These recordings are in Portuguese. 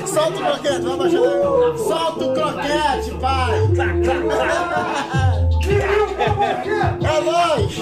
solta o croquete, vai baixar. Solta o croquete, pai. É nóis.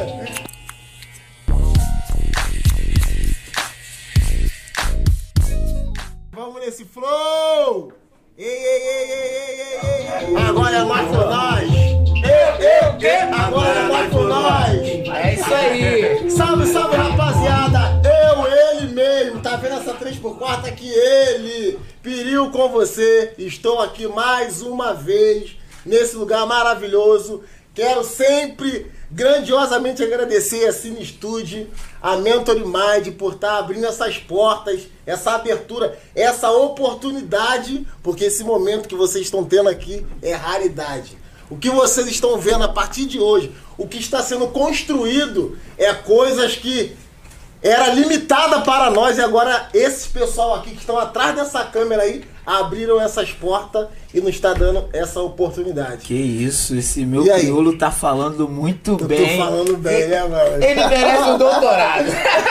Vamos nesse flow. Ei, ei, ei, ei, ei, ei, ei. Agora é mais por nós. Agora é mais por nós. É isso aí. Salve, salve, rapaziada. Ele mesmo. Tá vendo essa 3x4 aqui? Ele. Piril com você. Estou aqui mais uma vez nesse lugar maravilhoso. Quero sempre grandiosamente agradecer a Cine Studio, a Mentory Mind por estar abrindo essas portas, essa abertura, essa oportunidade, porque esse momento que vocês estão tendo aqui é raridade. O que vocês estão vendo a partir de hoje, o que está sendo construído é coisas que era limitada para nós e agora esses pessoal aqui que estão atrás dessa câmera aí abriram essas portas e nos está dando essa oportunidade. Que isso, esse meu crioulo tá falando muito bem. Tô falando bem, né, mano? Ele merece um doutorado.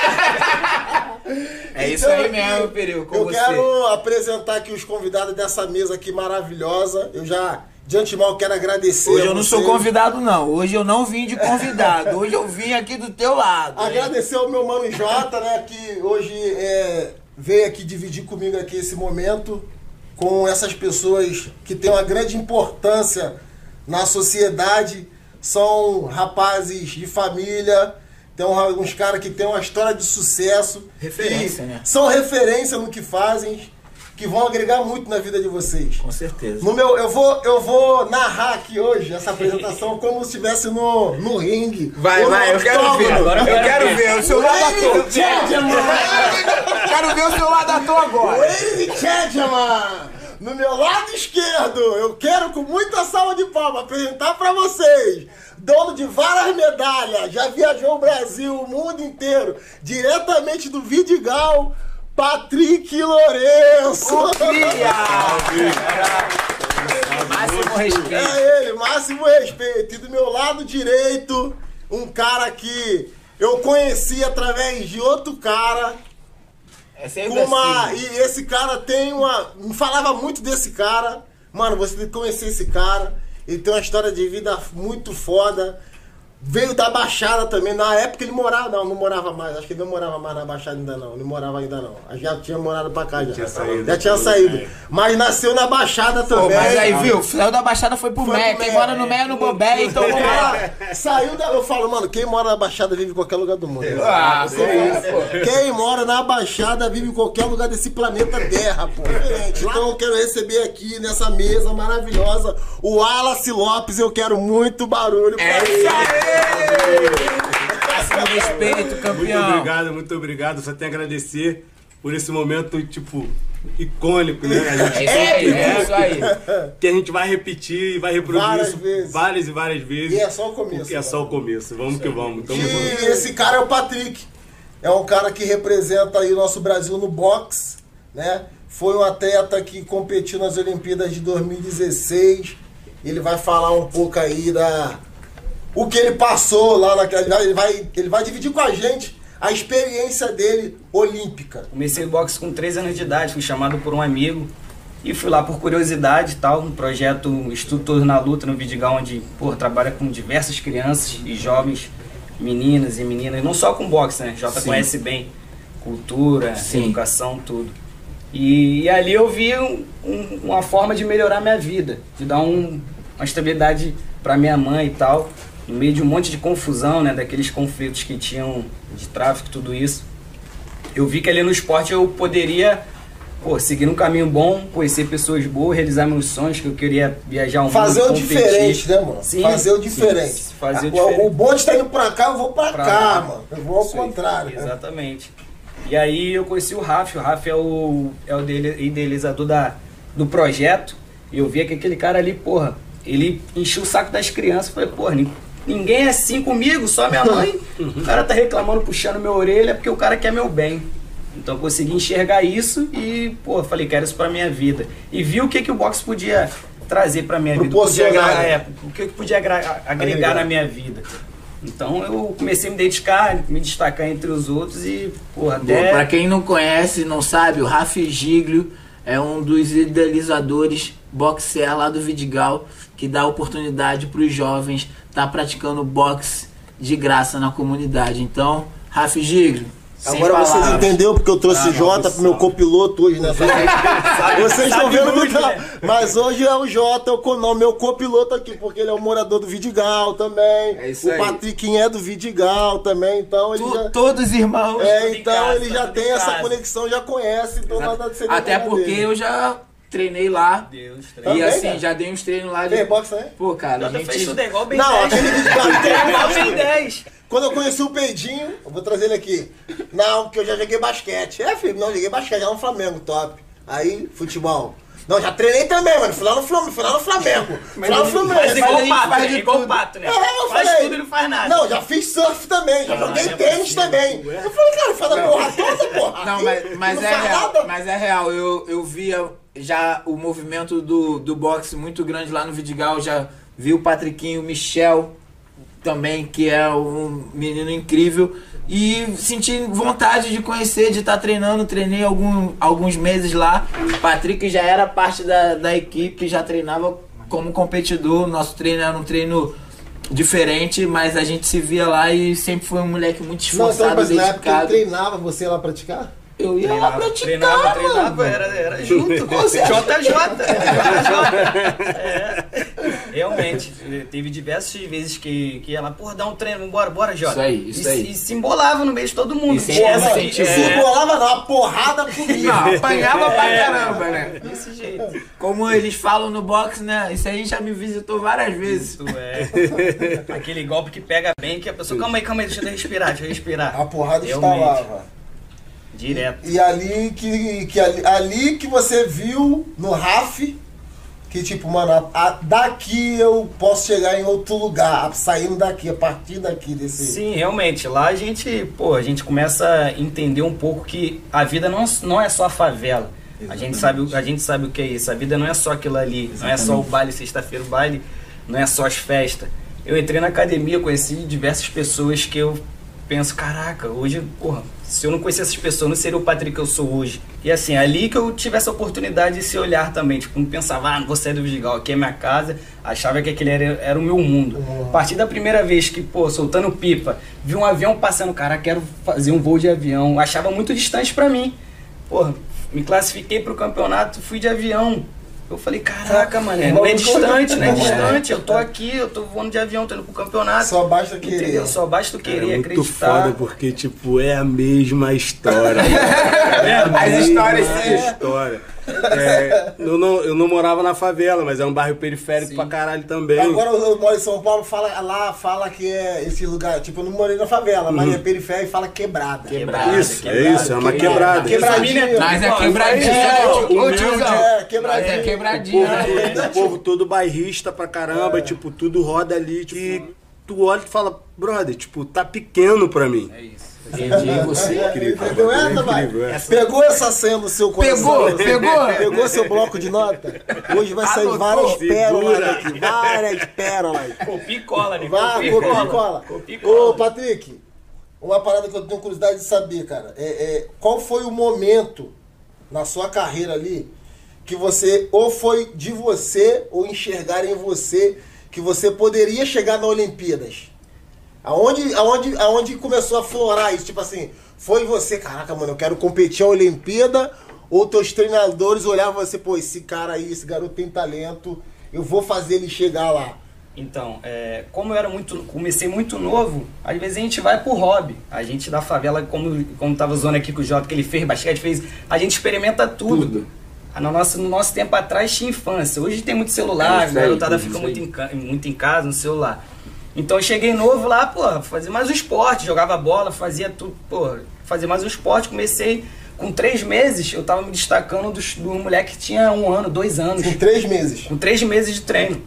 É isso então, aí mesmo, Piril, com você. Eu quero apresentar aqui os convidados dessa mesa aqui maravilhosa. Eu já, de antemão, quero agradecer. Hoje eu não sou convidado, não. Hoje eu não vim de convidado. Hoje eu vim aqui do teu lado. Agradecer ao meu mano Jota, né, que hoje veio aqui dividir comigo aqui esse momento com essas pessoas que têm uma grande importância na sociedade. São rapazes de família, tem uns caras que têm uma história de sucesso. Referência, né? São referência no que fazem, que vão agregar muito na vida de vocês. Com certeza. Eu vou narrar aqui hoje essa apresentação como se estivesse no ringue. Vai, eu quero ver. Agora eu quero ver o seu lado ator. Quero ver o seu lado ator agora. Ladies and gentlemen, no meu lado esquerdo, eu quero com muita salva de palmas apresentar para vocês, dono de várias medalhas, já viajou o Brasil, o mundo inteiro, diretamente do Vidigal, Patrick Lourenço. Máximo respeito. É ele, máximo respeito. E do meu lado direito, um cara que eu conheci através de outro cara. É sempre assim. E esse cara tem uma... Me falava muito desse cara. Mano, você tem que conhecer esse cara. Ele tem uma história de vida muito foda. Veio da Baixada também. Na época ele morava... Não morava mais. Acho que ele não morava mais na Baixada ainda não. Não morava ainda não. Já tinha morado pra cá já. Já tinha saído. Mas nasceu na Baixada também. Pô, mas aí, viu? Saiu da Baixada, foi pro Mé. Quem mora no Mé é no Bobé, então vamos lá. Saiu da... Eu falo, mano, quem mora na Baixada vive em qualquer lugar do mundo. Pô. Quem mora na Baixada vive em qualquer lugar desse planeta Terra, pô. Então eu quero receber aqui nessa mesa maravilhosa o Wallace Lopes. Eu quero muito barulho pra ele. Máximo respeito, campeão. Muito obrigado. Só tenho a agradecer por esse momento, tipo, icônico, né? É isso aí. Que a gente vai repetir e vai reproduzir isso várias e várias vezes. E é só o começo. Porque é só o começo. Vamos que vamos. E esse cara é o Patrick. É um cara que representa aí o nosso Brasil no boxe, né? Foi um atleta que competiu nas Olimpíadas de 2016. Ele vai falar um pouco aí o que ele passou lá naquela... Ele vai dividir com a gente a experiência dele olímpica. Comecei o boxe com 3 anos de idade, fui chamado por um amigo e fui lá por curiosidade e tal, um projeto Instrutor na Luta no Vidigal, onde, pô, trabalha com diversas crianças e jovens, meninas e meninas, não só com boxe, né? Jota conhece bem cultura, educação, tudo. E ali eu vi uma forma de melhorar minha vida, de dar uma estabilidade para minha mãe e tal, no meio de um monte de confusão, né, daqueles conflitos que tinham de tráfico, tudo isso. Eu vi que ali no esporte eu poderia, pô, seguir um caminho bom, conhecer pessoas boas, realizar meus sonhos, que eu queria viajar um mundo, fazer o diferente, né, mano? Sim, fazer o diferente. Sim, fazer o diferente. O bonde tá indo pra cá, eu vou pra cá, mano. Eu vou ao contrário. Exatamente. E aí eu conheci o Rafa é o idealizador do projeto, e eu via que aquele cara ali, porra, ele encheu o saco das crianças, falei, porra, ninguém é assim comigo, só minha mãe. O cara tá reclamando, puxando minha orelha, porque o cara quer meu bem. Então eu consegui enxergar isso e, pô, falei, quero isso pra minha vida. E vi o que o boxe podia trazer pra minha vida, o que podia agregar na minha vida. Então eu comecei a me destacar entre os outros e, porra, Pra quem não conhece, não sabe, o Rafa Giglio é um dos idealizadores boxer lá do Vidigal, que dá oportunidade para os jovens estar praticando boxe de graça na comunidade. Então, Rafa Giglio, agora vocês entenderam porque eu trouxe o Jota pro meu copiloto hoje nessa Vocês estão vendo muito, mas hoje é o Jota, o meu copiloto aqui, porque ele é um morador do Vidigal também. É isso o Patriquinho é do Vidigal também, então ele já... Todos irmãos. Então casa, ele já tem essa conexão, já conhece, então nada de ser. Até porque dele. Eu já treinei lá. Deus, e assim, cara? Já dei uns treinos lá. Tem boxe também? Pô, cara, a gente fez tudo igual bem não, 10. Aquele Vidigal igual bem 10. Quando eu conheci o Peidinho, eu vou trazer ele aqui. Não, porque eu já joguei basquete. Filho, não, joguei basquete, já no Flamengo, top. Aí, futebol. Não, já treinei também, mano. Fui lá no Flamengo. Fui lá no Flamengo. Mas igual o Pato, né? Faz tudo e não faz nada. Não, já fiz surf também, já joguei tênis também. Eu falei, cara, faz a porra toda, porra. Não, mas é real. Mas é real. Eu via já o movimento do boxe muito grande lá no Vidigal. Já vi o Patriquinho, o Michel também, que é um menino incrível, e senti vontade de conhecer, de estar treinando. Treinei alguns meses lá. Patrick já era parte da equipe, já treinava como competidor. Nosso treino era um treino diferente, mas a gente se via lá e sempre foi um moleque muito esforçado, dedicado. Na época ele treinava, você ia lá praticar? Eu ia lá praticar, treinava, era junto. JJ. Realmente, teve diversas vezes que ia lá, porra, dá um treino, bora, Jota. Isso aí. E se embolava no meio de todo mundo. Se embolava não, a porrada comigo. Não, apanhava pra caramba, né? Desse jeito. Como eles falam no boxe, né? Isso aí já me visitou várias vezes. Isso aquele golpe que pega bem, que a pessoa, calma aí, deixa eu respirar. A porrada estalava. Direto. E ali que você viu no RAF que tipo, mano, daqui eu posso chegar em outro lugar, saindo daqui, a partir daqui desse... Sim, realmente, lá a gente começa a entender um pouco que a vida não é só a favela. A gente sabe o que é isso, a vida não é só aquilo ali, não é só o baile, sexta-feira o baile, não é só as festas. Eu entrei na academia, conheci diversas pessoas que eu penso, caraca, hoje, porra, se eu não conhecesse essas pessoas, não seria o Patrick que eu sou hoje. E assim, ali que eu tive essa oportunidade de se olhar também, tipo, não pensava, não vou sair do Vidigal, aqui é minha casa, achava que aquele era o meu mundo. A partir da primeira vez que, pô, soltando pipa, vi um avião passando, cara, quero fazer um voo de avião, achava muito distante pra mim. Porra, me classifiquei pro campeonato, fui de avião. Eu falei, caraca, mano, não é distante, não é distante. Eu tô aqui, eu tô voando de avião, tô indo pro campeonato. Só basta querer. Entendeu? Só basta tu querer, acreditar. É muito foda, porque, tipo, é a mesma história. As histórias, sim. História. Eu não morava na favela, mas é um bairro periférico pra caralho também. Agora eu moro em São Paulo, fala que é esse lugar, tipo, eu não morei na favela, mas é periférico e fala quebrada. Isso, é uma quebrada. Quebradinha. Mas é quebradinha. Quebradinha. Quebradinha. O povo todo bairrista pra caramba, tipo, tudo roda ali, tipo, e tu olha e fala, brother, tipo, tá pequeno pra mim. É isso. Entendi você. Entendeu essa, vai? Pegou essa senha no seu coração? Pegou seu bloco de nota? Hoje vai sair várias pérolas daqui. Várias pérolas. Copia e cola, né? Copia e cola. Ô, Patrick, uma parada que eu tenho curiosidade de saber, cara. Qual foi o momento na sua carreira ali que você, ou foi de você, ou enxergar em você, que você poderia chegar na Olimpíadas? Aonde começou a florar isso? Tipo assim, foi você, caraca, mano, eu quero competir a Olimpíada, ou teus treinadores olhavam você, pô, esse cara aí, esse garoto tem talento, eu vou fazer ele chegar lá. Então, como eu comecei muito novo, às vezes a gente vai pro hobby. A gente da favela, como tava usando aqui com o Jota, que ele fez basquete, a gente experimenta tudo. No nosso tempo atrás tinha infância, hoje tem muito celular, a garotada fica muito em casa, no celular. Então eu cheguei novo lá, pô, fazia mais um esporte, jogava bola, fazia tudo, pô, fazia mais um esporte, comecei com 3 meses, eu tava me destacando do moleque que tinha 1 ano, 2 anos. Com 3 meses? Com 3 meses de treino.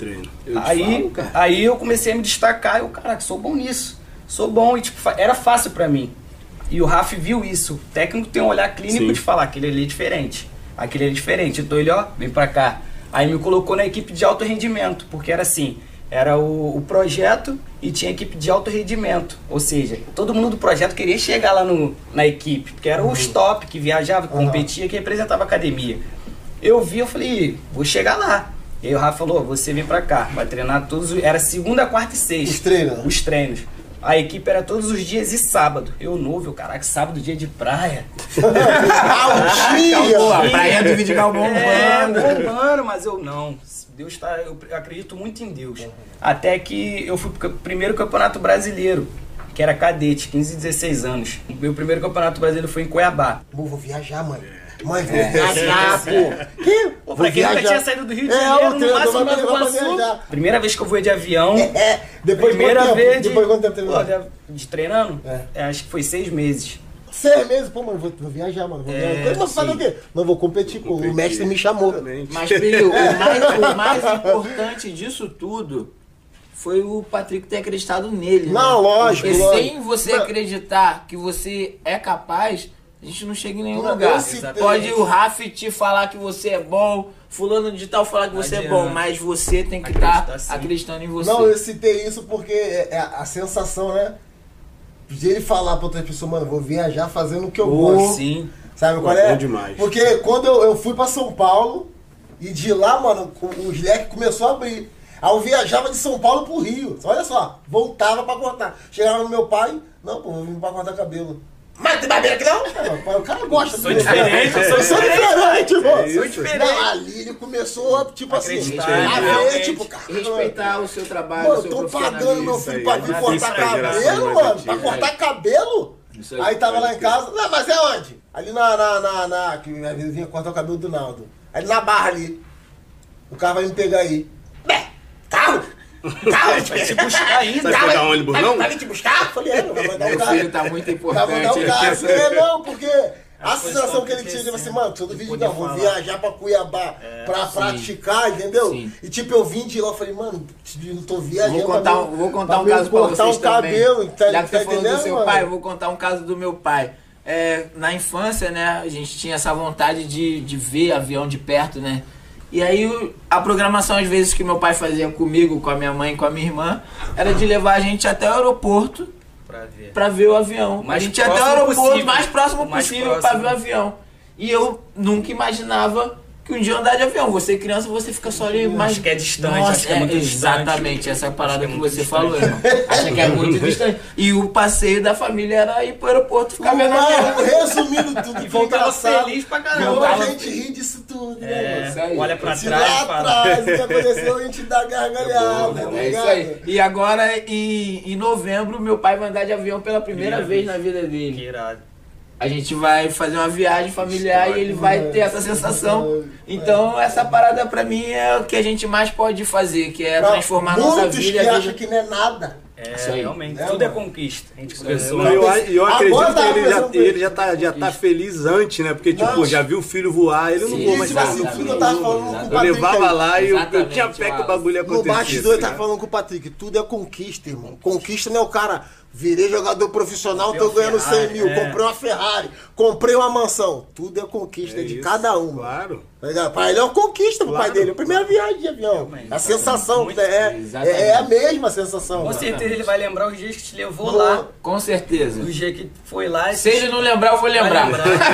Aí eu comecei a me destacar, eu, caraca, sou bom nisso, sou bom, e tipo, era fácil pra mim. E o Rafa viu isso, o técnico tem um olhar clínico de falar, aquele ali é diferente, então ele, ó, vem pra cá. Aí me colocou na equipe de alto rendimento, porque era assim, era o projeto e tinha equipe de alto rendimento. Ou seja, todo mundo do projeto queria chegar lá na equipe, porque era os top que viajava, que competia, que representava a academia. Eu vi, eu falei, vou chegar lá. E aí o Rafa falou, você vem pra cá, vai treinar era segunda, quarta e sexta. Os treinos? Os treinos. A equipe era todos os dias e sábado. Eu novo, caraca, sábado, dia de praia. A praia do Vidigal bombando, mas eu não. Deus tá, eu acredito muito em Deus. Até que eu fui pro primeiro campeonato brasileiro, que era cadete, 15 e 16 anos. Meu primeiro campeonato brasileiro foi em Cuiabá. Vou viajar, mãe. Mãe, vou viajar, pô. Pra quem nunca tinha saído do Rio de Janeiro, no máximo Nova Iguaçu. Primeira vez que eu voei de avião. Depois Depois quanto tempo treinando? De treinando? Acho que foi 6 meses. 6 meses? Pô, mano, vou viajar, mano. Eu vou fazer o quê? Não, vou competir, pô. O mestre me chamou. Mas, filho, o mais importante disso tudo foi o Patrick ter acreditado nele. Não, né? lógico. Porque lógico. sem você acreditar que você é capaz, a gente não chega em nenhum lugar. Pode o Rafa te falar que você é bom, fulano de tal falar que você é bom, mas você tem que estar acreditando em você. Não, eu citei isso porque é a sensação, né? De ele falar pra outra pessoa, mano, vou viajar fazendo o que eu gosto. Sim. Sabe qual é? Bom demais. Porque quando eu fui pra São Paulo, e de lá, mano, os leques começou a abrir. Aí eu viajava de São Paulo pro Rio. Olha só, voltava pra cortar. Chegava no meu pai, não, pô, vou vir pra cortar cabelo. Mas tem barbeiro aqui não? O cara gosta. Sou diferente, eu sou diferente, pô. Sou diferente. Não, ali ele começou, tipo assim, Acreditar, a ver, tipo, cara. Respeitar o seu trabalho, Mano, o seu eu tô pagando meu filho aí, pra é vir uma cortar cabelo, mano. Pra cortar cabelo? Aí tava lá em casa. Não, mas é onde? Ali que minha vida vinha cortar o cabelo do Naldo. Ali na barra ali. O carro vai me pegar aí. Carro? Carro, vai te buscar ainda. Vai pegar ônibus, não? Vai vir te buscar? Falei, vai mandar Meu um carro. filho tá muito Vai importante. mandar um carro. Não, porque a coisa sensação que ele acontecer, tinha, tipo assim, né? mano, todo vídeo Poder não, vou falar. viajar pra Cuiabá pra praticar, entendeu? Sim. E tipo, eu vim de lá, eu falei, mano, não tô viajando. Vou contar um caso pra cortar vocês um também. cabelo, tá Já que você falou do entendendo, seu mano? pai, eu vou contar um caso do meu pai. Na infância, né, a gente tinha essa vontade de ver avião de perto, né? E aí a programação às vezes que meu pai fazia comigo, com a minha mãe, com a minha irmã, era de levar a gente até o aeroporto pra ver o avião. A gente ia até o aeroporto mais próximo possível pra ver o avião. E eu nunca imaginava que um dia eu andar de avião. Você criança, você fica só ali, mas Acho que é distante, nossa, acho que é muito exatamente, distante. essa parada Acho que que é muito você falou, irmão. Acha que é muito distante. E o passeio da família era ir pro aeroporto ficar vendo avião. Resumindo tudo, E que voltava engraçado. feliz pra Como caramba. a gente ri disso tudo, né? isso aí. Olha pra Se trás lá e fala. atrás o que aconteceu, a gente dá gargalhada, tá É isso ligado? aí. E agora, em novembro, meu pai vai andar de avião pela primeira vez na vida Que dele. irado. A gente vai fazer uma viagem familiar e ele vai ter essa sensação. Então, essa parada pra mim é o que a gente mais pode fazer, que é transformar nossa Muitos vida. que e a acham vida- que não é nada. Isso aí. Realmente. É, Tudo é mano. conquista. A gente começou. Eu acredito Agora que tava ele pensando já tá feliz antes, né? Porque, tipo, Não. já viu o filho voar, ele não Sim, voa mais Tipo assim, o rápido. que eu tava falando com o Eu Patrick levava aí. lá e eu Exatamente, tinha fé que o Wallace. bagulho ia No acontecer. bastidor ele tá tava falando com o Patrick, tudo é conquista, irmão. Conquista não é o cara, virei jogador profissional, tô Comprei uma ganhando 100 mil, Ferrari, comprei uma Ferrari, comprei uma mansão. Tudo é conquista É de isso, cada um. Claro. Tá ligado? Pra ele é uma conquista pro pai Claro. dele. A primeira viagem de avião. Realmente. A sensação Muito. é a mesma sensação. Com mano. certeza ele vai lembrar os dias que te levou Boa. lá. Com certeza. O dia que foi lá. Se ele não lembrar, eu vou lembrar.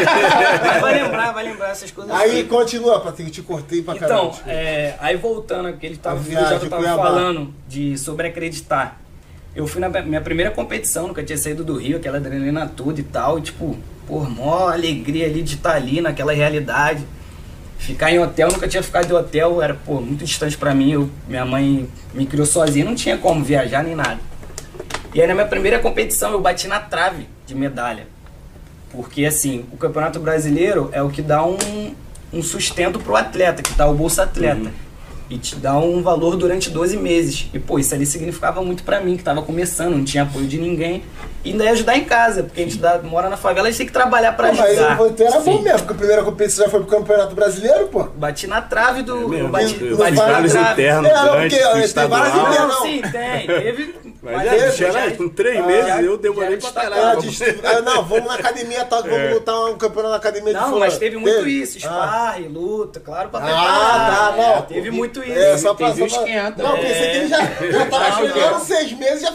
Vai lembrar essas coisas. Aí assim. continua, Patrick, te cortei pra Então, caramba. aí voltando, que ele tava, A já viagem que eu de tava Cuiabá. falando sobre acreditar. Eu fui na minha primeira competição, nunca tinha saído do Rio, aquela adrenalina toda e tal, e tipo, pô, mó alegria ali de estar ali naquela realidade. Ficar em hotel, nunca tinha ficado em hotel, era, pô, muito distante pra mim, minha mãe me criou sozinha, não tinha como viajar nem nada. E aí na minha primeira competição eu bati na trave de medalha. Porque assim, o Campeonato Brasileiro é o que dá um sustento pro atleta, que dá o Bolsa Atleta. E te dá um valor durante 12 meses. E pô, isso ali significava muito pra mim, que tava começando, não tinha apoio de ninguém. E ainda ia ajudar em casa, porque a gente mora na favela, a gente tem que trabalhar pra Mas ajudar. então era bom Sim. mesmo, porque a primeira competição já foi pro Campeonato Brasileiro, pô. Bati na trave do... mesmo, eu bati, tem bati na vários trave. internos Não, antes porque do tem estadual. vários internos. Não, sim, tem. Teve... Mas com 3 meses eu demorei pra caralho. Não, vamos na academia, tá, vamos lutar um campeonato na academia de Não, fulano. mas teve muito Teve? isso, sparring, luta, claro, pra Ah, preparar. tá, não. Teve muito isso. É, só pra... Teve os 500, Não, né? pensei que ele já tava Não, chegando não. 6 meses e já foi pro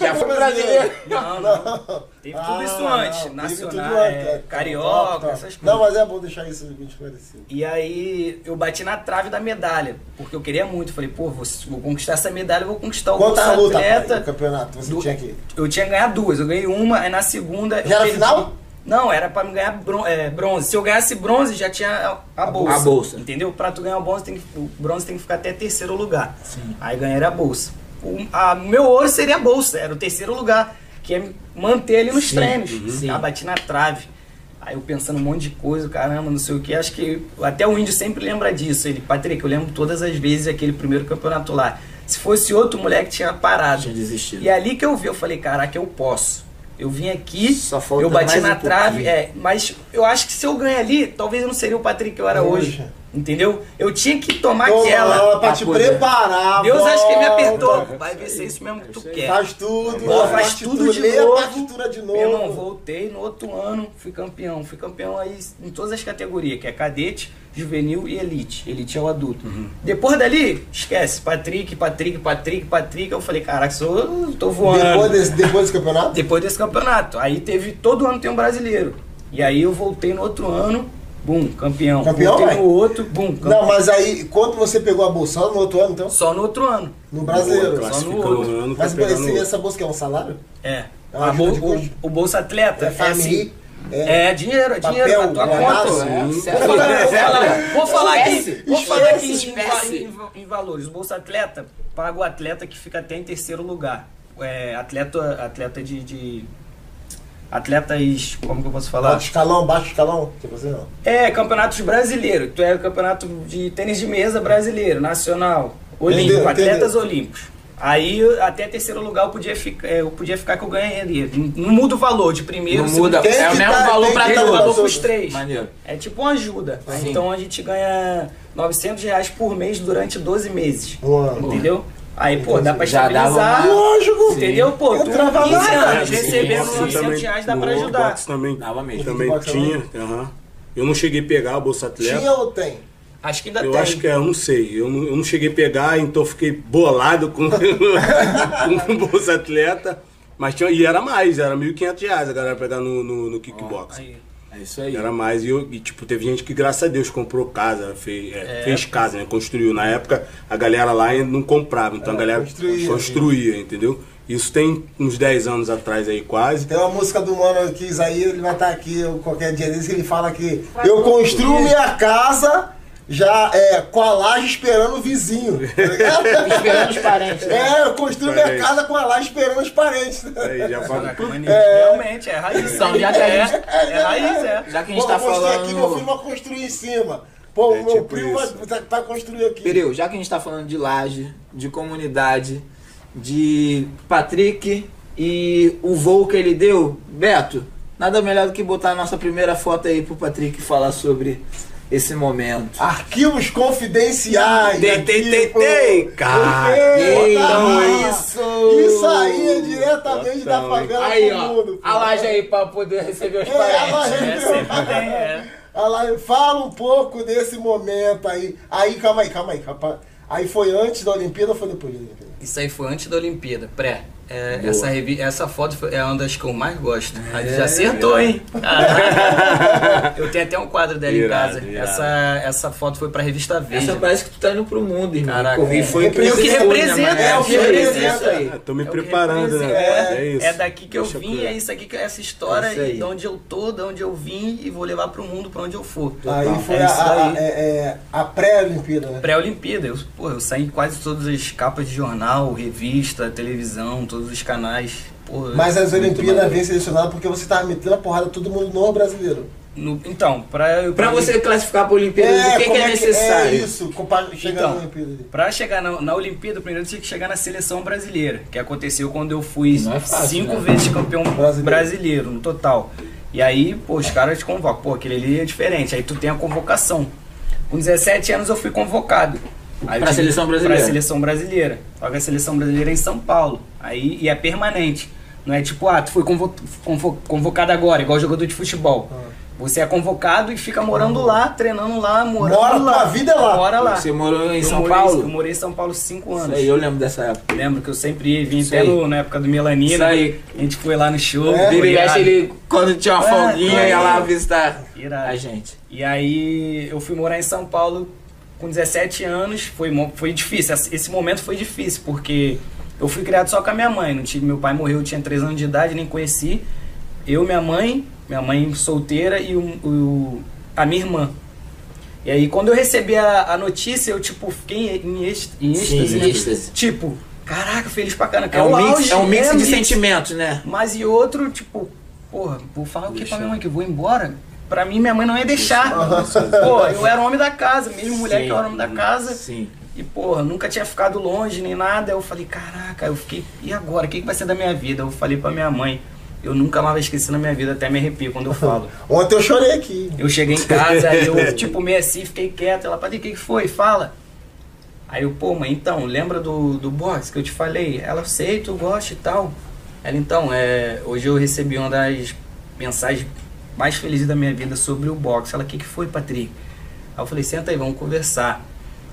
Já foi brasileiro. Não. Teve tudo isso antes. Nacional, carioca, essas coisas. Não, mas é bom deixar isso bem esclarecido. E aí eu bati na trave da medalha, porque eu queria muito. Falei, pô, vou conquistar essa medalha, vou conquistar o Quantas lutas, atleta. no campeonato você tinha aqui? Eu tinha que ganhar 2, eu ganhei uma, aí na segunda... Já era final? Não, era pra me ganhar bronze. Se eu ganhasse bronze, já tinha a bolsa. A bolsa. Entendeu? Pra tu ganhar o bronze tem que ficar até terceiro lugar. Sim. Aí ganharia a bolsa. O meu ouro seria a bolsa, era o terceiro lugar, que é manter ele nos treinos. Sim. Bati na trave. Aí eu pensando um monte de coisa, caramba, não sei o que. Acho que até o Índio sempre lembra disso. Ele, Patrick, eu lembro todas as vezes aquele primeiro campeonato lá. Se fosse outro moleque, tinha parado. Tinha desistido. E ali que eu vi, eu falei, caraca, eu posso. Eu vim aqui, eu bati na trave, mas eu acho que se eu ganhar ali, talvez eu não seria o Patrick que eu era hoje. Entendeu? Eu tinha que tomar aquela. Pra te preparar. Deus acho que me apertou. Vai ver se é isso mesmo que tu quer. Faz tudo. Faz tudo de novo. A partitura de novo. Meu irmão, voltei no outro ano, fui campeão. Fui campeão aí em todas as categorias, que é cadete, juvenil e elite. Elite é o adulto. Depois dali, esquece. Patrick. Eu falei, caraca, tô voando. Depois desse campeonato? Depois desse campeonato. Aí todo ano tem um brasileiro. E aí eu voltei no outro ano. Bum, campeão. Voltei no outro, bum, campeão. Não, mas aí, quando você pegou a bolsa? Só no outro ano, então? Só no outro ano. No brasileiro? Só no outro. Ano, mas essa bolsa que é um salário? É. O Bolsa Atleta é assim. Dinheiro, papel, a tua conta. Vou falar aqui em valores. O Bolsa Atleta paga o atleta que fica até em terceiro lugar. Atletas, como que eu posso falar? Alto escalão, baixo escalão? Tipo assim, não. Campeonatos brasileiros. Tu é o campeonato de tênis de mesa brasileiro, nacional, olímpico, atletas olímpicos. Aí até terceiro lugar eu podia ficar que eu ganharia. Não muda o valor de primeiro. Não muda, é o mesmo valor pra todo valor pros três. Maneiro. É tipo uma ajuda. Sim. Então a gente ganha R$900 por mês durante 12 meses. Entendeu? Aí, pô, dá pra estabilizar. Lógico. Entendeu? Pô, tu 15 anos Sim, recebendo R$900 dá pra ajudar. Também, dava mesmo. Também tinha. Eu não cheguei a pegar a Bolsa Atleta. Tinha ou tem? Acho que ainda eu tem. acho que eu não sei. Eu não cheguei a pegar, então fiquei bolado com o Bolsa Atleta. Mas tinha, e era mais, era R$1.500 a galera pegar no kickbox. É isso aí. Era mais, e tipo, teve gente que, graças a Deus, comprou casa, fez casa, né? Construiu. Na época, a galera lá não comprava, então a galera construía, entendeu? Isso tem uns 10 anos atrás aí, quase. Tem uma música do mano que Isaías, ele vai estar aqui qualquer dia desse, que ele fala que eu construo minha casa já com a laje esperando o vizinho, tá ligado? Esperando os parentes. Eu construo minha casa com a laje esperando os parentes. Aí já fala. Realmente, é raiz. Então, já que a gente, raiz. Já que a gente tá falando... aqui, meu filho vai construir em cima. Pô, o meu tipo primo vai construir aqui. Pereu, já que a gente tá falando de laje, de comunidade, de Patrick e o voo que ele deu, Beto, nada melhor do que botar a nossa primeira foto aí pro Patrick falar sobre esse momento. Arquivos confidenciais. Tem, cara. Isso aí é diretamente da favela aí, pro mundo. A laje aí pra poder receber os parentes. Fala um pouco desse momento aí. Calma aí, rapaz. Aí foi antes da Olimpíada ou foi depois da Olimpíada? Isso aí foi antes da Olimpíada, essa foto é uma das que eu mais gosto. Já acertou, hein? Eu tenho até um quadro dela em casa. Essa foto foi pra revista Veja. Essa parece que tu tá indo pro mundo, irmão. Caraca, foi o que representa. O que representa aí. Tô me preparando, né? É isso. É daqui que eu vim, é isso aqui, essa história de onde eu tô, de onde eu vim e vou levar pro mundo, pra onde eu for. Aí foi a pré-Olimpíada, né? Pré-Olimpíada. Eu saí em quase todas as capas de jornal, revista, televisão, todos os canais. Mas as Olimpíadas vêm selecionadas porque você tava metendo a porrada todo mundo no brasileiro. Então, pra você classificar pra Olimpíada, o que é necessário? É isso, chegar na Olimpíada. Pra chegar na Olimpíada, primeiro tinha que chegar na seleção brasileira, que aconteceu quando eu fui 5 vezes campeão brasileiro no total. E aí, os caras te convocam. Aquele ali é diferente. Aí tu tem a convocação. Com 17 anos eu fui convocado. Para a seleção brasileira? Para a seleção brasileira. Só que a seleção brasileira é em São Paulo. E é permanente. Não é tipo, tu foi convocado agora, igual jogador de futebol. Você é convocado e fica morando lá, treinando lá, morando lá. Tua vida é lá. Mora lá. Você morou em São Paulo? Eu morei em São Paulo 5 anos. Isso aí, eu lembro dessa época. Lembro que eu sempre ia, vim Isso até aí. na época do Melanina. Isso aí. A gente foi lá no show. Vira e mexe, ele, quando tinha uma folguinha, ia lá visitar Irado. a gente. E aí eu fui morar em São Paulo com 17 anos. Foi difícil. Esse momento foi difícil, porque eu fui criado só com a minha mãe. Não tive, meu pai morreu, eu tinha 3 anos de idade, nem conheci. Eu, minha mãe solteira e a minha irmã. E aí quando eu recebi a notícia, eu tipo fiquei em êxtase. Sim, né? êxtase. Tipo, caraca, feliz pra caramba. É um mix de sentimentos, né? Mas e outro, tipo, porra, vou falar o que pra minha mãe? Que eu vou embora? Pra mim, minha mãe não ia deixar. Pô, eu era o homem da casa, mesmo mulher que eu era o homem da casa. Sim. E, porra, nunca tinha ficado longe nem nada. Eu falei, caraca, eu fiquei, e agora? O que vai ser da minha vida? Eu falei pra minha mãe. Eu nunca mais esqueci na minha vida, até me arrepio quando eu falo. Ontem eu chorei aqui. Eu cheguei em casa, aí eu, tipo, meio assim, fiquei quieto. Ela, padre, o que foi? Fala. Aí eu, pô, mãe, então, lembra do boxe que eu te falei? Ela, sei, tu gosta e tal. Ela, então, hoje eu recebi uma das mensagens mais felizes da minha vida sobre o boxe. Ela, o que foi, Patrick? Aí eu falei, senta aí, vamos conversar.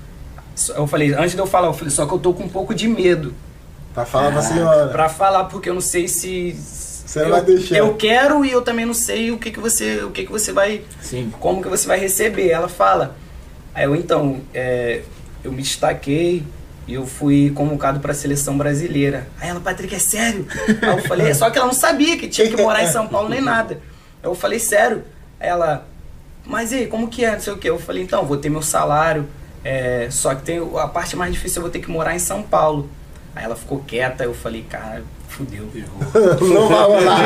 Eu falei, antes de eu falar, eu falei, só que eu tô com um pouco de medo. Pra falar pra senhora. Pra falar, porque eu não sei se... Você não vai deixar. Eu quero e eu também não sei o que você vai... Sim. Como que você vai receber. Ela fala. Aí eu, então, eu me destaquei e eu fui convocado para a seleção brasileira. Aí ela, Patrick, é sério? Aí eu falei, só que ela não sabia que tinha que morar em São Paulo nem nada. Eu falei, sério? Aí ela, mas e aí, como que é? Não sei o que. Eu falei, então, vou ter meu salário, só que tem a parte mais difícil, eu vou ter que morar em São Paulo. Aí ela ficou quieta, eu falei, cara, fudeu. Não vai rolar.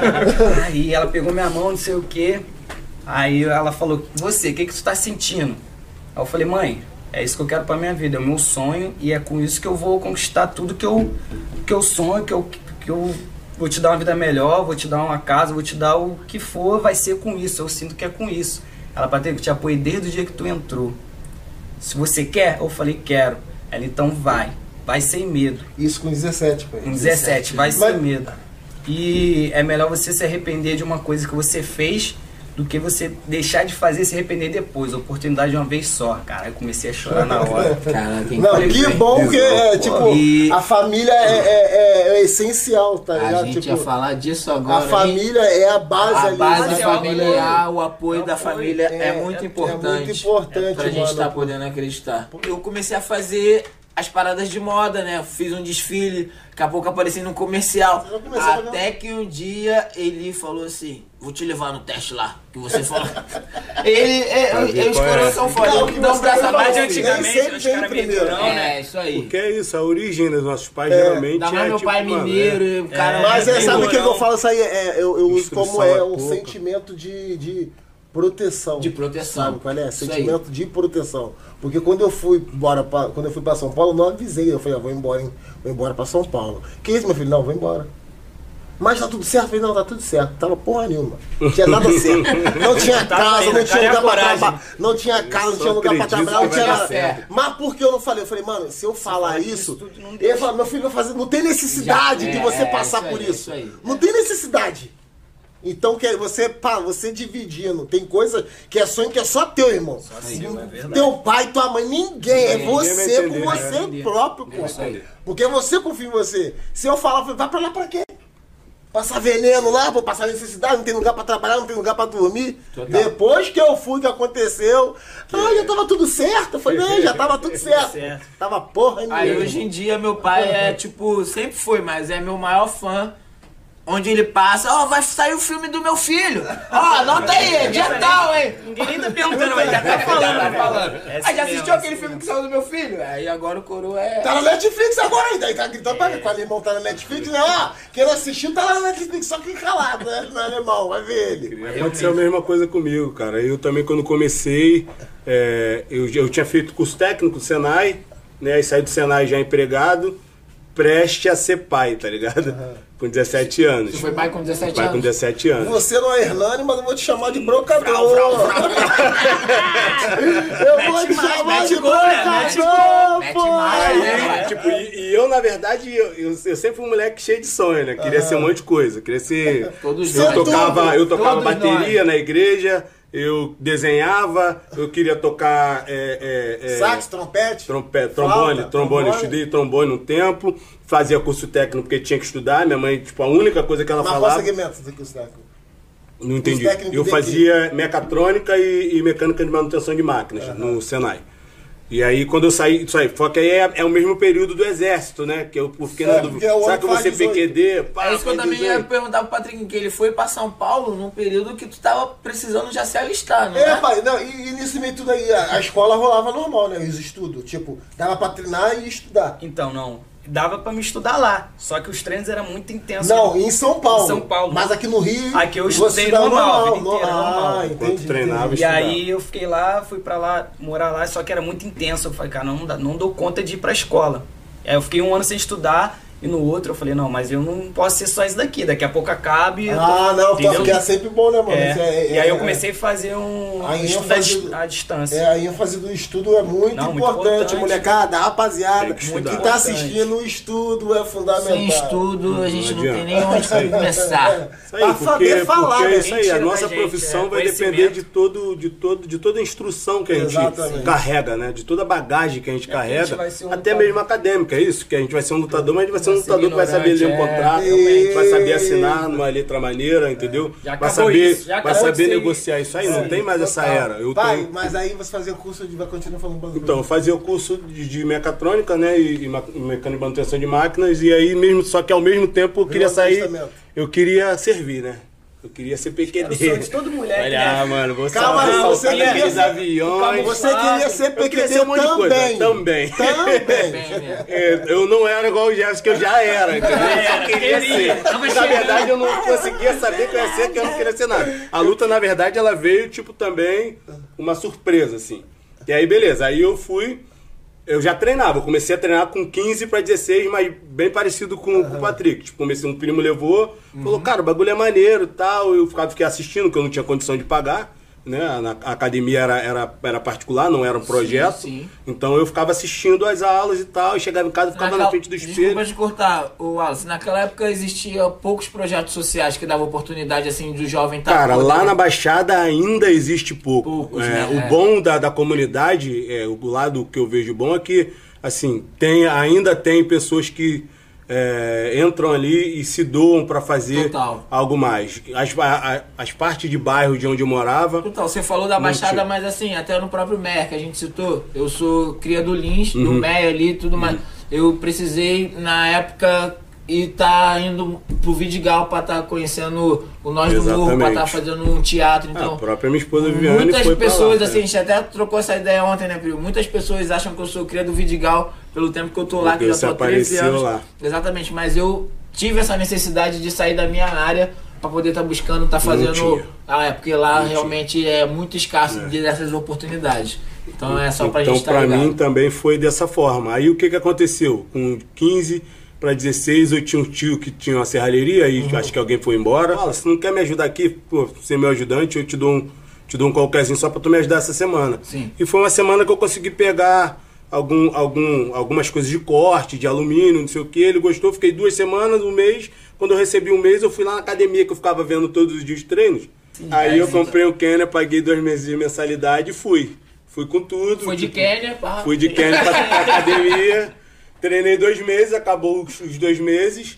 Aí ela pegou minha mão, não sei o que. Aí ela falou, você, o que tu tá sentindo? Aí eu falei, mãe, é isso que eu quero pra minha vida, é o meu sonho e é com isso que eu vou conquistar tudo que eu sonho, que eu vou te dar uma vida melhor, vou te dar uma casa, vou te dar o que for, vai ser com isso, eu sinto que é com isso. Ela, Patrick, eu te apoiei desde o dia que tu entrou. Se você quer, eu falei, quero. Ela, então vai sem medo. Isso com 17, pai. Com 17, vai sem medo. E é melhor você se arrepender de uma coisa que você fez do que você deixar de fazer e se arrepender depois. A oportunidade de uma vez só, cara. Eu comecei a chorar na hora. Caraca, não, que bom que tipo, a família é essencial, tá ligado? A gente ia falar disso agora. A família é a base ali. A base familiar, o apoio da família é muito importante. É muito importante, pra gente estar podendo acreditar. Eu comecei a fazer as paradas de moda, né? Fiz um desfile, daqui a pouco apareci num comercial. Até que um dia ele falou assim, vou te levar no teste lá, que você falou. Os coroas são foda. Não, braço mais de antigamente, os caras meio durão, né? Isso aí. Porque é isso, a origem dos nossos pais geralmente ainda mais meu pai mineiro, o cara... Mas sabe o que eu falo? Isso aí eu uso como um sentimento de proteção. De proteção. Sabe qual é? Sentimento de proteção. Porque quando eu fui pra São Paulo, eu não avisei. Eu falei, vou embora pra São Paulo. Que isso, meu filho? Não, vou embora. Mas tá tudo certo? Eu falei, não, tá tudo certo. Tava porra nenhuma. Não tinha nada certo. Não tinha casa, não tinha lugar pra trabalhar. Não tinha casa, não tinha lugar pra trabalhar, não tinha nada. Mas por que eu não falei? Eu falei, mano, se eu falar isso, ele falou, meu filho vai fazer. Não tem necessidade de você passar por isso. Não tem necessidade. Então você dividindo, tem coisa que é sonho que é só teu, irmão. Teu pai, tua mãe, ninguém. É você com você próprio, pô. Porque você confia em você. Se eu falar, vai pra lá pra quê? Passar veneno lá, vou passar necessidade, não tem lugar pra trabalhar, não tem lugar pra dormir. Total. Depois que eu fui, que aconteceu, já tava tudo certo. Eu falei, já tava tudo certo. Tava porra nenhuma. Aí hoje em dia meu pai sempre foi, mas é meu maior fã. Onde ele passa, vai sair o filme do meu filho. Anota aí, dia tal, hein? Ninguém nem tá perguntando, mas já tá falando. Aí já assistiu aquele filme que saiu do meu filho? Aí agora o coroa Tá na Netflix agora ainda. Aí tá gritando pra alemão, tá na Netflix, né? Quem não assistiu tá lá na Netflix, só que calado, né? No alemão, vai ver ele. Aconteceu a mesma coisa comigo, cara. Eu também, quando comecei, eu tinha feito curso técnico do Senai, né? E saí do Senai já empregado, preste a ser pai, tá ligado? Com 17 anos. Você foi pai com 17 anos? Pai com 17 anos. Você não é Hernani, mas eu vou te chamar de brocador. Eu vou te chamar de brocador, pô. tipo, e eu, na verdade, eu sempre fui um moleque cheio de sonho, né? Queria ser um monte de coisa. Queria ser... Eu tocava bateria na igreja, eu desenhava, eu queria tocar... sax, trompete? Trombone. Eu estudei trombone um tempo, fazia curso técnico porque tinha que estudar. Minha mãe, tipo, a única coisa que ela falava... Mas qual segmento do curso técnico? Não entendi. Eu fazia mecatrônica e mecânica de manutenção de máquinas no Senai. E aí, quando eu saí, só que aí é o mesmo período do exército, né? Que eu fiquei na dúvida. Será que eu vou ser PQD? Pá, é isso que eu também ia perguntar pro Patrick, que ele foi pra São Paulo num período que tu tava precisando já se alistar, não é? Pai, não, e nisso meio tudo aí, a escola rolava normal, né? Os estudos, tipo, dava pra treinar e estudar. Então, não. Dava pra me estudar lá, só que os treinos eram muito intensos. Não, em São Paulo. Em São Paulo. Mas aqui no Rio... Aqui eu estudei normal, a vida inteira, normal. Entendi. Treinava e aí eu fiquei lá, fui pra lá, morar lá, só que era muito intenso. Eu falei, cara, não dou conta de ir pra escola. Aí eu fiquei um ano sem estudar, e no outro eu falei, não, mas eu não posso ser só isso daqui, daqui a pouco acabe. Porque é sempre bom, né, mano? E aí eu comecei a fazer estudo à distância. A ênfase do estudo é muito importante, molecada, rapaziada, que tá assistindo, o estudo é fundamental. Sem estudo, a gente não tem nem onde começar. Isso aí, porque isso aí, a nossa profissão vai depender de toda a instrução que a gente carrega, né? De toda a bagagem que a gente carrega, até mesmo acadêmica, é isso, que a gente vai ser um lutador, mas a gente vai ser um lutador que vai saber ler um contrato, vai saber assinar numa letra maneira, entendeu? Vai saber negociar isso aí, não tem mais essa era. Mas aí você fazia o curso vai continuar falando bagulho. Então, eu fazia o curso de mecatrônica, né? E mecânica de manutenção de máquinas, e aí mesmo, só que ao mesmo tempo eu queria sair, eu queria servir, né? Eu queria ser PQD. De todo moleque, olha, mano, você aqueles aviões. Você queria ser PQD um monte de coisa. Também. Eu não era igual o Jefferson, que eu já era, entendeu? Eu só queria ser. Na verdade, eu não conseguia saber que eu ia ser, que eu não queria ser nada. A luta, na verdade, ela veio, tipo, também uma surpresa, assim. E aí, beleza. Aí eu fui... Eu já treinava, eu comecei a treinar com 15 para 16, mas bem parecido com o Patrick. Tipo, comecei, um primo levou, falou, cara, o bagulho é maneiro e tal. Eu fiquei assistindo, porque eu não tinha condição de pagar, né? A academia era particular, não era um projeto. Sim. Então eu ficava assistindo as aulas e tal, e chegava em casa e ficava na frente do espelho. Desculpa te cortar, Wallace, naquela época existia poucos projetos sociais que davam oportunidade, assim, do jovem estar... Cara, lá na Baixada ainda existe poucos, né? O bom da comunidade, o lado que eu vejo bom é que, assim, ainda tem pessoas que entram ali e se doam para fazer algo mais. As partes de bairro de onde eu morava... Total, você falou da Baixada, mas assim, até no próprio Meia, que a gente citou, eu sou cria do Lins, do Meia ali e tudo mais. Eu precisei, na época, tá indo pro Vidigal pra estar conhecendo o Nós do Morro, pra estar fazendo um teatro. Então, a própria minha esposa Viviane muitas foi pessoas, pra lá, assim, a gente até trocou essa ideia ontem, né, Prio? Muitas pessoas acham que eu sou cria do Vidigal pelo tempo que eu tô lá, que eu já tô há 13 anos. Lá. Exatamente, mas eu tive essa necessidade de sair da minha área pra poder estar buscando, fazendo... porque lá realmente é muito escasso dessas oportunidades. Então é só pra gente estar ligado. Então pra mim também foi dessa forma. Aí o que aconteceu? Com 15 para 16 eu tinha um tio que tinha uma serralheria e acho que alguém foi embora. Se não quer me ajudar aqui, pô, ser meu ajudante, eu te dou um qualquerzinho só pra tu me ajudar essa semana. Sim. E foi uma semana que eu consegui pegar algumas coisas de corte, de alumínio, não sei o que. Ele gostou, fiquei 2 semanas, um mês. Quando eu recebi um mês, eu fui lá na academia que eu ficava vendo todos os dias os treinos. Sim, aí eu comprei o Kenner, paguei 2 meses de mensalidade e fui. Fui com tudo. Foi de Kenner, pá. Fui de Kenner pra academia. Treinei 2 meses, acabou os 2 meses.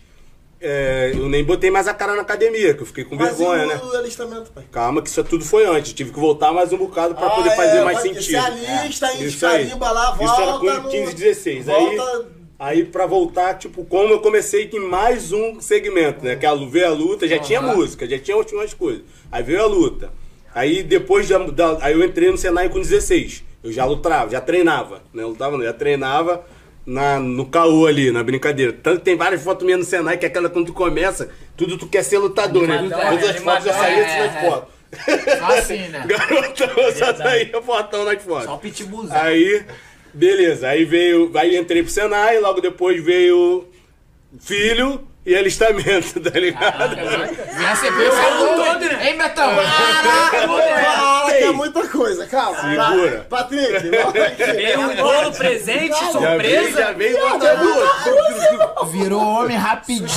Eu nem botei mais a cara na academia, que eu fiquei com vergonha, né? O alistamento, pai. Calma, que isso tudo foi antes. Tive que voltar mais um bocado pra poder fazer mais sentido. Você alista, carimba lá, volta. Isso era com 15, 16. Aí pra voltar, tipo, como eu comecei em mais um segmento, né? Que veio a luta, já tinha música, já tinha umas coisas. Aí veio a luta. Aí depois, aí eu entrei no Senai com 16. Eu já lutava, já treinava, né? Já treinava no caô ali, na brincadeira. Tanto que tem várias fotos minhas no Senai, que é aquela quando tu começa, tudo tu quer ser lutador, né? Todas as fotos já saíam assim nas fotos. Só assim, né? Garotão, só saía fotão nas fotos. Só pitbullzão. Aí, beleza. Aí entrei pro Senai, logo depois veio filho, e alistamento, tá ligado? Já você pensou todo, né? Hein, Betão? Fala que é muita coisa, calma. Segura. Patrick, volta aqui. Veio um bolo, presente, surpresa. Já veio botando. Virou homem rapidinho.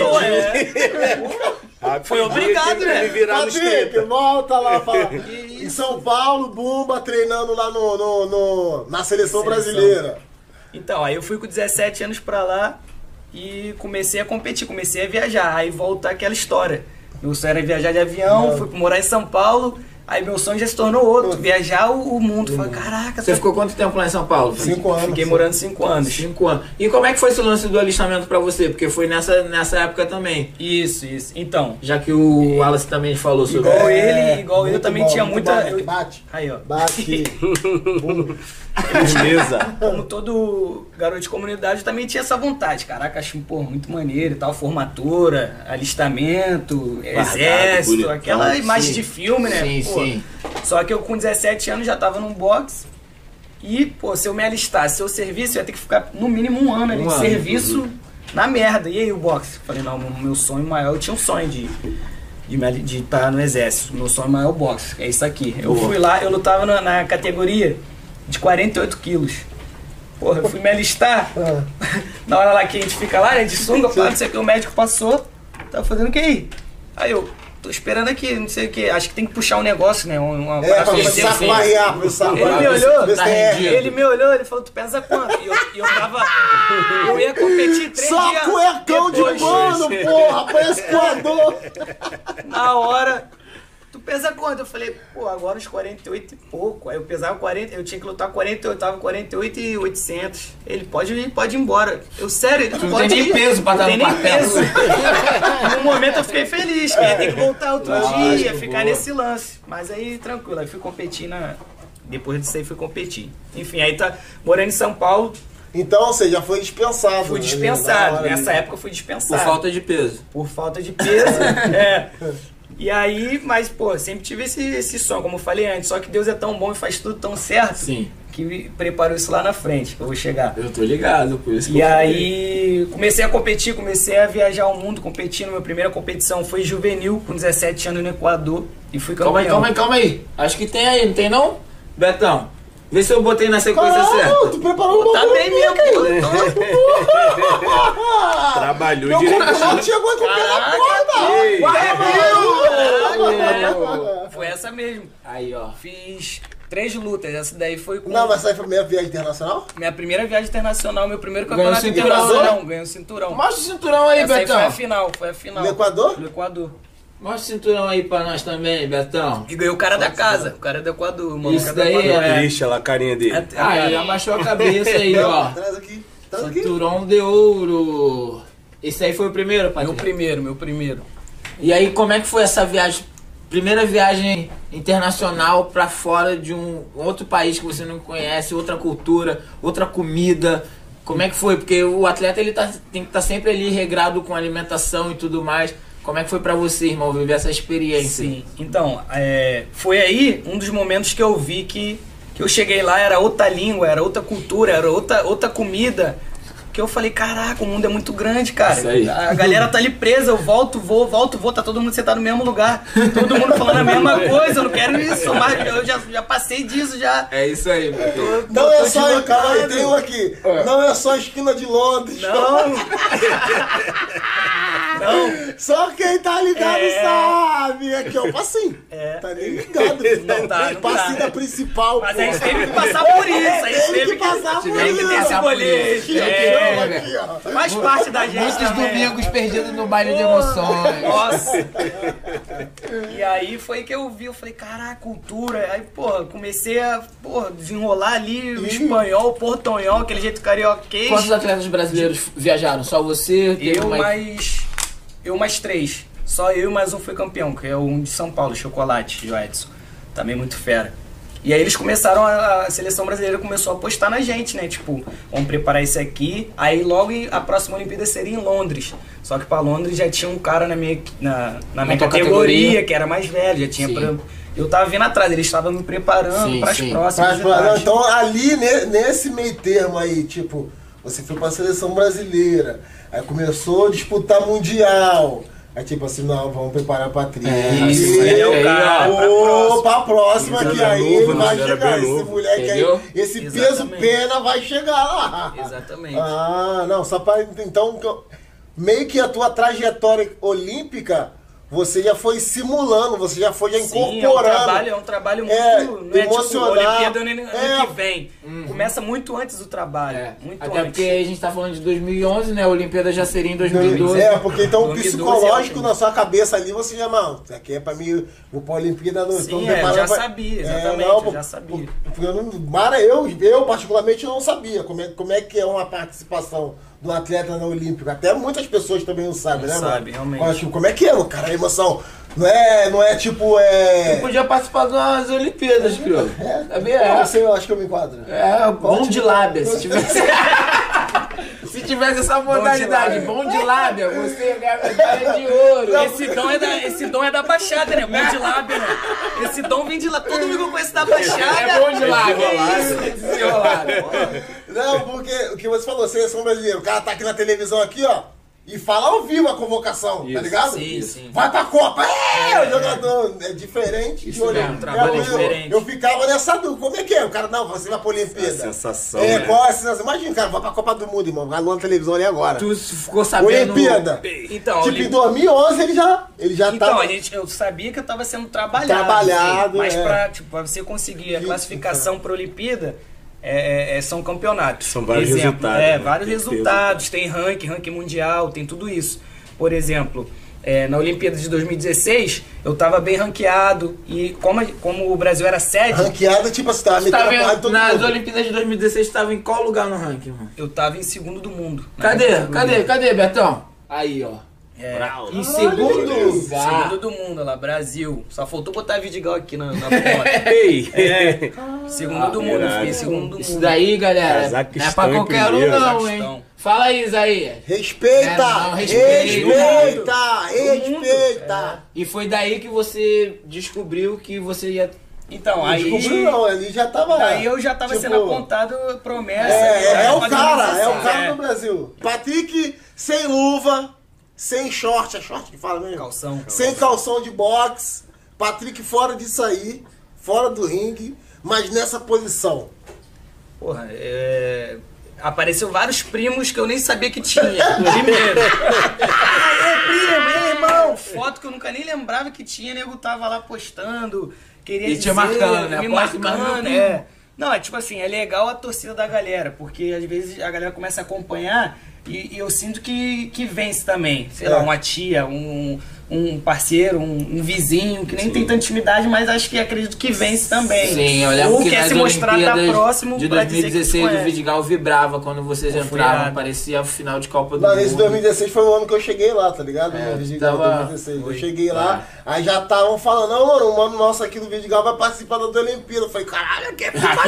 Foi obrigado, né? Me virar nos Patrick, 30. volta lá, fala. Em São Paulo, Bumba treinando lá na seleção brasileira. Então, aí eu fui com 17 anos pra lá e comecei a competir, comecei a viajar. Aí volta aquela história. Meu sonho era viajar de avião, fui morar em São Paulo. Aí meu sonho já se tornou outro, viajar o mundo. Falei, caraca... Você ficou quanto tempo lá em São Paulo? 5 anos. Fiquei morando 5 anos. 5 anos. E como é que foi esse lance do alistamento pra você? Porque foi nessa época também. Isso. Então, Já que o Wallace também falou sobre igual ele, eu também tinha muita... Bate. Aí, ó. Bate. Beleza. Como todo garoto de comunidade, eu também tinha essa vontade. Caraca, acho, pô, muito maneiro e tal. Formatura, alistamento, exército, bonitão, aquela imagem sim. de filme, né? Sim, Pô, sim. Só que eu com 17 anos já tava num boxe. E, pô, se eu me alistasse, se eu servisse, eu ia ter que ficar no mínimo um ano ali de serviço na merda. E aí o boxe? Falei, não, meu sonho maior, eu tinha um sonho de estar no exército. Meu sonho maior é o boxe, é isso aqui. Eu fui lá, eu lutava na categoria de 48 quilos. Porra, eu fui me alistar. Na hora lá que a gente fica lá, né, de sunga, pá, não sei o que, o médico passou. Tava fazendo o que aí? Aí eu, tô esperando aqui, não sei o que, acho que tem que puxar um negócio, né? Uma Pra começar a barrear, ele me olhou, ele falou, tu pesa quanto? E eu tava. Eu ia competir 3 Só dias. cuecão de depois. pano, porra, parece coador. Na hora, tu pesa quanto? Eu falei, pô, agora uns 48 e pouco. Aí eu pesava 40, eu tinha que lutar 48, eu tava 48 e 800. Ele pode ir embora. Eu, sério, ele Tu não pode tem nem ir. peso pra dar Tem no nem papel. peso. No momento eu fiquei feliz, que ia ter que voltar outro dia, ficar nesse lance. Mas aí, tranquilo, aí fui competir depois disso aí fui competir. Enfim, aí tá morando em São Paulo. Então, você já foi dispensado. Fui né? dispensado. Na hora Nessa ali. época eu fui Por dispensado. falta de peso. Por falta de peso. E aí, mas, pô, sempre tive esse sonho, como eu falei antes. Só que Deus é tão bom e faz tudo tão certo. Sim. Que me preparou isso lá na frente, que eu vou chegar. Eu tô ligado, por isso que E eu falei. aí, comecei a competir, comecei a viajar o mundo competindo. Minha primeira competição foi juvenil, com 17 anos no Equador. E fui campeão. Calma aí. Acho que tem aí, não tem não? Betão, vê se eu botei na sequência certa. Tu preparou um Tá bagulho bem mesmo, pô. Trabalhou Meu direitinho. concorrente chegou com o pé na Ei. porta. Foi essa mesmo. Aí, ó. Fiz 3 lutas. Essa daí foi com Não, mas essa aí foi a minha viagem internacional? minha primeira viagem internacional, meu primeiro Ganhou campeonato cinturão, internacional. Ganhei o cinturão. Mostra o cinturão aí, Essa aí Betão. foi a final. No Equador? No Equador. Mostra o cinturão aí pra nós também, Betão. E ganhou o cara da casa, o cara do Equador, mano. Isso O cara do daí Equador, Triste olha a carinha dele. Aí, abaixou a cabeça aí, ó. Traz aqui. Traz aqui. Cinturão de ouro. Esse aí foi o primeiro, pai? Meu primeiro. E aí, como é que foi essa viagem? Primeira viagem internacional pra fora de um outro país que você não conhece, outra cultura, outra comida. Como é que foi? Porque o atleta ele tem que estar sempre ali regrado com alimentação e tudo mais. Como é que foi pra você, irmão, viver essa experiência? Sim, então, foi aí um dos momentos que eu vi que eu cheguei lá, era outra língua, era outra cultura, era outra comida. Que eu falei, caraca, o mundo é muito grande, cara. Isso aí. A galera tá ali presa, eu volto, vou, tá todo mundo sentado no mesmo lugar. Todo mundo falando a mesma coisa, eu não quero isso, mas eu já passei disso já. É isso aí, meu. Não é só, deslocado. calma aí, tem um aqui. Não é só a esquina de Londres. Não. Só quem tá ligado sabe. Aqui, ó, passinho. É. Tá nem ligado. Não tá, não Passinho tá. da principal, Mas pô. a gente teve que passar por isso, a gente Tem teve que passar por tem que isso. ter esse rolê. Aqui, É, ó. faz parte da gente Muitos também. domingos perdidos no baile de emoções. Nossa! E aí foi que eu vi, eu falei, caraca, cultura. Aí, porra, comecei a desenrolar ali o espanhol, o portonhol, aquele jeito carioquês. Quantos atletas brasileiros viajaram? Só você? Teve Eu mais 3. Só eu e mais um foi campeão, que é um de São Paulo, Chocolate, o Edson. Também muito fera. E aí eles começaram, a seleção brasileira começou a apostar na gente, né? Tipo, vamos preparar isso aqui. Aí logo a próxima Olimpíada seria em Londres. Só que pra Londres já tinha um cara na minha categoria, que era mais velho, já tinha... Eu tava vindo atrás, eles estavam me preparando pras próximas. Então ali, nesse meio termo aí, tipo, você foi pra seleção brasileira, aí começou a disputar mundial. Aí tipo assim, não, vamos preparar pra trilha. Isso aí é o cara. Pra próxima, que aí ele vai chegar. Esse moleque entendeu? aí, esse peso Exatamente. pena vai chegar lá. Exatamente. Ah, não, só pra. Então, meio que a tua trajetória olímpica, você já foi simulando, você já foi incorporando. É um trabalho muito. Não é emocional. Tipo, Olimpíada ano que vem. Começa muito antes do trabalho. Muito Até antes. porque a gente tá falando de 2011, né? A Olimpíada já seria em 2012. Porque então o 2012 psicológico é na sua cabeça ali, você já, mano, isso aqui é pra mim, vou pra Olimpíada. Sim, eu já sabia, exatamente, eu já sabia. Eu particularmente não sabia como é que é uma participação do atleta na Olímpica. Até muitas pessoas também não sabem, né, mano? Sabe, realmente. Como é que é, cara? A emoção não é tipo, Você podia participar das Olimpíadas, crioulo. Eu acho que eu me enquadro. Bom de lábia, se tivesse. Se tivesse essa modalidade, bom de lábia, você ganha medalha de ouro. Esse dom é da Baixada, né? Bom de lábia, né? Esse dom vem de lá. Todo mundo que eu conheço da Baixada. É bom de lábia, desenrolado. Não, porque o que você falou, seleção brasileira, o cara tá aqui na televisão aqui, ó, e fala ao vivo a convocação, tá ligado? Sim. Vai pra Copa, o jogador é diferente de olhar. Um trabalho diferente. Eu ficava nessa dúvida, como é que é? O cara, não, você vai pra Olimpíada. A sensação, Qual é a sensação? Imagina, cara, vai pra Copa do Mundo, irmão, vai lá na televisão ali agora. Tu ficou sabendo... Olimpíada. Então, Tipo, em 2011 ele já então, tava... eu sabia que eu tava sendo trabalhado. Trabalhado, mas pra você conseguir a classificação pra Olimpíada, são campeonatos. São vários resultados, né? Vários Tem que ter resultados. Tem ranking mundial, tem tudo isso. Por exemplo, na Olimpíada de 2016, eu tava bem ranqueado. E como o Brasil era sede... Ranqueada, tipo assim, tava metendo a porrada de todo Nas mundo. Olimpíadas de 2016, estava em qual lugar no ranking, mano? Eu tava em segundo do mundo. Cadê, Betão? Aí, ó. Em segundo lugar. Segundo do mundo lá, Brasil. Só faltou botar Vidigal aqui na foto. Segundo do mundo, fiquei segundo do mundo. Isso daí, galera, não é pra qualquer um não, hein? Fala aí, Isaías. Respeita! Respeita! E foi daí que você descobriu que você ia... Então, aí... Descobriu não, ele já tava... Daí eu já tava sendo apontado promessa. É o cara do Brasil. Patrick sem luva, sem short, é short que fala mesmo? Calção. Sem calção de boxe. Patrick fora disso aí, fora do ringue, mas nessa posição. Porra, apareceu vários primos que eu nem sabia que tinha. Primeiro. Primo, irmão. Foto que eu nunca nem lembrava que tinha, nego tava lá postando. Queria E dizer, te marcando, né? Me Posta marcando, Não, é tipo assim, é legal a torcida da galera, porque às vezes a galera começa a acompanhar e eu sinto que vence também. Sei lá, uma tia, um parceiro, um vizinho, que nem tem tanta intimidade, mas acho que acredito que vence também. Sim, eu lembro que quer nas se mostrar Olimpíadas tá próximo de pra dizer que 2016 o conhece. Vidigal vibrava quando vocês entravam, irado. parecia a final de Copa do Não, Mundo. esse 2016 foi o ano que eu cheguei lá, tá ligado? No Vidigal tava- 2016. Eu cheguei lá, aí já estavam falando, não, mano, o mano nosso aqui do Vidigal vai participar da Olimpíada. Eu falei, caralho, aqui é puta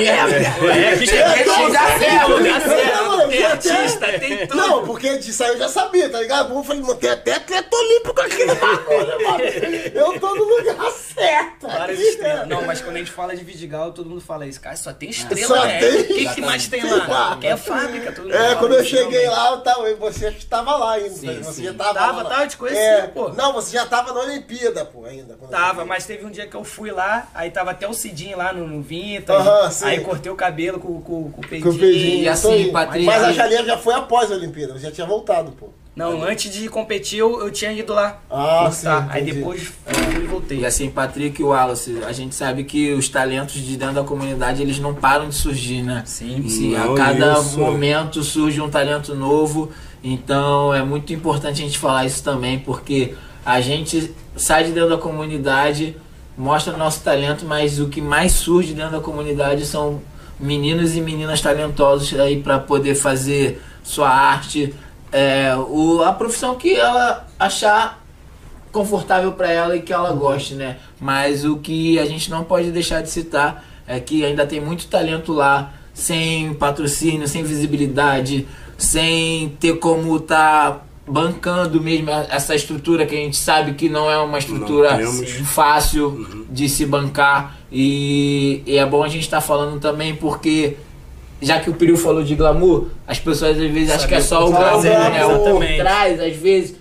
merda. Artista, tem tudo. Não, porque disso aí eu já sabia, tá ligado? Eu falei, mano, tem até atleta olímpico aqui no bagulho, mano. Eu tô no lugar certo. Várias aqui, estrelas. né? Não, mas quando a gente fala de Vidigal, todo mundo fala isso. Cara, só tem estrela, Só né? tem- O que mais tem lá? Que é fábrica, todo mundo fala Quando eu isso, cheguei realmente. lá, você estava lá ainda. Sim, você sim. já tava Tava, lá. tava, te conheci, pô. Não, você já tava na Olimpíada, pô, ainda. quando eu Tava, cheguei. mas teve um dia que eu fui lá, aí tava até o Cidinho lá no Vintage, Aham, sim. aí cortei o cabelo com o Com o pedinho. Pedinho, E assim, isso aí. Patrick- Mas a Jalinha já foi após a Olimpíada, você já tinha voltado, pô. Não, antes de competir eu tinha ido lá. Ah, lutar. sim, Aí entendi. depois fui e voltei. E assim, Patrick e Wallace, a gente sabe que os talentos de dentro da comunidade, eles não param de surgir, né? Sim. E a Não, cada isso. momento surge um talento novo. Então é muito importante a gente falar isso também, porque a gente sai de dentro da comunidade, mostra nosso talento, mas o que mais surge dentro da comunidade são meninos e meninas talentosos aí para poder fazer sua arte, a profissão que ela achar confortável para ela e que ela goste, né? Mas o que a gente não pode deixar de citar é que ainda tem muito talento lá, sem patrocínio, sem visibilidade, sem ter como tá bancando mesmo essa estrutura que a gente sabe que não é uma estrutura temos. fácil de se bancar, e é bom a gente estar falando também porque já que o Piriu falou de glamour, as pessoas às vezes acham que é só o glamour, né? O por trás, às vezes,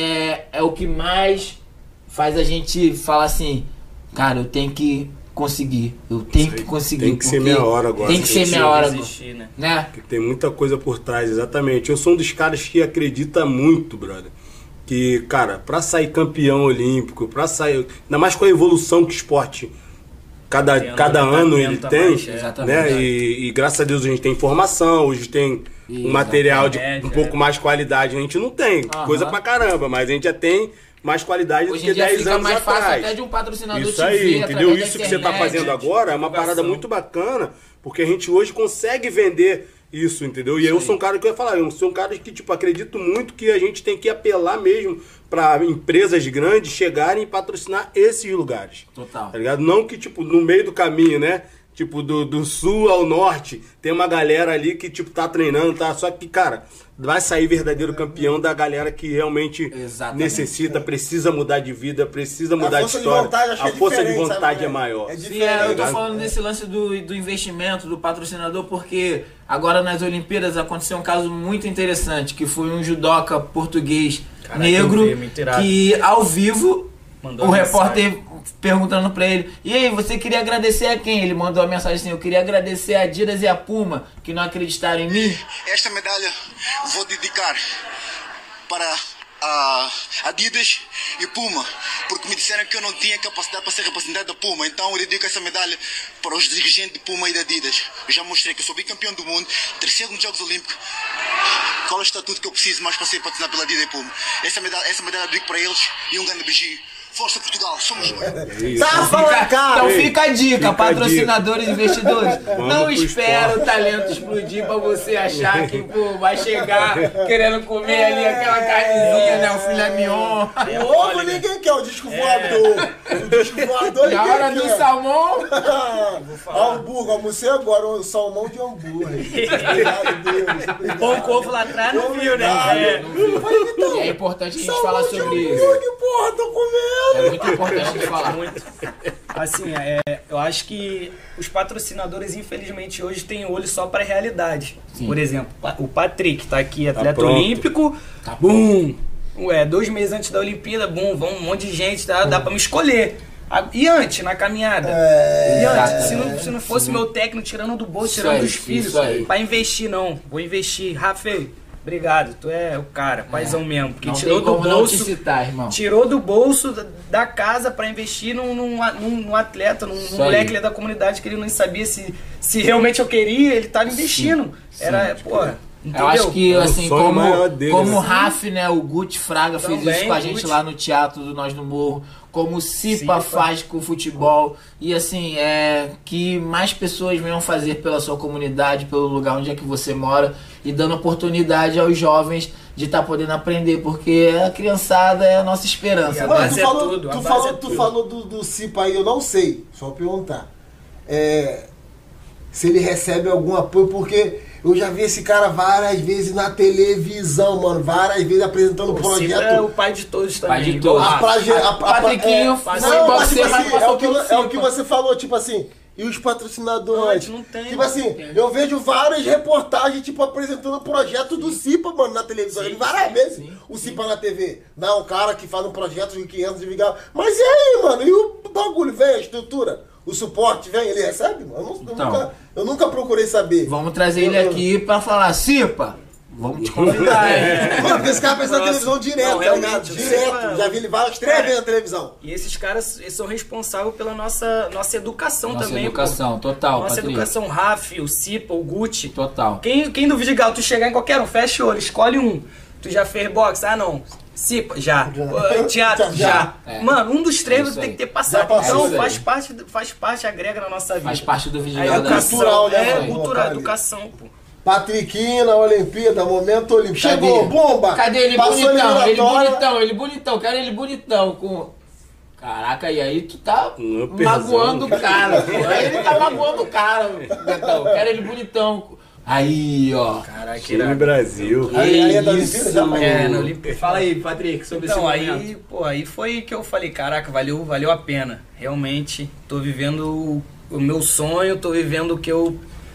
é o que mais faz a gente falar assim, cara, eu tenho que conseguir, eu tenho que conseguir. Tem que ser minha hora agora. Tem que ser minha hora agora. Né? Porque tem muita coisa por trás, exatamente. Eu sou um dos caras que acredita muito, brother. Que, cara, pra sair campeão olímpico, pra sair... Ainda mais com a evolução que o esporte, cada ano ele tem, né? E graças a Deus a gente tem informação, hoje tem um material de um pouco mais qualidade. A gente não tem, coisa pra caramba, mas a gente já tem mais qualidade hoje do que 10 anos mais atrás. fácil até de um patrocinador isso aí, entendeu? Isso que você tá fazendo internet, agora é uma parada muito bacana, porque a gente hoje consegue vender isso, entendeu? E eu sou um cara que eu ia falar, eu sou um cara que, tipo, acredito muito que a gente tem que apelar mesmo pra empresas grandes chegarem e patrocinar esses lugares. Total. Tá ligado? Não que, tipo, no meio do caminho, né? Tipo, do sul ao norte, tem uma galera ali que, tipo, tá treinando, tá? Só que, cara, vai sair verdadeiro campeão da galera que realmente necessita, precisa mudar de vida, precisa mudar de história. A força de vontade é maior. Sim, eu tô falando desse lance do investimento, do patrocinador, porque agora nas Olimpíadas aconteceu um caso muito interessante, que foi um judoca português negro, que ao vivo, o repórter perguntando pra ele, e aí, você queria agradecer a quem? Ele mandou a mensagem assim, eu queria agradecer a Adidas e a Puma, que não acreditaram em mim. Esta medalha vou dedicar para a Adidas e Puma, porque me disseram que eu não tinha capacidade para ser representante da Puma, então eu dedico essa medalha para os dirigentes de Puma e da Adidas. Eu já mostrei que eu sou bicampeão do mundo, terceiro nos Jogos Olímpicos. Qual é o estatuto que eu preciso mais para ser patrocinado pela Adidas e Puma? Essa medalha eu dedico para eles e um grande beijinho. Força Portugal, somos juntos. Então fica a dica, patrocinadores e investidores. Não espera o talento explodir pra você achar que pô, vai chegar querendo comer ali aquela carnezinha, né? O filé mignon. Ovo ninguém quer, o disco voador. O disco voador na hora do salmão. Hambúrguer, almocei agora o salmão de hambúrguer. Obrigado, Deus. O pão com ovo lá atrás não viu, né? E é importante a gente falar sobre isso. Porra, tô comendo. É muito importante a gente falar. Assim, eu acho que os patrocinadores, infelizmente, hoje têm olho só para a realidade. Sim. Por exemplo, o Patrick tá aqui, atleta olímpico. Tá bom. 2 meses antes da Olimpíada, vão um monte de gente, dá para me escolher. E antes, na caminhada? E antes, se não fosse meu técnico tirando do bolso, tirando dos filhos, para investir, não. Vou investir. Rafael, obrigado, tu é o cara, paizão mesmo. Porque tirou do bolso. Tirou do bolso da casa pra investir num atleta, num moleque da comunidade que ele não sabia se realmente eu queria, ele tava investindo. Porra. Entendeu? Eu acho que, assim, como o Raf, né, o Guti Fraga fez isso com a gente lá no Teatro do Nós no Morro, como o Cipa faz com o futebol, e assim, que mais pessoas venham fazer pela sua comunidade, pelo lugar onde é que você mora, e dando oportunidade aos jovens de estar podendo aprender, porque a criançada é a nossa esperança. Mano, tu falou do Cipa aí, eu não sei, só perguntar. Se ele recebe algum apoio, porque eu já vi esse cara várias vezes na televisão, mano. Várias vezes apresentando o projeto. É o pai de todos também. Pai de todos. Patriquinho, é o que você falou, tipo assim. E os patrocinadores? Não tem. Tipo assim, eu vejo várias reportagens, tipo, apresentando o projeto do Cipa, mano, na televisão. Várias vezes o Cipa na TV. Não, um cara que faz um projeto de 500 de vigal. Mas e aí, mano? E o bagulho? Vem a estrutura? O suporte vem? Ele recebe? Eu nunca procurei saber. Vamos trazer ele aqui pra falar, Cipa, vamos te convidar, hein? Mano, porque esse cara pensa na televisão direto, tá ligado? Direto. Já vi ele várias 3 vezes na televisão. E esses caras são responsáveis pela nossa educação também. Educação, total. Nossa educação, o Raf, o Cipa, o Guti. Total. Quem do Vidigal, tu chegar em qualquer um, fecha o olho, escolhe um. Tu já fez boxe? Ah, não. Cipa, já. Teatro, já. Mano, um dos 3 tem que ter passado. Então faz parte, agrega na nossa vida. Faz parte do Vidigal. Cultural, né? Cultural, educação, pô. Patriquinho na Olimpíada, momento olímpico. Chegou, bomba! Cadê ele bonitão? Ele bonitão, quero ele bonitão com... Caraca, e aí tu tá magoando o cara, pô. Aí ele tá magoando o cara, Betão. Quero ele bonitão. Aí, ó. Caraca, time Brasil. Aí é da Olimpíada já, na Olimpíada. Fala aí, Patrick, sobre esse momento. Aí foi que eu falei, caraca, valeu a pena. Realmente, tô vivendo o meu sonho, tô vivendo o que eu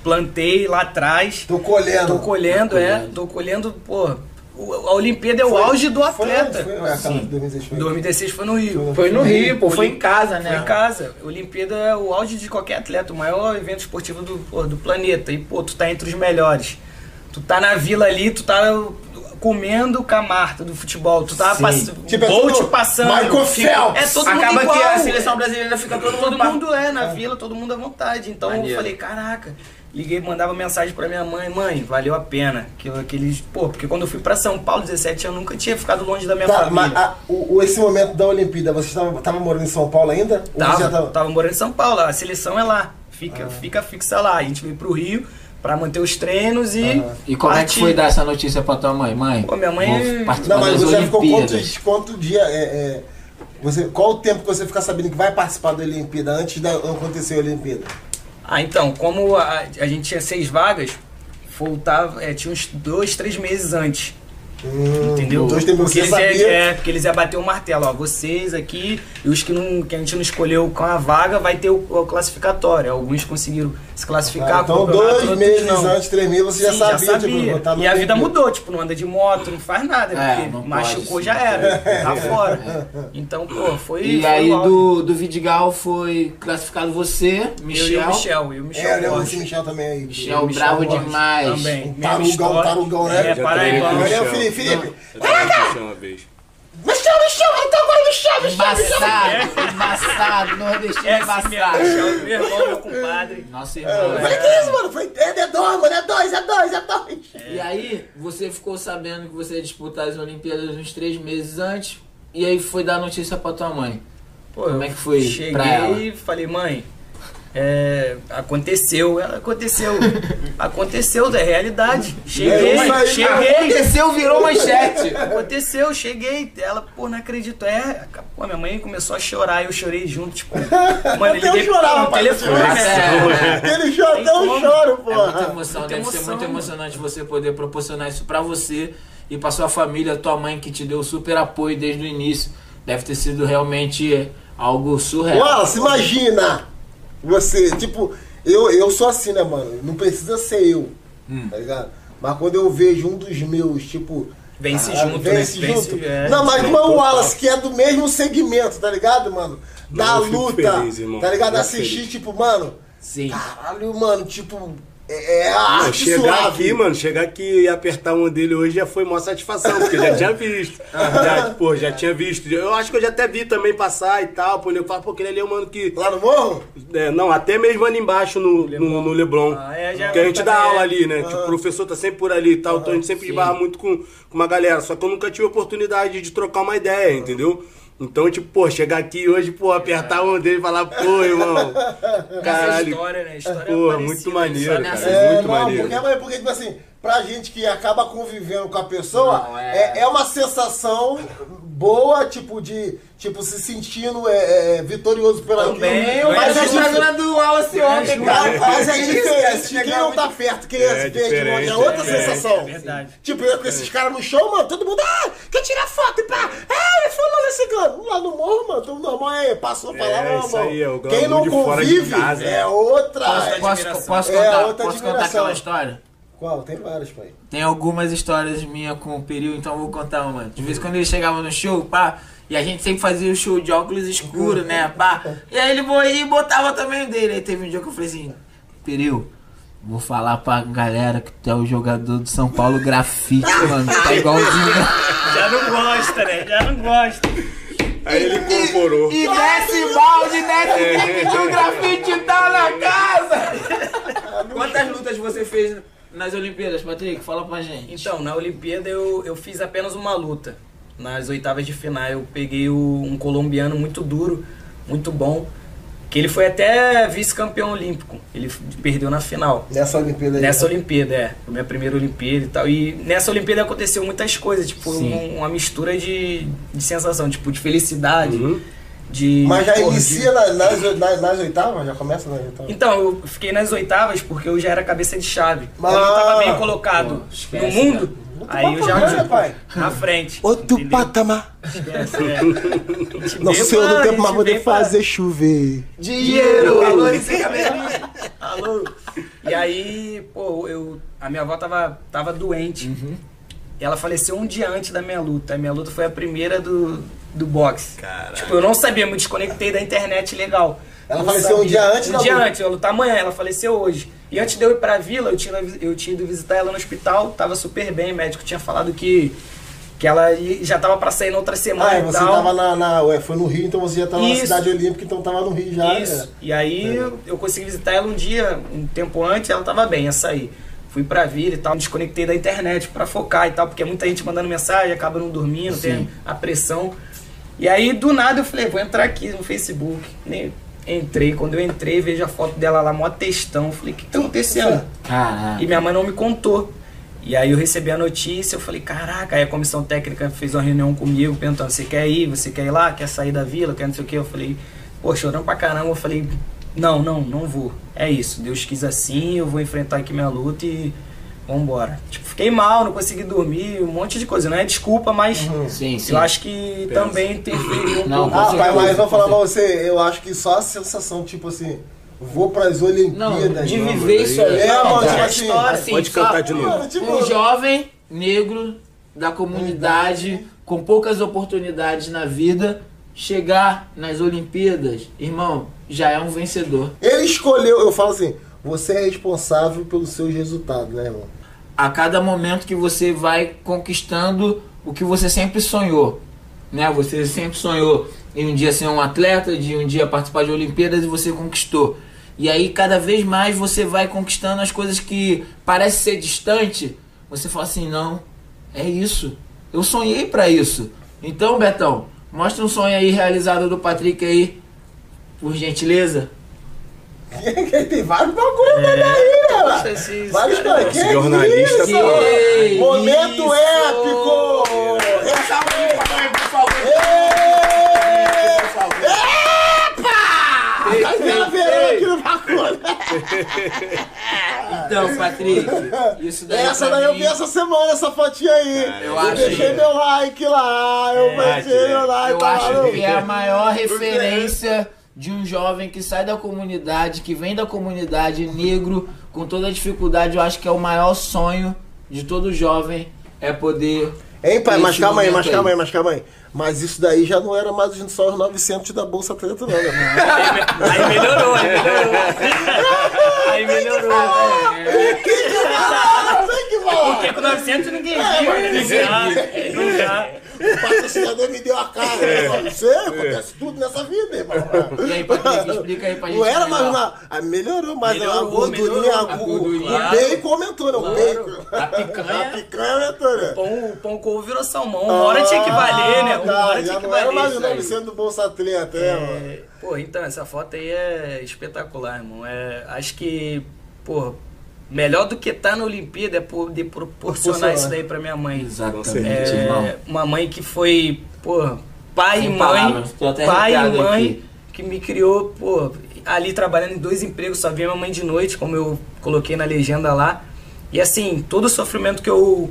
plantei lá atrás. Tô colhendo. Tô colhendo, pô. A Olimpíada é o auge do atleta. Foi 2016 foi no Rio. Foi no Rio, pô, foi em casa, né? Foi em casa. A Olimpíada é o auge de qualquer atleta, o maior evento esportivo do planeta. E, pô, tu tá entre os melhores. Tu tá na vila ali, tu tá comendo com a Marta do futebol. Tu tá passando. Michael Phelps. É todo mundo Acaba igual. que a seleção brasileira fica todo mundo na vila, todo mundo à vontade. Então eu falei, caraca. Liguei, mandava mensagem pra minha mãe, valeu a pena. Porque quando eu fui pra São Paulo, 17 anos, eu nunca tinha ficado longe da minha família. Mas esse momento da Olimpíada, você tava morando em São Paulo ainda? Tava morando em São Paulo, a seleção é lá, fica fixa lá. A gente veio pro Rio pra manter os treinos e... E como é que foi dar essa notícia pra tua mãe? Mãe, pô, minha mãe... Não, mas você ficou quanto dia... qual o tempo que você fica sabendo que vai participar da Olimpíada antes de acontecer a Olimpíada? Então, como a gente tinha 6 vagas, tinha uns 2, 3 meses antes. Entendeu? Porque eles iam bater o martelo, ó, vocês aqui e os que a gente não escolheu com a vaga vai ter o classificatório. Alguns conseguiram se classificar. Então 2 meses antes, 3 meses você já sabia. Tipo, e a vida mudou, tipo, não anda de moto, não faz nada, porque machucou já era, tá fora. Então, pô, foi... E aí do Vidigal foi classificado você, Michel. Eu lembro desse Michel também aí. Michel bravo demais. Também. Tarugão, né? Paraibano. Felipe. Uma vez. Michel, então agora Embaçado, nordestino embaçado. Michel, meu irmão, meu compadre. Nosso irmão. Falei, que isso, mano? É 2, mano, é 2. E aí, você ficou sabendo que você ia disputar as Olimpíadas uns 3 meses antes, e aí foi dar notícia pra tua mãe. Pô, como é que foi pra ela? Cheguei e falei, mãe... Aconteceu, é realidade. Cheguei. Aconteceu, virou manchete. Aconteceu, cheguei. Ela, pô, não acredito. Pô, minha mãe começou a chorar e eu chorei junto, tipo. Mano, eu chorava, pai. Ele chora, até eu choro, pô. É muita emoção, deve ser muito emocionante você poder proporcionar isso pra você e pra sua família, tua mãe que te deu super apoio desde o início. Deve ter sido realmente algo surreal. Wallace, imagina! Você, tipo, eu sou assim, né, mano? Não precisa ser eu, tá ligado? Mas quando eu vejo um dos meus, tipo... Vence junto. Não, mas o Wallace, que é do mesmo segmento, tá ligado, mano? Da luta, feliz, tá ligado? Assistir, tipo, mano... Sim. Caralho, mano, tipo... a arte suave. Chegar aqui e apertar um dele hoje já foi uma satisfação, porque eu já tinha visto. Já tinha visto. Eu acho que eu já até vi também passar e tal. Pô, eu falo, pô, aquele ali é um mano que... Lá no morro? Não, até mesmo ali embaixo no Leblon. Porque a gente dá aula ali, né? Tipo, o professor tá sempre por ali e tal, então a gente sempre esbarra muito com uma galera. Só que eu nunca tive oportunidade de trocar uma ideia, entendeu? Então, tipo, pô, chegar aqui hoje, pô, apertar um dele e falar, pô, irmão, caralho. História, né? História pô, muito maneiro, cara, muito maneiro. Porque, tipo assim, pra gente que acaba convivendo com a pessoa, é uma sensação boa, tipo, de se sentindo vitorioso pela também. Mas a história do Wallace ontem, cara. Mas é diferente. Quem não tá perto, quem vê de longe, é outra sensação. É verdade. Tipo, eu com esses caras no show, mano, todo mundo, quer tirar foto e pá. Ele falou nesse cano. Lá no morro, mano, todo mundo, mãe, passou a palavra, isso aí, o quem não convive é outra. Posso contar aquela história? Qual? Tem várias, pai. Tem algumas histórias minhas com o Peril, então eu vou contar uma. De vez em quando ele chegava no show, pá, e a gente sempre fazia o show de óculos escuros, né, pá. E aí ele e botava também o dele. Aí teve um dia que eu falei assim, Peril, vou falar pra galera que tu é o jogador do São Paulo Grafite, mano. Tá igualzinho. Já não gosta, né? Já não gosta. Aí ele incorporou. E desce balde, desce que o grafite tá na casa. Quantas lutas você fez nas Olimpíadas, Patrick? Fala pra gente. Então, na Olimpíada eu fiz apenas uma luta. Nas oitavas de final eu peguei um colombiano muito duro, muito bom, que ele foi até vice-campeão olímpico. Ele perdeu na final. Nessa Olimpíada aí? Nessa Olimpíada, Foi minha primeira Olimpíada e tal. E nessa Olimpíada aconteceu muitas coisas, tipo, uma mistura de sensação, tipo, de felicidade. Mas já inicia nas oitavas? Já começa nas oitavas? Então, eu fiquei nas oitavas porque eu já era cabeça de chave. Como eu tava bem colocado no mundo, aí eu já na frente. Outro patamar. Nosso Senhor do tempo, mas poder fazer chover. Dinheiro! Alô! E aí, pô, a minha avó tava doente. E ela faleceu um dia antes da minha luta. A minha luta foi a primeira do boxe. Caraca. Tipo, eu não sabia, me desconectei da internet legal. Ela faleceu um dia antes da Um dia luta? antes, eu ia lutar amanhã, ela faleceu hoje. E antes de eu ir pra vila, eu tinha ido visitar ela no hospital, tava super bem, o médico tinha falado que ela já tava pra sair na outra semana e você tal. tava foi no Rio, então você já tava na Isso. cidade olímpica, então tava no Rio já. Isso. E aí eu consegui visitar ela um tempo antes, ela tava bem, ia sair. Fui pra vila e tal, me desconectei da internet pra focar e tal, porque muita gente mandando mensagem, acaba não dormindo, tem a pressão. E aí, do nada, eu falei, vou entrar aqui no Facebook. Entrei, quando eu entrei, vejo a foto dela lá, mó textão. Eu falei, o que tá acontecendo? Caraca. E minha mãe não me contou. E aí eu recebi a notícia, eu falei, caraca, aí a comissão técnica fez uma reunião comigo, perguntando, você quer ir lá, quer sair da vila, quer não sei o que. Eu falei, pô, chorando pra caramba, eu falei, não vou. É isso, Deus quis assim, eu vou enfrentar aqui minha luta e vambora. Tipo, fiquei mal, não consegui dormir, um monte de coisa. Não é desculpa, mas Sim, sim. eu acho que também interferiu um Não, pouco. com Pai, certeza, mas vou falar com pra você, eu acho que só a sensação, tipo assim, vou pras Olimpíadas. De mano. viver isso aí. Mano, Cara, tipo a assim, história, assim, Pode só cantar de novo. Mano, tipo, um jovem negro da comunidade com poucas oportunidades na vida chegar nas Olimpíadas, irmão, já é um vencedor. ele escolheu, eu falo assim, você é responsável pelos seus resultados, né, irmão? A cada momento que você vai conquistando o que você sempre sonhou, né? Você sempre sonhou em um dia ser um atleta, de um dia participar de Olimpíadas, e você conquistou. E aí cada vez mais você vai conquistando as coisas que parecem ser distante. Você fala assim, não, é isso. Eu sonhei pra isso. Então, Betão, mostra um sonho aí realizado do Patrick aí, por gentileza. Tem vários bagulho aí, cara. Vários cara. Que jornalista, isso, pô. mano? Momento Isso. épico! Tá vendo aqui no bagulho? Então, Patrick, isso daí Essa pra daí eu mim- vi essa semana, essa fotinha aí. eu acho deixei que- meu like lá, eu deixei meu like. Eu tá acho maluco? que é a maior referência de um jovem que sai da comunidade, que vem da comunidade, negro, com toda a dificuldade. Eu acho que é o maior sonho de todo jovem, é poder... Hein, pai, ter mas esse calma aí, momento mas calma aí. Mas isso daí já não era mais só os 900 da Bolsa Atleta, não, né? Aí melhorou. Aí melhorou. Tem que falar. Porque com 900 ninguém viu. Não dá. O patrocinador me deu a cara. Eu não sei, acontece tudo nessa vida, irmão. E aí, Patrick, explica aí pra gente. Não era mais melhor. nada. Ah, melhorou, mas Melhorou, a gordurinha, melhorou. a A gordurinha. o bacon aumentou, né? O bacon. A picanha. A picanha aumentou, né? O pão com ovo virou salmão. Uma hora tinha que valer, né? Uma hora tinha já que não era valer. mais o isso aí. 900 do Bolsa Atleta, mano. Pô, então, essa foto aí é espetacular, irmão. Acho que, pô, melhor do que tá na Olimpíada é poder proporcionar isso daí pra minha mãe. Exatamente, É, irmão. Uma mãe que foi, pô, pai Sem e mãe, palavras, tô até pai e arrepiado mãe aqui. que me criou, pô, ali trabalhando em 2 empregos, só via minha mãe de noite, como eu coloquei na legenda lá. E assim, todo o sofrimento que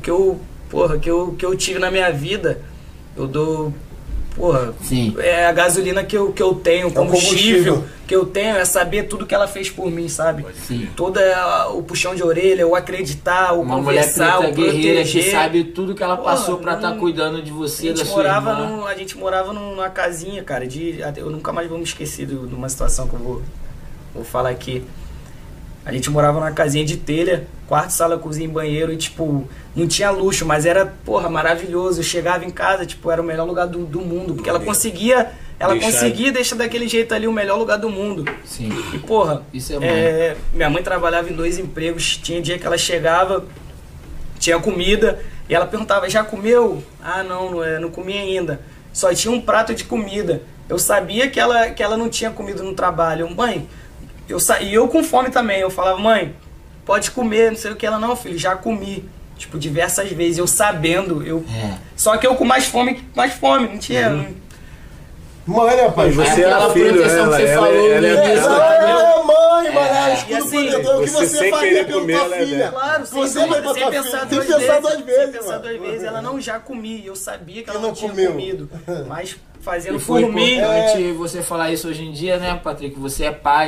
eu tive na minha vida, eu dou, porra, Sim. é a gasolina que eu tenho, o combustível combustível. que eu tenho, é saber tudo que ela fez por mim, sabe? Sim. O puxão de orelha, o acreditar, o Uma mulher conversar, preta o guerreira que proteger. sabe tudo que ela Porra, passou pra estar não- cuidando de A você, da gente, sua morava irmã. a gente morava numa casinha, cara, eu nunca mais vou me esquecer de uma situação que eu vou falar aqui. A gente morava numa casinha de telha, quarto, sala, cozinha e banheiro, e tipo, não tinha luxo, mas era, porra, maravilhoso. Eu chegava em casa, tipo, era o melhor lugar do mundo, porque ela conseguia deixar daquele jeito ali o melhor lugar do mundo. Sim. E porra, Isso é bom. minha mãe trabalhava em 2 empregos, tinha dia que ela chegava, tinha comida, e ela perguntava, já comeu? Ah, não comi ainda. Só tinha um prato de comida. Eu sabia que ela não tinha comido no trabalho. Mãe, e eu com fome também, eu falava, mãe, pode comer, não sei o que. Ela, não, filho, já comi. Tipo, diversas vezes, eu sabendo, Só que eu com mais fome, não tinha... Mãe, né, pai? Mas você Aquela era filho, proteção que você ela falou é no dela. início. É, mãe, mano, é E escudo assim, protetor. O que você você sem faria querer pela comer, tua ela é filha? dela. Claro, Você sem vai pra tua pensar filha, duas sem pensar vezes. duas vezes, Sem pensar mano. 2 vezes. Ela não já comia. Eu sabia que ela não não tinha comeu. comido. Mas fazendo E foi por mim. importante você falar isso hoje em dia, né, Patrick? Você é pai,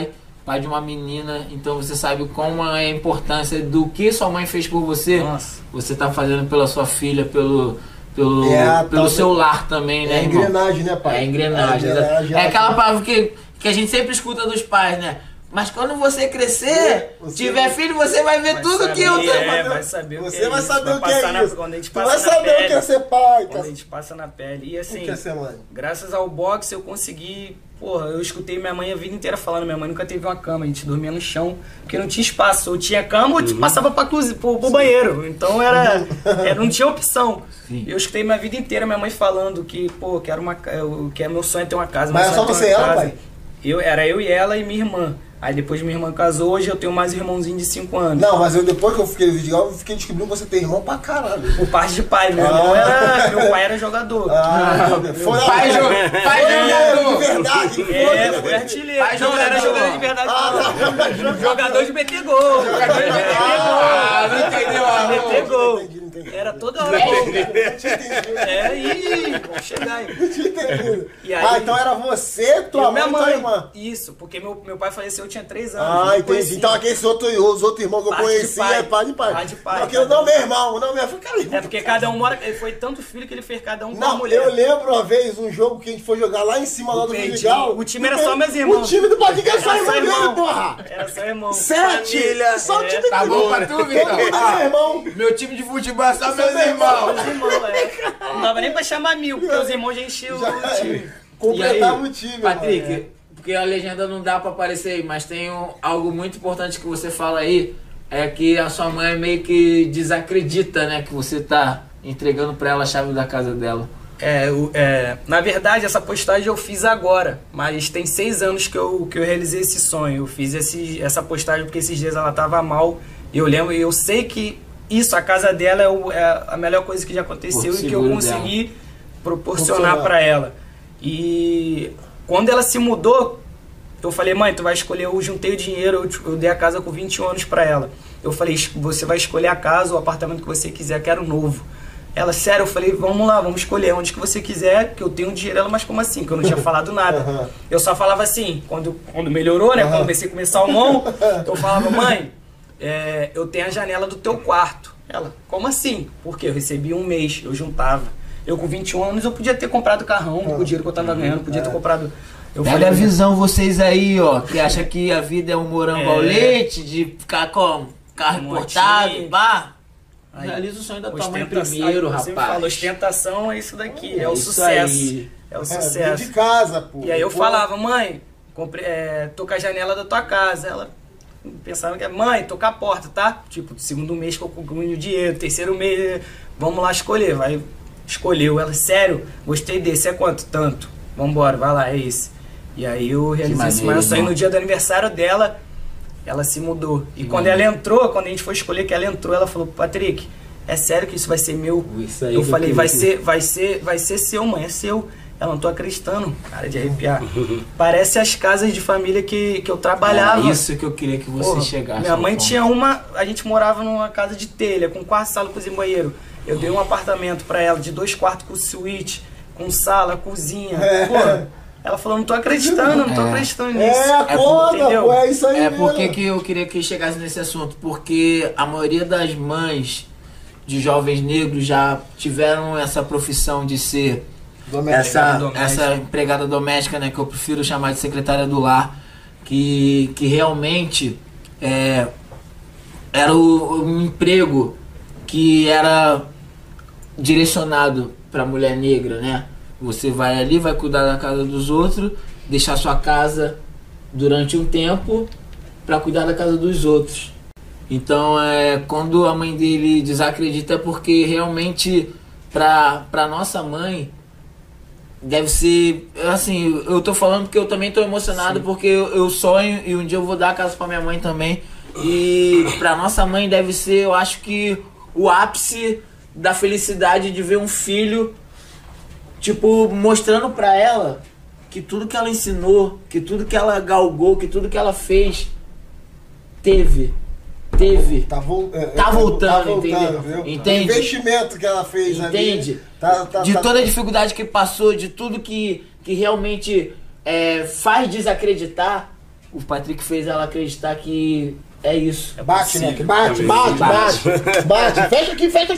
pai de uma menina, então você sabe como é a importância do que sua mãe fez por você. Nossa. Você tá fazendo pela sua filha, pelo tá, seu lar também, né, É irmão? engrenagem, né, pai? É engrenagem. É aquela palavra que a gente sempre escuta dos pais, né? Mas quando você crescer, tiver filho, você vai ver tudo que eu tô. Vai saber o que Você é vai isso. saber o que é isso. Quando a gente Tu passa vai na saber o que é pele. ser pai. Quando a gente passa na pele. E assim, O que é ser mãe? graças ao boxe eu consegui... Porra, eu escutei minha mãe a vida inteira falando. Minha mãe nunca teve uma cama, a gente dormia no chão, porque não tinha espaço. Ou tinha cama ou passava pra cozinha, pro banheiro. Então não tinha opção. Sim. Eu escutei minha vida inteira minha mãe falando que, pô, que meu sonho é ter uma casa. Mas meu era sonho só é ter você e uma ela, casa. pai? Era eu e ela e minha irmã. Aí depois minha irmã casou, hoje eu tenho mais um irmãozinho de 5 anos. Não, mas depois que eu fiquei no vídeo, eu fiquei descobrindo que você tem irmão pra caralho. Por parte de pai, meu pai era jogador. Foi Pai jogador. de verdade. Foi artilheiro. Pai Não, não era jogador. jogador de verdade, não. Jogador de meter gol. Jogador de meter Ah, não entendeu? meter gol. Entendi. Era toda hora. Vamos chegar aí. E aí, Então era você, tua mãe e tua irmã. Isso, porque meu pai faleceu, eu tinha 3 anos. Entendi. Então aqueles outros irmãos que eu Parte de conhecia pai. é pai de pai. Pai de pai. Porque não, meu irmão, não, minha filha, cara. É porque cada um mora. Ele foi tanto filho que ele fez cada um com uma Não, mulher. eu lembro uma vez um jogo que a gente foi jogar lá em cima lá do Vidigal. O time era só meus irmãos. O time do Padrinho era só Era só irmão dele, irmão. porra. Era só irmão. 7! Família. Só o time Tá bom pra tu, Todo Vitão? mundo é meu irmão. Meu time de futebol é só meus meu irmãos. Meus irmãos, Não dava nem pra chamar 1000, porque os irmãos já enchiam o time. Completava o time, Patrick, mano. porque a legenda não dá pra aparecer aí, mas tem algo muito importante que você fala aí, é que a sua mãe meio que desacredita, né, que você tá entregando pra ela a chave da casa dela. Na verdade, essa postagem eu fiz agora, mas tem 6 anos que eu realizei esse sonho. Eu fiz essa postagem porque esses dias ela tava mal, e eu sei que a casa dela é a melhor coisa que já aconteceu e que eu consegui proporcionar pra ela. E quando ela se mudou, eu falei, mãe, tu vai escolher, eu juntei o dinheiro, eu dei a casa com 21 anos pra ela. Eu falei, você vai escolher a casa, o apartamento que você quiser, quero novo. Ela, sério, eu falei, vamos lá, vamos escolher onde que você quiser, que eu tenho dinheiro. Ela, mas como assim? Que eu não tinha falado nada. Eu só falava assim, quando melhorou, né, quando comecei a comer salmão, eu falava, mãe, eu tenho a janela do teu quarto. Ela, como assim? Porque eu recebi um mês, eu juntava. Eu com 21 anos, eu podia ter comprado carrão com o dinheiro que eu tava ganhando, podia ter comprado... Pega a visão, vocês aí, ó, que acham que a vida é um morango ao leite, de ficar com carro importado, pá. Realiza o sonho da tua mãe primeiro, rapaz. Você fala, ostentação é isso daqui, é o isso sucesso. aí. É o sucesso. De casa, pô. E aí eu falava, mãe, tô com a janela da tua casa. Ela pensava que mãe, tô com a porta, tá? Tipo, segundo mês que eu ganho dinheiro, terceiro mês, vamos lá escolher. Vai, escolheu. Ela, sério, gostei desse, é quanto? Tanto. Vambora, vai lá, é esse. E aí eu realizei esse maior sonho. No dia do aniversário dela, ela se mudou. E quando ela entrou, quando a gente foi escolher que ela entrou, ela falou, Patrick, é sério que isso vai ser meu? Isso aí eu falei, vai ser seu, mãe, é seu. Ela, não tô acreditando, cara, de arrepiar. Parece as casas de família que eu trabalhava. Isso que eu queria que você chegasse. Minha mãe tinha a gente morava numa casa de telha, com quarto, sala, cozinha e banheiro. Eu dei um apartamento pra ela de 2 quartos com suíte, com sala, cozinha. Pô, ela falou, não tô acreditando, não tô acreditando nisso. É isso aí. Por que eu queria que chegasse nesse assunto? Porque a maioria das mães de jovens negros já tiveram essa profissão de ser essa empregada doméstica, né, que eu prefiro chamar de secretária do lar, que realmente era um emprego que era direcionado para mulher negra, né? Você vai ali, vai cuidar da casa dos outros, deixar sua casa durante um tempo para cuidar da casa dos outros. Então, quando a mãe dele desacredita, é porque realmente para nossa mãe deve ser, assim, eu tô falando porque eu também tô emocionado. Sim. Porque eu sonho e um dia eu vou dar a casa para minha mãe também. E para nossa mãe deve ser, eu acho que o ápice da felicidade de ver um filho, tipo, mostrando pra ela que tudo que ela ensinou, que tudo que ela galgou, que tudo que ela fez, tá voltando, entendeu? Entende? O investimento que ela fez, entende? Ali, de toda a dificuldade que passou, de tudo que realmente faz desacreditar, o Patrick fez ela acreditar que é isso. Bate, né? Bate. Fecha aqui, ó. Fecha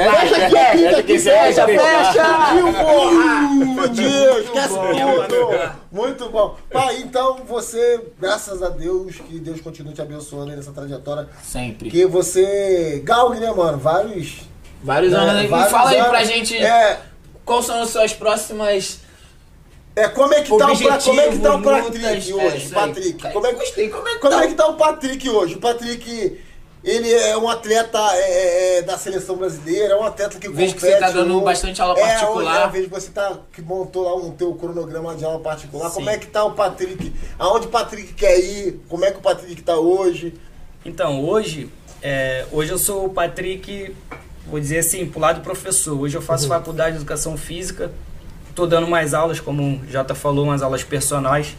Fudeu, porra. Fudeu, esquece tudo. Muito bom. Pai, então você, graças a Deus, que Deus continue te abençoando aí nessa trajetória. Sempre. Que você galgue, né, mano? Vários anos. Me fala aí pra gente quais são as suas próximas... como é que tá o Patrick lutas, hoje, Patrick? Como é que tá o Patrick hoje? O Patrick, ele é um atleta da seleção brasileira, é um atleta que vejo que você tá dando bastante aula particular. Vejo que você que montou lá um teu cronograma de aula particular. Sim. Como é que tá o Patrick? Aonde o Patrick quer ir? Como é que o Patrick tá hoje? Então, hoje eu sou o Patrick, vou dizer assim, pro lado do professor. Hoje eu faço faculdade de Educação Física. Estou dando mais aulas, como o Jota falou, umas aulas personais.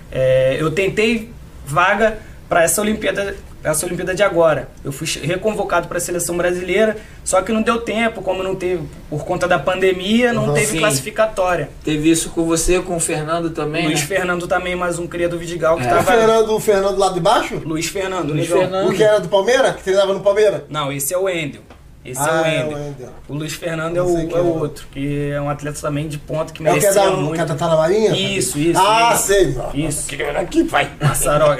Eu tentei vaga para essa Olimpíada de agora. Eu fui reconvocado para a seleção brasileira, só que não deu tempo, como não teve, por conta da pandemia, não teve classificatória. Teve isso com você, com o Fernando também, Luiz Fernando também, mais um cria do Vidigal que tava... O Fernando lá de baixo? Luiz Fernando. O que era do Palmeiras? Que treinava no Palmeiras? Não, esse é o Wendel. Esse é o Wendel. O Luiz Fernando é o outro, que é um atleta também de ponta que merecia muito. O que tá na Marinha? Isso. Sei. Isso. Aqui, pai. Massaroca.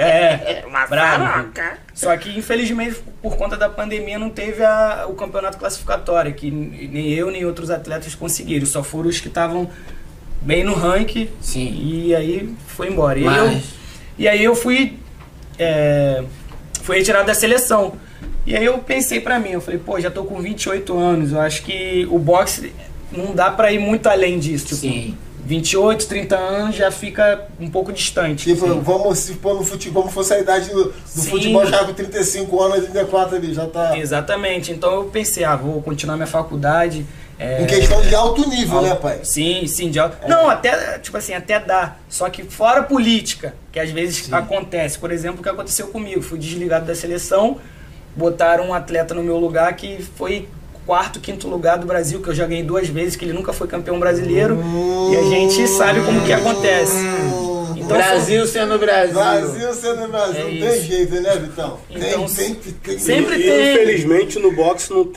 Bravo. Só que, infelizmente, por conta da pandemia, não teve o campeonato classificatório, que nem eu, nem outros atletas conseguiram. Só foram os que estavam bem no ranking. Sim. E aí, foi embora. E aí eu fui retirado da seleção. E aí eu pensei pra mim, eu falei, já tô com 28 anos, eu acho que o boxe não dá pra ir muito além disso. Sim. 28, 30 anos já fica um pouco distante. Tipo, vamos se pôr no futebol, como fosse a idade do futebol, já com 35 anos, 34 ali, já tá... Exatamente, então eu pensei, vou continuar minha faculdade. Em questão de alto nível, né, pai? Sim, de alto... Não, até, tipo assim, até dá. Só que fora política, que às vezes acontece. Por exemplo, o que aconteceu comigo, fui desligado da seleção, botaram um atleta no meu lugar que foi quarto, quinto lugar do Brasil, que eu já ganhei 2 vezes, que ele nunca foi campeão brasileiro. E a gente sabe como que acontece. Então, Brasil sendo Brasil. Brasil sendo Brasil. Não tem jeito, né, Vitão? Então, tem. Sempre tem. Infelizmente no boxe não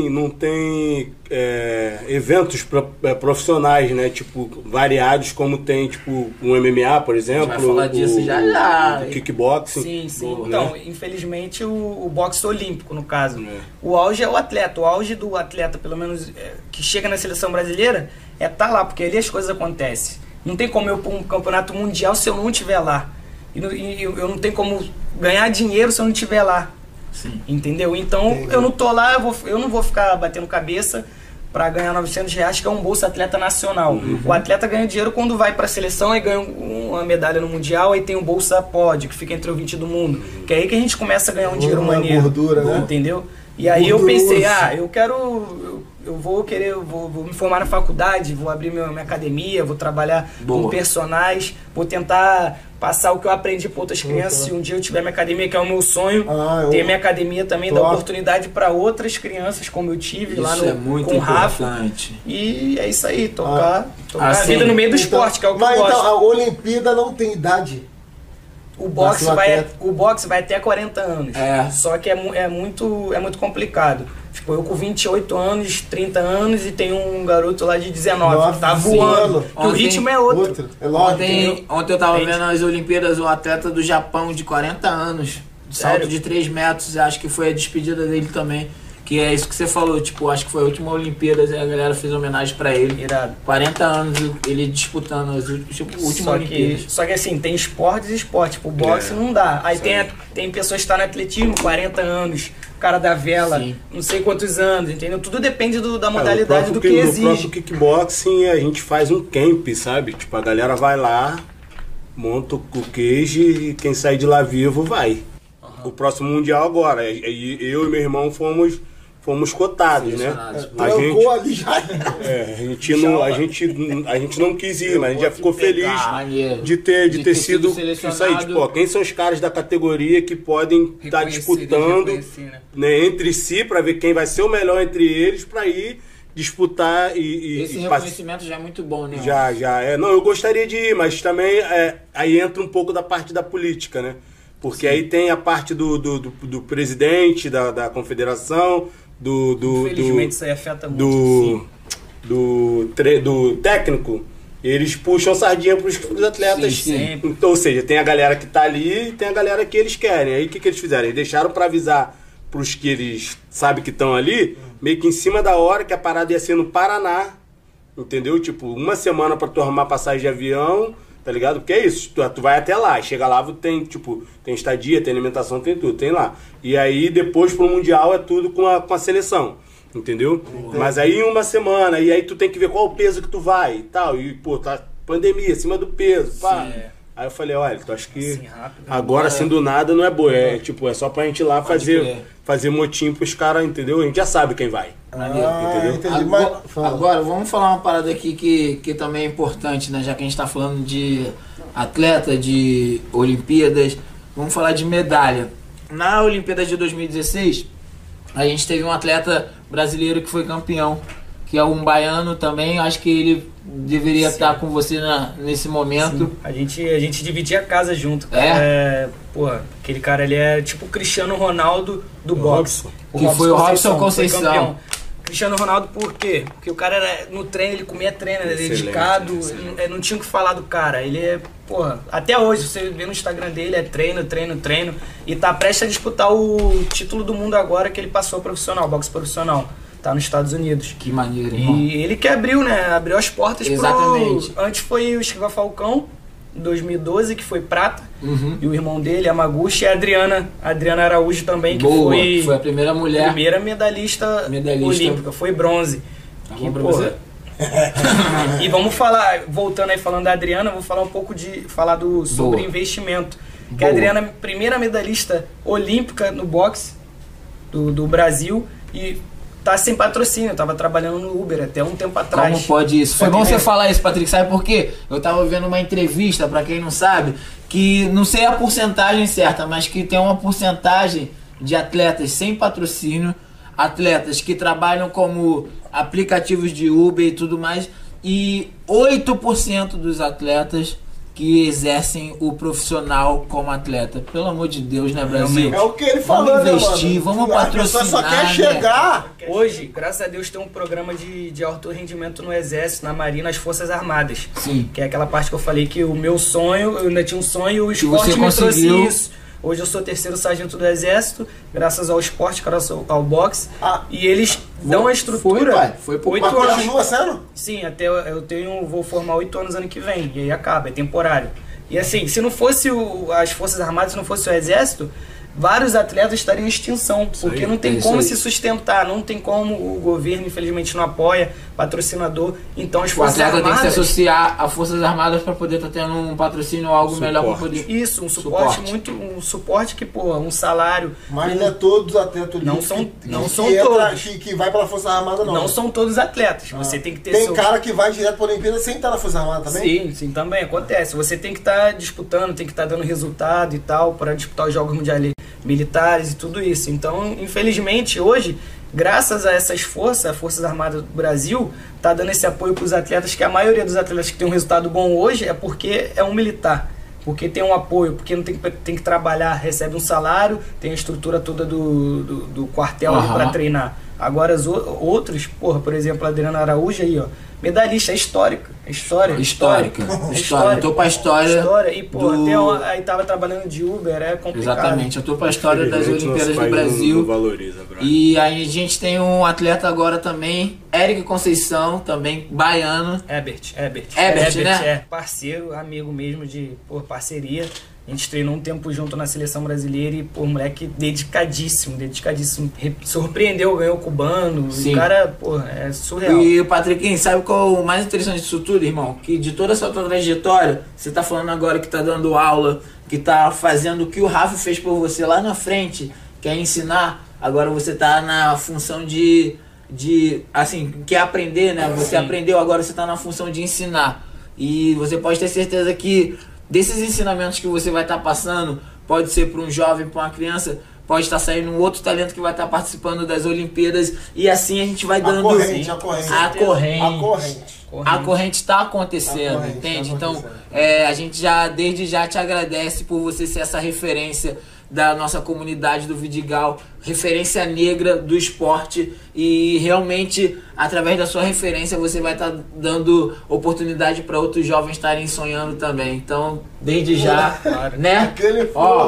tem eventos profissionais, né? Tipo, variados como tem, tipo, um MMA, por exemplo. Vai falar disso já. O kickboxing. Sim. Então, infelizmente o boxe olímpico, no caso. O auge é o atleta. O auge do atleta, pelo menos, que chega na seleção brasileira, tá lá, porque ali as coisas acontecem. Não tem como eu pôr um campeonato mundial se eu não estiver lá. E eu não tenho como ganhar dinheiro se eu não estiver lá. Sim. Entendeu? Então eu não tô lá, eu não vou ficar batendo cabeça para ganhar R$900, que é um Bolsa Atleta Nacional. O atleta ganha dinheiro quando vai para a seleção e ganha uma medalha no Mundial, aí tem o Bolsa Pódio, que fica entre o 20 do mundo. Que é aí que a gente começa a ganhar um dinheiro maneiro. Gordura, né? Entendeu? E aí eu pensei, eu vou me formar na faculdade, vou abrir minha academia, vou trabalhar com personagens, vou tentar passar o que eu aprendi para outras crianças. Se um dia eu tiver minha academia, que é o meu sonho, ter minha academia também, dar oportunidade para outras crianças, como eu tive lá com o Rafa. E é isso aí, tocar a vida no meio do esporte, que é o que eu gosto. Então, a Olimpíada não tem idade? O boxe vai até 40 anos. Só que é muito complicado. Tipo, eu com 28 anos, 30 anos e tem um garoto lá de 19 que tá voando. O ritmo é outro. Ontem eu tava vendo as Olimpíadas, o atleta do Japão de 40 anos, salto de 3 metros, acho que foi a despedida dele também. Que é isso que você falou, tipo, acho que foi a última Olimpíada e a galera fez homenagem pra ele. Irado. 40 anos ele disputando as últimas Olimpíadas. Só que assim, tem esportes e esportes, tipo, o boxe não dá. Aí tem pessoas que estão no atletismo, 40 anos, o cara da vela, não sei quantos anos, entendeu? Tudo depende da modalidade do que exige. No próprio kickboxing a gente faz um camp, sabe? Tipo, a galera vai lá, monta o cage e quem sair de lá vivo vai. O próximo Mundial agora, eu e meu irmão fomos cotados, né? A gente não quis ir, mas a gente já ficou feliz de ter sido isso aí. Tipo, quem são os caras da categoria que podem estar disputando, né, entre si, para ver quem vai ser o melhor entre eles, para ir disputar Esse reconhecimento já é muito bom, né? Já. Não, eu gostaria de ir, mas também aí entra um pouco da parte da política, né? Porque aí tem a parte do presidente da confederação, Infelizmente isso aí afeta muito. Do técnico. Eles puxam sardinha pros atletas. Sim. Então, ou seja, tem a galera que tá ali e tem a galera que eles querem. Aí o que eles fizeram? Eles deixaram pra avisar pros que eles sabem que estão ali, meio que em cima da hora, que a parada ia ser no Paraná. Entendeu? Tipo, uma semana pra tu arrumar passagem de avião, tá ligado? Porque é isso, tu vai até lá, chega lá, tem estadia, tem alimentação, tem tudo, tem lá. E aí depois pro Mundial é tudo com a seleção. Entendeu? Mas aí em uma semana, e aí tu tem que ver qual o peso que tu vai e tal. E, pô, tá pandemia, acima do peso, pá. Aí eu falei, olha, tu acha que assim, rápido, agora assim do nada não é boa. É só pra gente ir lá fazer motim pros caras, entendeu? A gente já sabe quem vai. Entendeu? Entendi. Agora, vamos falar uma parada aqui que também é importante, né? Já que a gente tá falando de atleta, de Olimpíadas, vamos falar de medalha. Na Olimpíada de 2016, a gente teve um atleta brasileiro que foi campeão, que é um baiano também. Acho que ele deveria estar com você nesse momento. A gente dividia a casa junto. Cara. Aquele cara, ele é tipo o Cristiano Ronaldo do boxe. Que foi o Robson Conceição. Cristiano Ronaldo por quê? Porque o cara era no treino, ele comia treino, ele era dedicado, não tinha o que falar do cara. Ele é, até hoje você vê no Instagram dele, é treino, e tá prestes a disputar o título do mundo agora que ele passou profissional, boxe profissional. Tá nos Estados Unidos. Que maneiro, irmão. E ele que abriu, né? Abriu as portas. Exatamente. Antes foi o Esquiva Falcão, em 2012, que foi prata. E o irmão dele, a Maguchi, e a Adriana Araújo também, que foi a primeira mulher. Primeira medalhista olímpica, foi bronze. Tá bom pra você? E vamos falar, voltando aí falando da Adriana, vou falar um pouco sobre investimento. Que a Adriana é a primeira medalhista olímpica no boxe do Brasil e tá sem patrocínio, tava trabalhando no Uber até um tempo atrás. Como pode isso? Foi bom você falar isso, Patrick, sabe por quê? Eu tava vendo uma entrevista, pra quem não sabe, que não sei a porcentagem certa, mas que tem uma porcentagem de atletas sem patrocínio, atletas que trabalham como aplicativos de Uber e tudo mais, e 8% dos atletas que exercem o profissional como atleta. Pelo amor de Deus, né, Brasil? É o que ele falou, vamos investir, vamos patrocinar. A pessoa só quer chegar. Hoje, graças a Deus, tem um programa de alto rendimento no Exército, na Marinha, nas Forças Armadas. Sim. Que é aquela parte que eu falei que o meu sonho, eu ainda tinha um sonho e o esporte me trouxe isso. Hoje eu sou 3º sargento do Exército, graças ao esporte, graças ao boxe. E eles dão a estrutura. Foi por 8 Mas anos. continua sendo? Sim, até vou formar 8 anos ano que vem. E aí acaba, é temporário. E assim, se não fosse as Forças Armadas, se não fosse o Exército, vários atletas estariam em extinção, porque não tem como se sustentar, não tem como, o governo infelizmente não apoia, patrocinador, então as Forças Armadas... O atleta tem que se associar a Forças Armadas para poder estar tendo um patrocínio ou algo melhor para poder... Isso, um suporte que, um salário... Mas não é todos os atletas olímpicos não são todos. Que vai pela Força Armada, não. Não são todos atletas, você tem que ter... Tem cara que vai direto para a Olimpíada sem estar na Força Armada também? Sim, também acontece. Você tem que estar disputando, tem que estar dando resultado e tal, para disputar os Jogos Mundiais Militares e tudo isso. Então, infelizmente, hoje, graças a essas forças, a Forças Armadas do Brasil está dando esse apoio para os atletas, que a maioria dos atletas que tem um resultado bom hoje é porque é um militar, porque tem um apoio, porque não tem que trabalhar, recebe um salário, tem a estrutura toda do quartel para treinar. Agora os outros, por exemplo, a Adriana Araújo aí, ó, medalhista, é histórica. Histórica. Eu tô pra história. E, aí tava trabalhando de Uber, é complicado. Exatamente, eu tô pra história das Olimpíadas do Brasil. Não valoriza, e aí a gente tem um atleta agora também, Eric Conceição, também baiano. Herbert, né? É parceiro, amigo mesmo de parceria. A gente treinou um tempo junto na seleção brasileira e, moleque dedicadíssimo. Surpreendeu, ganhou o cubano. Sim. O cara, é surreal. E o Patriquinho, sabe qual o mais interessante disso tudo, irmão? Que de toda essa tua trajetória, você tá falando agora que tá dando aula, que tá fazendo o que o Rafa fez por você lá na frente, que é ensinar. Agora você tá na função de assim, quer aprender, né? Você aprendeu, agora você tá na função de ensinar. E você pode ter certeza que desses ensinamentos que você vai estar passando, pode ser para um jovem, para uma criança, pode estar saindo um outro talento que vai estar participando das Olimpíadas, e assim a gente vai dando a corrente está acontecendo, entende? Então a gente já desde já te agradece por você ser essa referência da nossa comunidade do Vidigal, referência negra do esporte, e realmente através da sua referência você vai estar dando oportunidade para outros jovens estarem sonhando também. Então, desde já, né? Aquele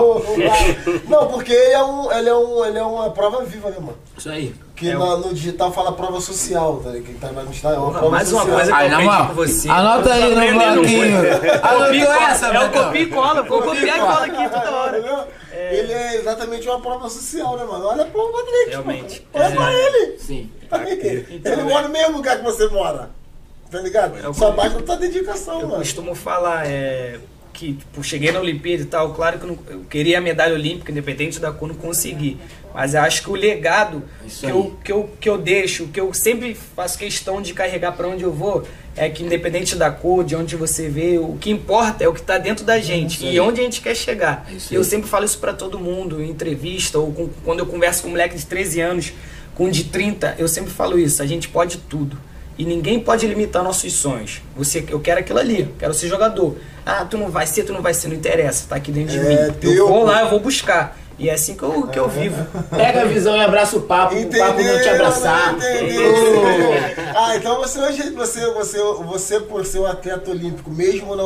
Não, porque ele é uma prova viva, né, mano? Isso aí. Que no digital fala prova social, tá ligado? Quem tá no digital é uma prova mais social. uma coisa que eu aprendi com você. Anota aí no bloquinho. Anotou essa, é o copia e cola, vou copiar e cola aqui toda hora. Ele é exatamente uma prova social, né, mano? Olha pro Patrick, realmente. Olha pra ele. Sim. Ele mora no mesmo lugar que você mora. Tá ligado? Só basta a tua dedicação, eu mano. Costumo falar que tipo, cheguei na Olimpíada e tal, claro que eu queria a medalha olímpica, independente da cor, não consegui. Mas eu acho que o legado que eu deixo, que eu sempre faço questão de carregar para onde eu vou, é que independente da cor, de onde você vê, o que importa é o que está dentro da gente e onde a gente quer chegar. Eu sempre falo isso para todo mundo, em entrevista, ou quando eu converso com um moleque de 13 anos, com um de 30, eu sempre falo isso, a gente pode tudo. E ninguém pode limitar nossos sonhos. Eu quero aquilo ali, eu quero ser jogador. Ah, tu não vai ser, não interessa, tá aqui dentro de mim. Eu vou lá, eu vou buscar. E é assim que eu vivo. Pega a visão e abraça o papo, o papo não te abraçar. Então você por ser um atleta olímpico, mesmo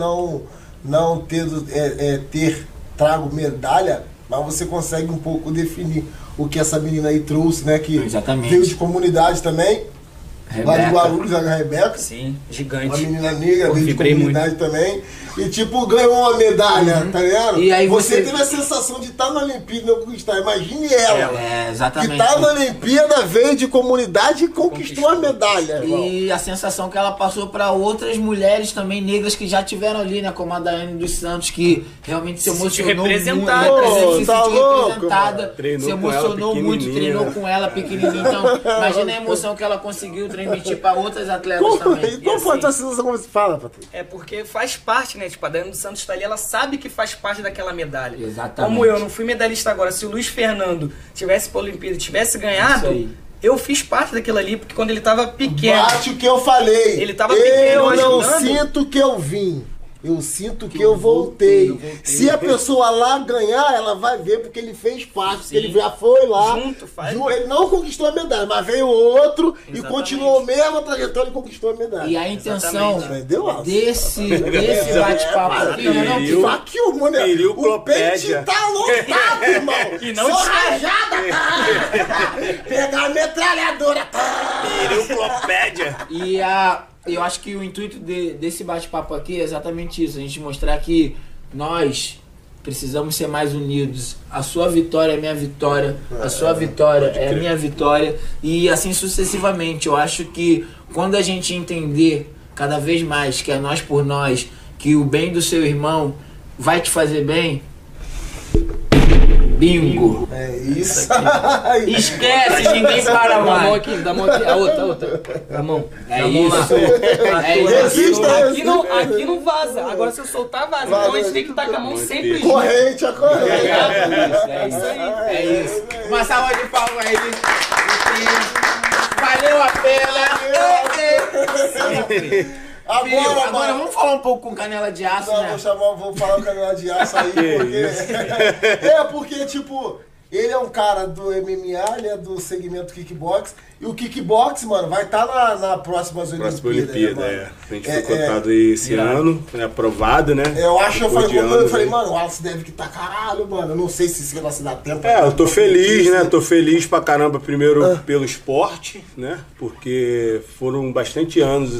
não ter trago medalha, mas você consegue um pouco definir o que essa menina aí trouxe, né? Que veio de comunidade também. Lá de Guarulhos, a Rebeca. Sim, gigante. Uma menina negra, veio de comunidade também. E tipo, ganhou uma medalha, tá ligado? E aí você teve a sensação de estar na Olimpíada e conquistar. Imagine ela. Exatamente. Que tá na Olimpíada, veio de comunidade e conquistou a medalha. E a sensação que ela passou para outras mulheres também negras que já tiveram ali, né? Como a Daiane dos Santos, que realmente se emocionou muito. Se sentiu representada, se emocionou muito, treinou com ela pequenininha. Então, imagina a emoção que ela conseguiu transmitir para outras atletas também. Qual foi a tua sensação, como você fala, Patrick? É porque faz parte, né? Tipo, a Daiane dos Santos está ali, ela sabe que faz parte daquela medalha. Exatamente. Como eu não fui medalhista agora, se o Luiz Fernando tivesse para a Olimpíada, tivesse ganhado, eu fiz parte daquilo ali, porque quando ele tava pequeno... Bate o que eu falei. Ele tava pequeno, eu não sinto que eu vim. Eu sinto que eu voltei. Se a pessoa lá ganhar, ela vai ver porque ele fez parte. Ele já foi lá. Ele não conquistou a medalha, mas veio outro e continuou a mesma trajetória e conquistou a medalha. E a intenção desse bate-papo aqui, aqui o pente tá lotado, irmão. E não só rajada, pegar a metralhadora, Periuclopédia. E eu acho que o intuito desse bate-papo aqui é exatamente isso, a gente mostrar que nós precisamos ser mais unidos. A sua vitória é minha vitória, a sua vitória é a minha vitória, e assim sucessivamente. Eu acho que quando a gente entender cada vez mais que é nós por nós, que o bem do seu irmão vai te fazer bem, bingo. É isso. Esquece, ninguém para mais. Dá a mão aqui, a outra. Dá a mão. É isso. Aqui não vaza. Agora se eu soltar, vaza. Então a gente tem que estar com a mão sempre junto. Corrente. É isso aí. É isso. Uma salva de palmas aí. Valeu a pena. Agora vamos falar um pouco com Canela de Aço, né? Vou falar com Canela de Aço aí, porque tipo, ele é um cara do MMA, ele é do segmento kickbox, e o kickbox, mano, vai estar na próxima Olimpíada. Né, a gente foi cotado aí esse ano, é aprovado, né? Eu falei, mano, o Wallace deve que tá caralho, mano. Eu não sei se vai se dar tempo. Eu tô feliz, né? Tô feliz pra caramba, primeiro pelo esporte, né? Porque foram bastante anos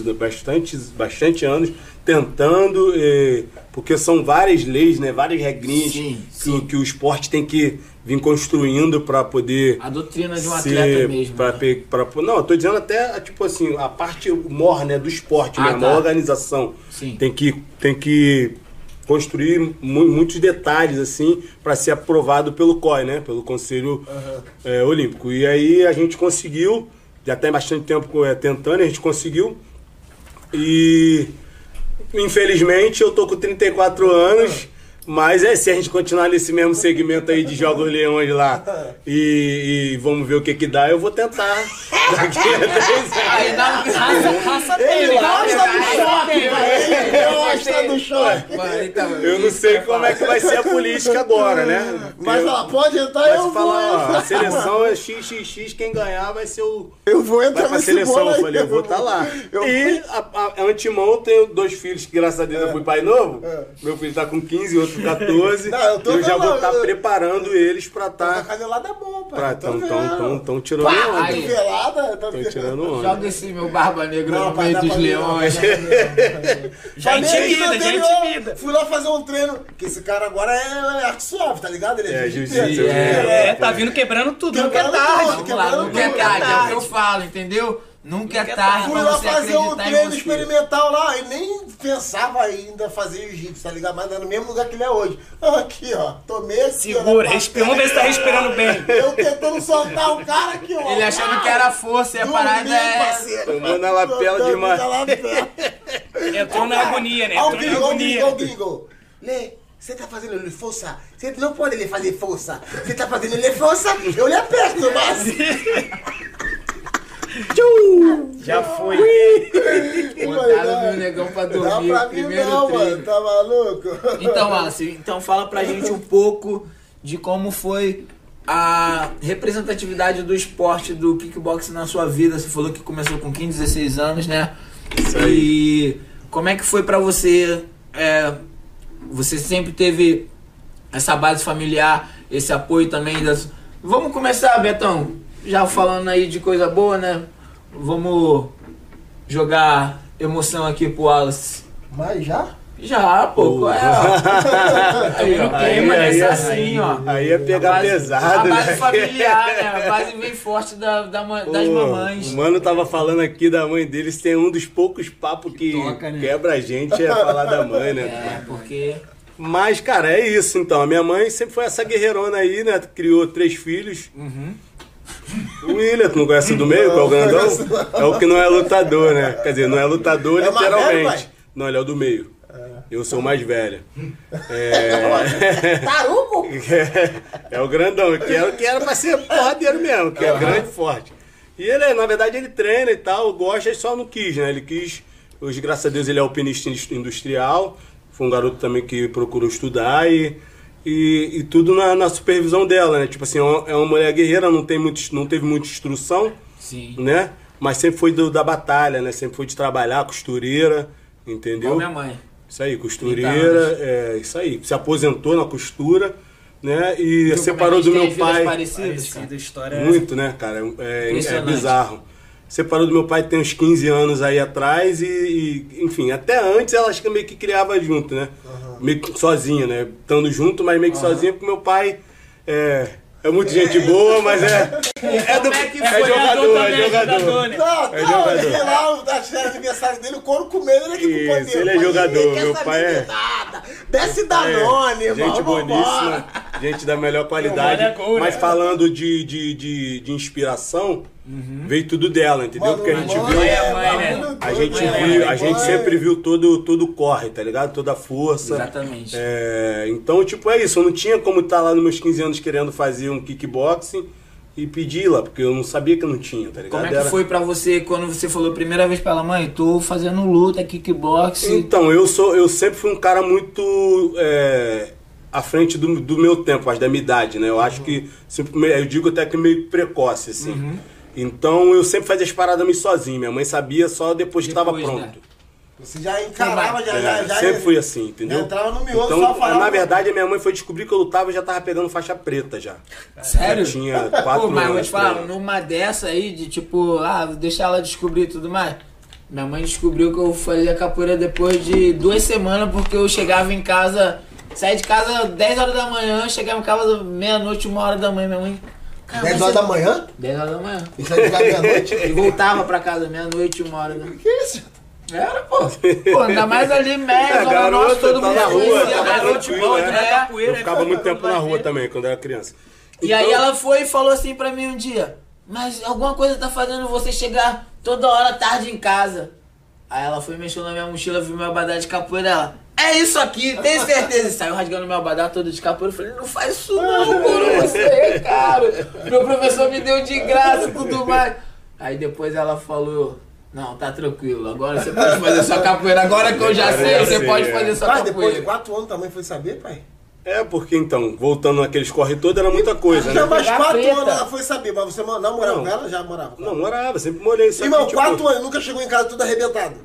tentando, porque são várias leis, né? Várias regrinhas que o esporte tem que vir construindo para poder... A doutrina de um atleta mesmo. Não, eu tô dizendo até, tipo assim, a parte maior, né, do esporte, né? A organização. Sim. Tem que construir muitos detalhes, assim, para ser aprovado pelo COI, né? Pelo Conselho Olímpico. E aí a gente conseguiu, já tem bastante tempo tentando, a gente conseguiu. E... infelizmente eu tô com 34 anos, Mas se a gente continuar nesse mesmo segmento aí de Jogos Leões lá e vamos ver o que dá, eu vou tentar. Daqui a 10 anos. Aí dá Raça Ele dele, gosta do choque, ele gosta do choque. Eu não sei como é que vai ser a política agora, né? Mas ela pode entrar, Vai eu se vou. falar, ó, a seleção é XXX, quem ganhar vai ser o... Eu vou Vai entrar pra nesse seleção, bolo aí. eu falei, eu vou estar lá. E a antemão, eu tenho 2 filhos que, graças a Deus, eu fui pai novo. Meu filho tá com 15, outro com 14. Não, eu já vou falando, estar preparando eles pra A estar... canelada é boa, pai. Tão tirando Pá, onda. Aí. cotovelada, tá Tão tirando onda. Joga esse meu barba negra Não, no pai, meio dá dos pra mim, leões. Já Falei isso intimida, no já anterior. intimida. Fui lá fazer um treino, que esse cara agora é arte suave, tá ligado? Ele É, jiu-jitsu. jiu-jitsu. Tá vindo quebrando tudo, nunca é Quebrando tarde. tudo. Vamos lá, nunca é tarde, é o que eu falo, entendeu? Nunca é tarde Fui pra lá você fazer um acreditar em treino você. experimental lá e nem pensava ainda fazer jiu-jitsu, tá ligado? Mas é no mesmo lugar que ele é hoje. Aqui, ó. Tomei aqui. Segura, ó, respira. Vamos ver se tá respirando bem. Eu tentando soltar o cara aqui, ó. Ele achando que era força e a parada é... Tomou na lapela demais. Entrou na agonia, né? Olha o Entrou na gringo, olha o agonia. gringo, olha o gringo. Lê, você tá fazendo força? Você não pode lhe fazer força. Você tá fazendo força? Eu lhe aperto, mas... Já foi. Botaram meu negão pra dormir Dá o pra mim primeiro não, treino. mano. Tá maluco? Então, Wallace, então fala pra gente um pouco de como foi a representatividade do esporte do kickboxing na sua vida. Você falou que começou com 15, 16 anos, né? Isso aí. E como é que foi pra você? Você sempre teve essa base familiar, esse apoio também das... Vamos começar, Betão. Já falando aí de coisa boa, né? Vamos jogar emoção aqui pro Wallace. Mas já? Já, pô, qual é? Aí não queima, né? Assim, ó. Aí é pegar pesado, A base né? familiar, né? A base bem forte das mamães. O mano tava falando aqui da mãe deles, tem um dos poucos papos que toca, né? quebra a gente, é falar da mãe, né? É, porque... Mas, cara, é isso então. A minha mãe sempre foi essa guerreirona aí, né? Criou 3 filhos. O William, tu não conhece o do meio, que é o grandão? É o que não é lutador, né? Quer dizer, não é lutador É o mais velho, literalmente. pai? Não, ele é o do meio. Eu sou o mais velho. Tarugo? É o grandão, que era pra ser porradeiro mesmo, que é grande e forte. E ele, na verdade, ele treina e tal, gosta, ele só não quis, né? Ele quis, hoje, graças a Deus, ele é alpinista industrial, foi um garoto também que procurou estudar e tudo na supervisão dela, né? Tipo assim, é uma mulher guerreira, não teve muita instrução, Sim. né? Mas sempre foi da batalha, né? Sempre foi de trabalhar, costureira, entendeu? Igual minha mãe. Isso aí, costureira, isso aí. Se aposentou na costura, né? E Viu separou como a do gente meu tem vidas pai. parecidas, cara? Parecida história. Muito, né, cara? É Impressionante. bizarro. Separou do meu pai tem uns 15 anos aí atrás enfim, até antes ela acho que meio que criava junto, né? Meio que sozinha, né? Estando junto, mas meio que sozinha, porque meu pai é muito gente boa, mas Como é que foi? jogador. né? Não, É não, jogador. ele lá, o aniversário dele, o couro comendo, ele aqui com o Isso, pandeiro. ele é Mas jogador, ninguém quer meu saber pai de é- nada. Desce Danone, irmão. Gente vambora. boníssima, gente da melhor qualidade. Olha a gol, Mas né? falando de inspiração, veio tudo dela, entendeu? Mano, Porque a gente mãe viu. é mãe, né? bagulho A doido, gente mãe, viu, a mãe. gente sempre viu todo corre, tá ligado? Toda a força. Exatamente. Então, tipo, é isso. Eu não tinha como estar lá nos meus 15 anos querendo fazer um kickboxing e pedir lá, porque eu não sabia que eu não tinha, tá ligado? Como é que foi pra você quando você falou a primeira vez pra ela, mãe, tô fazendo luta, kickboxing? Então, eu sempre fui um cara muito à frente do meu tempo, acho, da minha idade, né? Eu acho que, eu digo até que meio precoce, assim. Então, eu sempre fazia as paradas meio sozinho. Minha mãe sabia só depois que estava Depois, pronto. né? Você já encarava, já Sempre fui assim, entendeu? já entrava no miolo, Então, só falava. na verdade, a minha mãe foi descobrir que eu lutava e já tava pegando faixa preta já. Sério? Eu tinha 4 Pô, mas eu vou anos. te falar, treinando. numa dessa aí, de tipo, deixar ela descobrir e tudo mais. Minha mãe descobriu que eu fazia capoeira depois de 2 semanas, porque eu chegava em casa, saía de casa 10 horas da manhã, chegava em casa meia-noite, 1 hora da manhã, minha mãe... 10 horas da manhã? 10 horas da manhã. Isso aí de meia-noite? E voltava pra casa meia-noite, 1 hora da manhã. Que isso? Era, pô. Pô, ainda mais ali, Zona garoto, Norte, todo tá mundo na rua, conhecia, tá garoto tranquilo, bom, né? né? Capoeira, Eu ficava muito tempo na rua também, quando era criança. E aí ela foi e falou assim pra mim um dia, mas alguma coisa tá fazendo você chegar toda hora tarde em casa. Aí ela foi mexendo na minha mochila, viu meu abadá de capoeira, ela, é isso aqui, tem certeza. E saiu rasgando meu abadá todo de capoeira. Eu falei, não faz isso não, mano, isso aí é caro. Meu professor me deu de graça e tudo mais. Aí depois ela falou, não, tá tranquilo, agora você pode fazer sua capoeira. Agora que eu já sei, você pode fazer sua capoeira. Depois de 4 anos também foi saber, pai? Porque então, voltando naqueles corre todo, era muita coisa, né? Já mais 4 anos ela foi saber, mas você namorava com ela? Já morava? Não, morava, sempre morei. Irmão, 4 anos, nunca chegou em casa tudo arrebentado.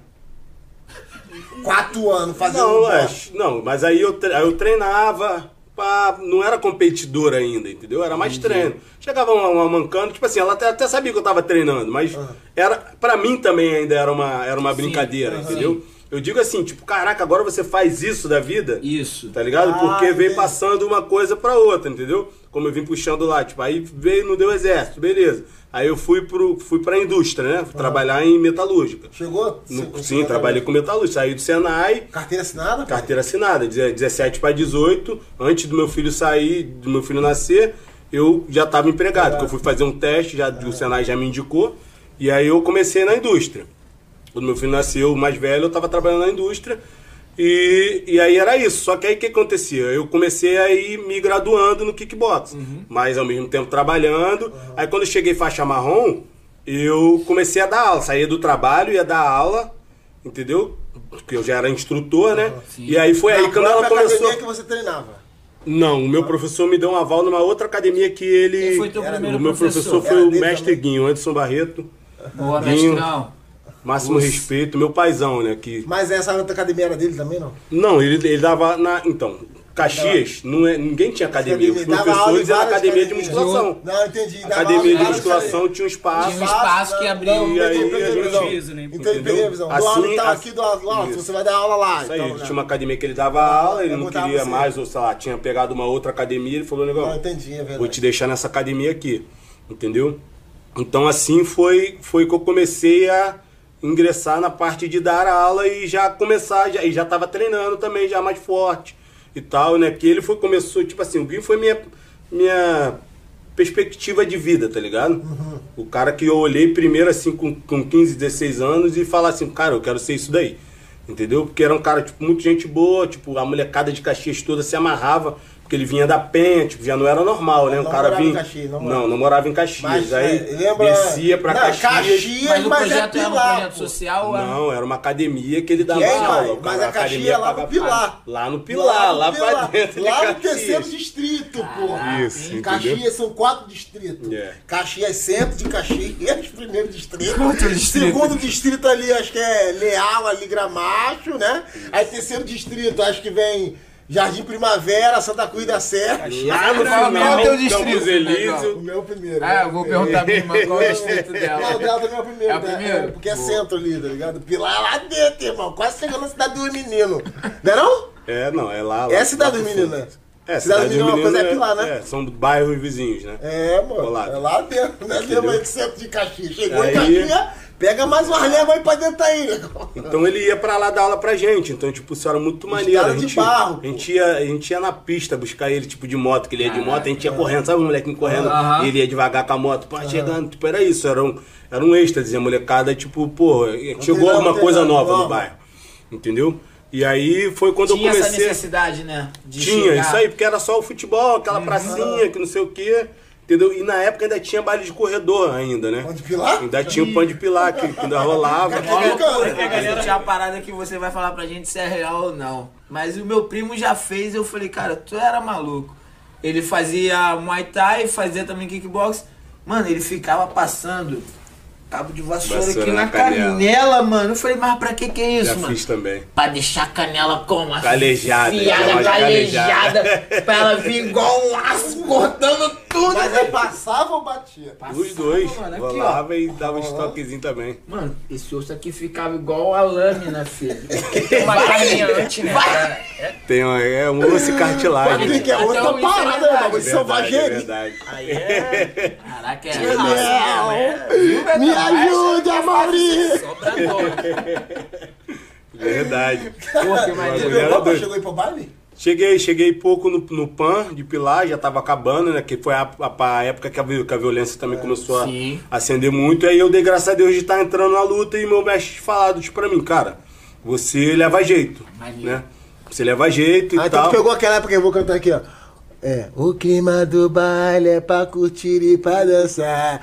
4 anos fazendo não, mas aí eu treinava, não era competidor ainda, entendeu? Era mais treino. Chegava uma mancando, tipo assim, ela até sabia que eu tava treinando, mas pra mim também ainda era uma brincadeira, entendeu? Eu digo assim, tipo, caraca, agora você faz isso da vida? Isso. Tá ligado? Porque veio passando uma coisa pra outra, entendeu? Como eu vim puxando lá, tipo, aí veio, não deu exército, beleza. Aí eu fui pra indústria, né? Fui trabalhar em metalúrgica. Chegou? Sim, trabalhei com metalúrgica. Saí do Senai. Carteira assinada? Carteira assinada, 17 para 18. Antes do meu filho sair, do meu filho nascer, eu já estava empregado. Porque eu fui fazer um teste, o Senai já me indicou. E aí eu comecei na indústria. Quando meu filho nasceu, mais velho, eu estava trabalhando na indústria. E aí era isso. Só que aí o que acontecia? Eu comecei a ir me graduando no kickbox. Mas ao mesmo tempo trabalhando. Aí quando eu cheguei faixa marrom, eu comecei a dar aula. Saía do trabalho, ia dar aula, entendeu? Porque eu já era instrutor, né? E aí foi aí quando ela começou... academia que você treinava? Não, o meu professor me deu um aval numa outra academia que ele... Quem foi teu primeiro o meu professor foi o mestre Guinho, Anderson Barreto. Boa, Guinho, mestrão. Máximo respeito, meu paizão, né? Que... Mas essa outra academia era dele também, não? Não, ele dava na... Então, Caxias, ninguém tinha academia. Os professores eram academia de musculação. Não, entendi. Academia de musculação tinha um espaço. Tinha um espaço que abria. E aí a gente... Então, peguei a visão. Assim, aqui do lado, você vai dar aula lá. Isso aí, tinha uma academia que ele dava aula, ele não queria mais, ou sei lá, tinha pegado uma outra academia, ele falou, negócio, não, entendi, é verdade. Vou te deixar nessa academia aqui, entendeu? Então assim foi que eu comecei a ingressar na parte de dar aula e já começar, e já tava treinando também, já mais forte e tal, né? Que ele começou, tipo assim, o Gui foi minha perspectiva de vida, tá ligado? O cara que eu olhei primeiro assim com 15, 16 anos e falar assim, cara, eu quero ser isso daí. Entendeu? Porque era um cara, tipo, muito gente boa, tipo, a molecada de Caxias toda se amarrava, porque ele vinha da Penha, tipo, já não era normal, né? O cara vinha... Não morava em Caxias. Mas, aí descia pra Caxias. Mas o projeto era um projeto social? Não, era uma academia que ele dava aula. Mas a Caxias é lá no Pilar. Lá no Pilar, lá pra dentro de Caxias. Lá no terceiro distrito, pô. Isso, Caxias são 4 distritos. Caxias Centro de Caxias, primeiro distrito. Segundo distrito ali, acho que é Leal, ali Gramacho, né? Aí terceiro distrito, acho que vem... Jardim Primavera, Santa Cruz da Serra. Lá no final, teu distrito. O meu primeiro. Eu vou perguntar pra minha irmã qual é o distrito dela. Não, o dela também é o primeiro. É o primeiro? Porque é centro ali, tá ligado? Pilar é lá dentro, irmão. Quase chegando na Cidade dos Meninos. Não é não? Não, é lá. É a Cidade dos Meninos, né? Cidade dos Meninos é uma coisa, é Pilar, né? São bairros vizinhos, né? Mano. É lá dentro, né? Lembra aí do centro de Caxias. Chegou em Caxias... Pega mais umas léguas aí pra dentro aí, né? Então ele ia pra lá dar aula pra gente. Então, tipo, isso era muito maneiro. A gente ia na pista buscar ele, tipo, de moto, que ele ia de moto, a gente ia correndo, sabe o molequinho correndo? E ele ia devagar com a moto, pô, chegando, tipo, era isso, era um êxtase, a molecada, tipo, pô, chegou alguma coisa nova no bairro. Entendeu? E aí foi quando eu comecei... Tinha essa necessidade, né? Tinha, isso aí, porque era só o futebol, aquela pracinha, que não sei o quê. Entendeu? E na época ainda tinha baile de corredor ainda, né? Pão de pilar? Ainda tinha o pão de pilar que ainda rolava. Tinha uma parada que você vai falar pra gente se é real ou não. Mas o meu primo já fez, eu falei, cara, tu era maluco. Ele fazia Muay Thai, fazia também kickbox. Mano, ele ficava passando cabo de vassoura aqui na canela, mano. Eu falei, mas pra que é isso, já mano? Fiz também. Pra deixar a canela como? Calejada. Calejada. Pra ela vir igual um laço, cortando tudo. Mas aí passava ou batia? Passava, os dois. Mano, rolava e dava um estoquezinho também. Mano, esse osso aqui ficava igual a lâmina, filho. Tem uma carinha antes, né? Tem um osso e cartilagem. Tem que é outra parada, né? Mas selvageria. É verdade. Aí é... Caraca, Me ajude, Amaury! Verdade. Pô, que maneiro. Chegou aí pro baile? Cheguei pouco no PAN de Pilar, já tava acabando, né? Que foi a época que a violência também começou a acender muito. E aí eu dei graças a Deus de estar entrando na luta e meu mestre falado pra mim, cara, você leva jeito, né? Você leva jeito e Então tal. tu pegou aquela época que eu vou cantar aqui, ó. O clima do baile é pra curtir e pra dançar.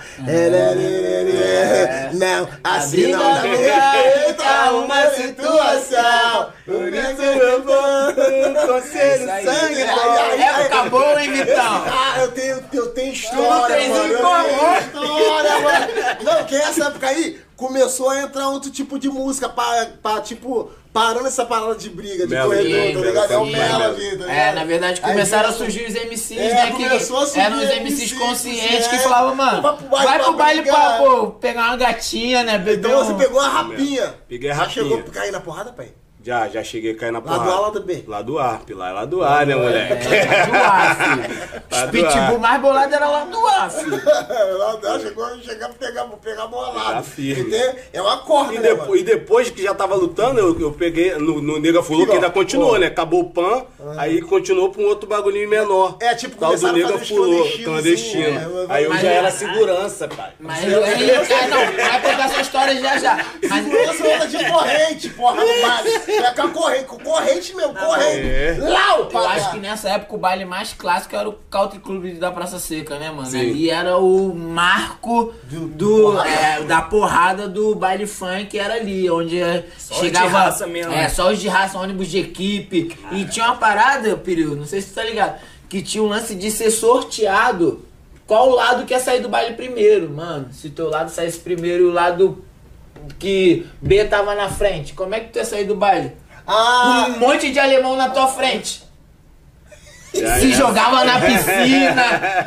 Não, assim não dá pra uma situação. Por isso eu vou conselho, sangue. Época boa, hein, Vitão? Eu tenho história, mano. Eu tenho história, mano. Não, que essa época aí começou a entrar outro tipo de música pra tipo, parando essa parada de briga, de corredor, tá ligado? É o Mela, vida. Na verdade, começaram a surgir os MCs, né? Que eram os MCs conscientes que falavam, mano, vai pro baile pra pegar uma gatinha, né? Então você pegou a rapinha. Peguei a Já rapinha. chegou a cair na porrada, pai? Já cheguei a cair na porrada. Lá do A, lá do B? Lá do A, lá é lá do A, né, moleque? Lá do A, filho. Os pitbull mais bolados era lá do A, filho. Lá do A chegou a chegar pra pegar bolado. Firme. É uma corda, E, né, mano? e depois que já tava lutando, eu peguei no Nega Fulô, que ainda continuou, né? Acabou o PAN, aí continuou pra um outro bagulhinho menor. É, tipo, tal do começaram a Nega fazer os Fulô, clandestinos, clandestino. assim, Aí eu mas já é- era segurança, pai. Mas não, vai contar essa história já. Mas Segurança anda de corrente, porra, no baile. Pega corrente mesmo, corrente. É. Lá, o eu acho que nessa época o baile mais clássico era o Country Club da Praça Seca, né, mano? Sim. Ali era o marco da porrada do baile funk, era ali, onde chegava. de raça mesmo, né? Só os de raça, ônibus de equipe. E tinha uma parada, Período, não sei se tu tá ligado, que tinha um lance de ser sorteado. Qual lado quer sair do baile primeiro, mano? Se o teu lado saísse primeiro e o lado que B tava na frente, como é que tu ia sair do baile? Com um monte de alemão na tua frente. Se jogava na piscina,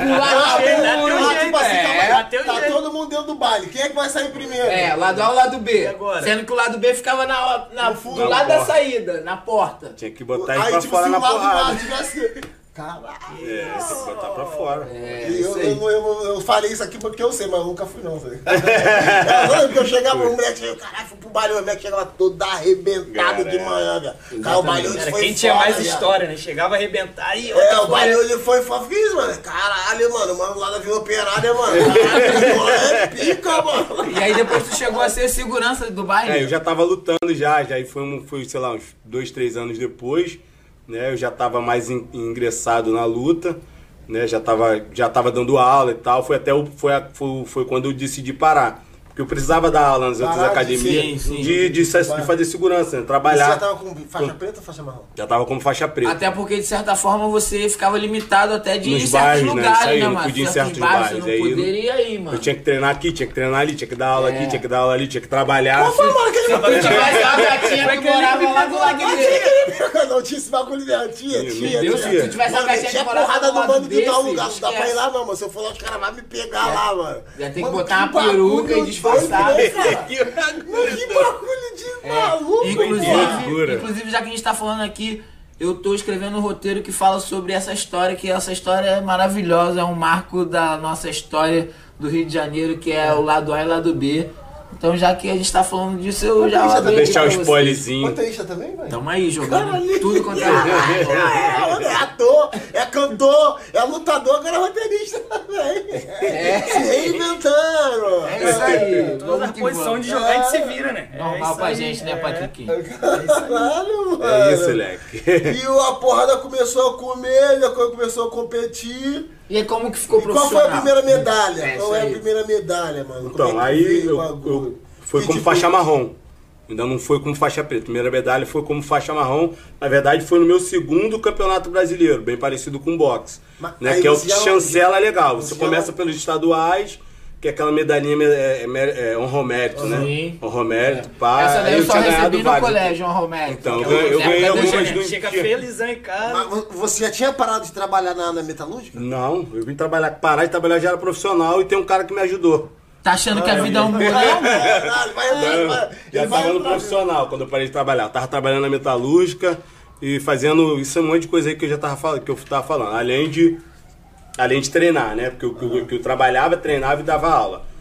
Tá todo mundo dentro do baile. Quem é que vai sair primeiro? lado A ou lado B. agora? Sendo que o lado B ficava do lado da saída, na porta. Tinha que botar ele Aí, pra tipo, fora se na o lado do porrada. bar tivesse... Caralho. Tem que botar pra fora. E eu falei isso aqui porque eu sei, mas eu nunca fui não. Eu lembro que eu chegava, o moleque chegava, caralho, fui pro baile, o moleque chegava todo arrebentado de manhã, velho. Cara, o baile hoje Era foi quem tinha foda, mais viado. história, né? Chegava a arrebentar e O baile hoje foi fiz, mano. Caralho, mano, o mano lá da Vila Operária, mano. Caralho, é pica, mano. E aí depois tu chegou a ser segurança do baile? Eu já tava lutando já aí foi, sei lá, uns 2, 3 anos depois, né? Eu já tava mais ingressado na luta, né? Já tava dando aula e tal. Foi quando eu decidi parar. Porque eu precisava dar aula nas outras academias de fazer segurança, né? Trabalhar. Você já tava com faixa preta ou faixa marrom? Já tava como faixa preta. Até porque, de certa forma, você ficava limitado até de ir em Nos certos bairros, né? lugares, Isso aí, né, não mano? podia ir em Certos certos bairros, bairros, você aí não poderia ir, mano. Eu tinha que treinar aqui, tinha que treinar ali, tinha que dar aula aqui, tinha que dar aula ali, tinha que trabalhar. Qual foi, mano, que ele Se tu tivesse uma gatinha que morava lá do lado dele. Não tinha esse bagulho dela, tinha. Se tu tivesse uma gatinha que Tinha morava porrada do do lado mano de tal desse, lugar, não dá pra ir esquece. lá não, mano. Se eu for lá, os caras vão me pegar lá, mano. Já tem que Mano, botar uma bagulho peruca e disfarçar. doido, né, cara? Mano, que bagulho de maluco, Inclusive, já que a gente tá falando aqui, eu tô escrevendo um roteiro que fala sobre essa história, que essa história é maravilhosa, é um marco da nossa história do Rio de Janeiro, que é o lado A e o lado B. Então, já que a gente tá falando disso, eu já Deixa abri Deixar o aqui pra vocês. spoilerzinho. Roteirista também, velho? Tamo aí, jogando Caralho. tudo quanto é É ator, é cantor, é lutador, agora é roteirista também. Se reinventando. É isso aí. toda Vamos a que posição vamos. de jogar a gente se vira, né? Normal isso pra aí, gente, né, Patriquinho? Caralho, mano. É isso, leque. E a porrada começou a comer, depois começou a competir. E aí, como que ficou E qual profissional? foi a primeira medalha? É, Qual isso é a aí. primeira medalha, mano? Então, Como é que aí veio o eu bagulho? foi E, como tipo, faixa marrom. Ainda não foi como faixa preta. Primeira medalha foi como faixa marrom. Na verdade, foi no meu segundo campeonato brasileiro, bem parecido com boxe. Mas Né? aí Que é o você já- chancela legal. Você já- começa pelos estaduais, que é aquela medalhinha honra ao mérito, né? Sim. Honra ao mérito, pá. Essa daí Aí eu só tinha recebi ganhado no vários. colégio, João Romero. Então, eu ganhei algumas Chega felizão em casa. Mas você já tinha parado de trabalhar na metalúrgica? Não, eu vim parar de trabalhar, já era profissional e tem um cara que me ajudou. Tá achando que a vida é um bolão? Caralho, vai entrar. Já tava no profissional quando eu parei de trabalhar. Eu tava trabalhando na metalúrgica e fazendo isso, um monte de coisa aí que eu já tava falando, que eu tava falando. Além de treinar, né? Porque eu trabalhava, treinava e dava aula.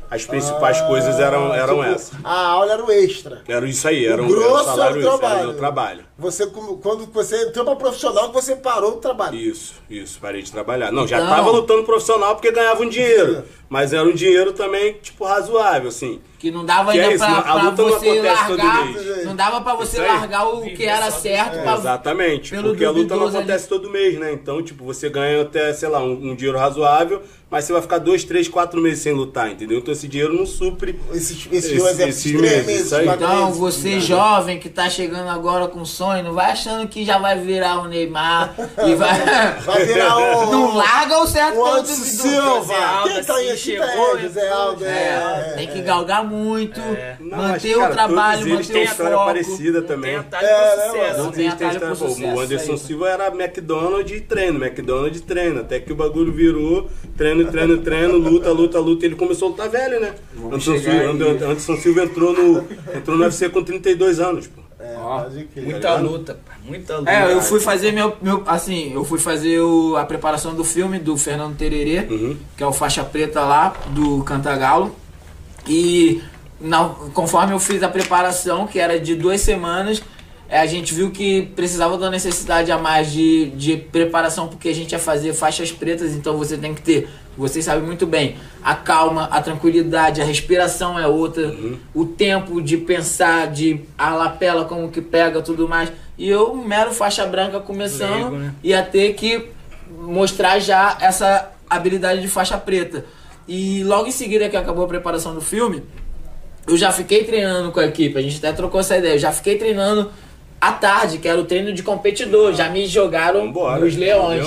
as principais coisas eram essas. A aula era o extra. Era isso aí, era um salário extra, era o meu trabalho. Quando você entrou pra profissional, você parou o trabalho. Isso, parei de trabalhar. Não, já tava lutando profissional porque ganhava um dinheiro. Mas era um dinheiro também, tipo, razoável, assim. Que não dava que ainda pra você largar. Não dava pra você largar o que era certo. Exatamente, porque a luta não acontece todo mês, né? Então, tipo, você ganha até, sei lá, um dinheiro razoável, mas você vai ficar 2, 3, 4 meses sem lutar, entendeu? Então esse dinheiro não supre esses meses. Então, você jovem que tá chegando agora com sonho, não vai achando que já vai virar o Neymar e vai virar o... Não larga o certo Anderson Silva. Quem tá aí? Chegou, José Aldo. Tem que galgar muito, manter o trabalho, manter o foco. Tem história parecida também. Não tem atalho pro sucesso. Não tem atalho pro sucesso. O Anderson Silva era McDonald's e treino, até que o bagulho virou treino, luta, ele começou a lutar velho, né? Anderson Silva entrou no UFC com 32 anos, pô. Muita luta. Eu fui fazer eu fui fazer a preparação do filme do Fernando Tererê, que é o faixa preta lá do Cantagalo. E conforme eu fiz a preparação, que era de 2 semanas, a gente viu que precisava da necessidade a mais de preparação, porque a gente ia fazer faixas pretas, então você tem que ter, vocês sabem muito bem, a calma, a tranquilidade, a respiração é outra, o tempo de pensar, a lapela como que pega, tudo mais. E eu, mero faixa branca começando, né? Ia ter que mostrar já essa habilidade de faixa preta. E logo em seguida que acabou a preparação do filme, eu já fiquei treinando com a equipe, a gente até trocou essa ideia, eu já fiquei treinando à tarde, que era o treino de competidor, já me jogaram nos leões.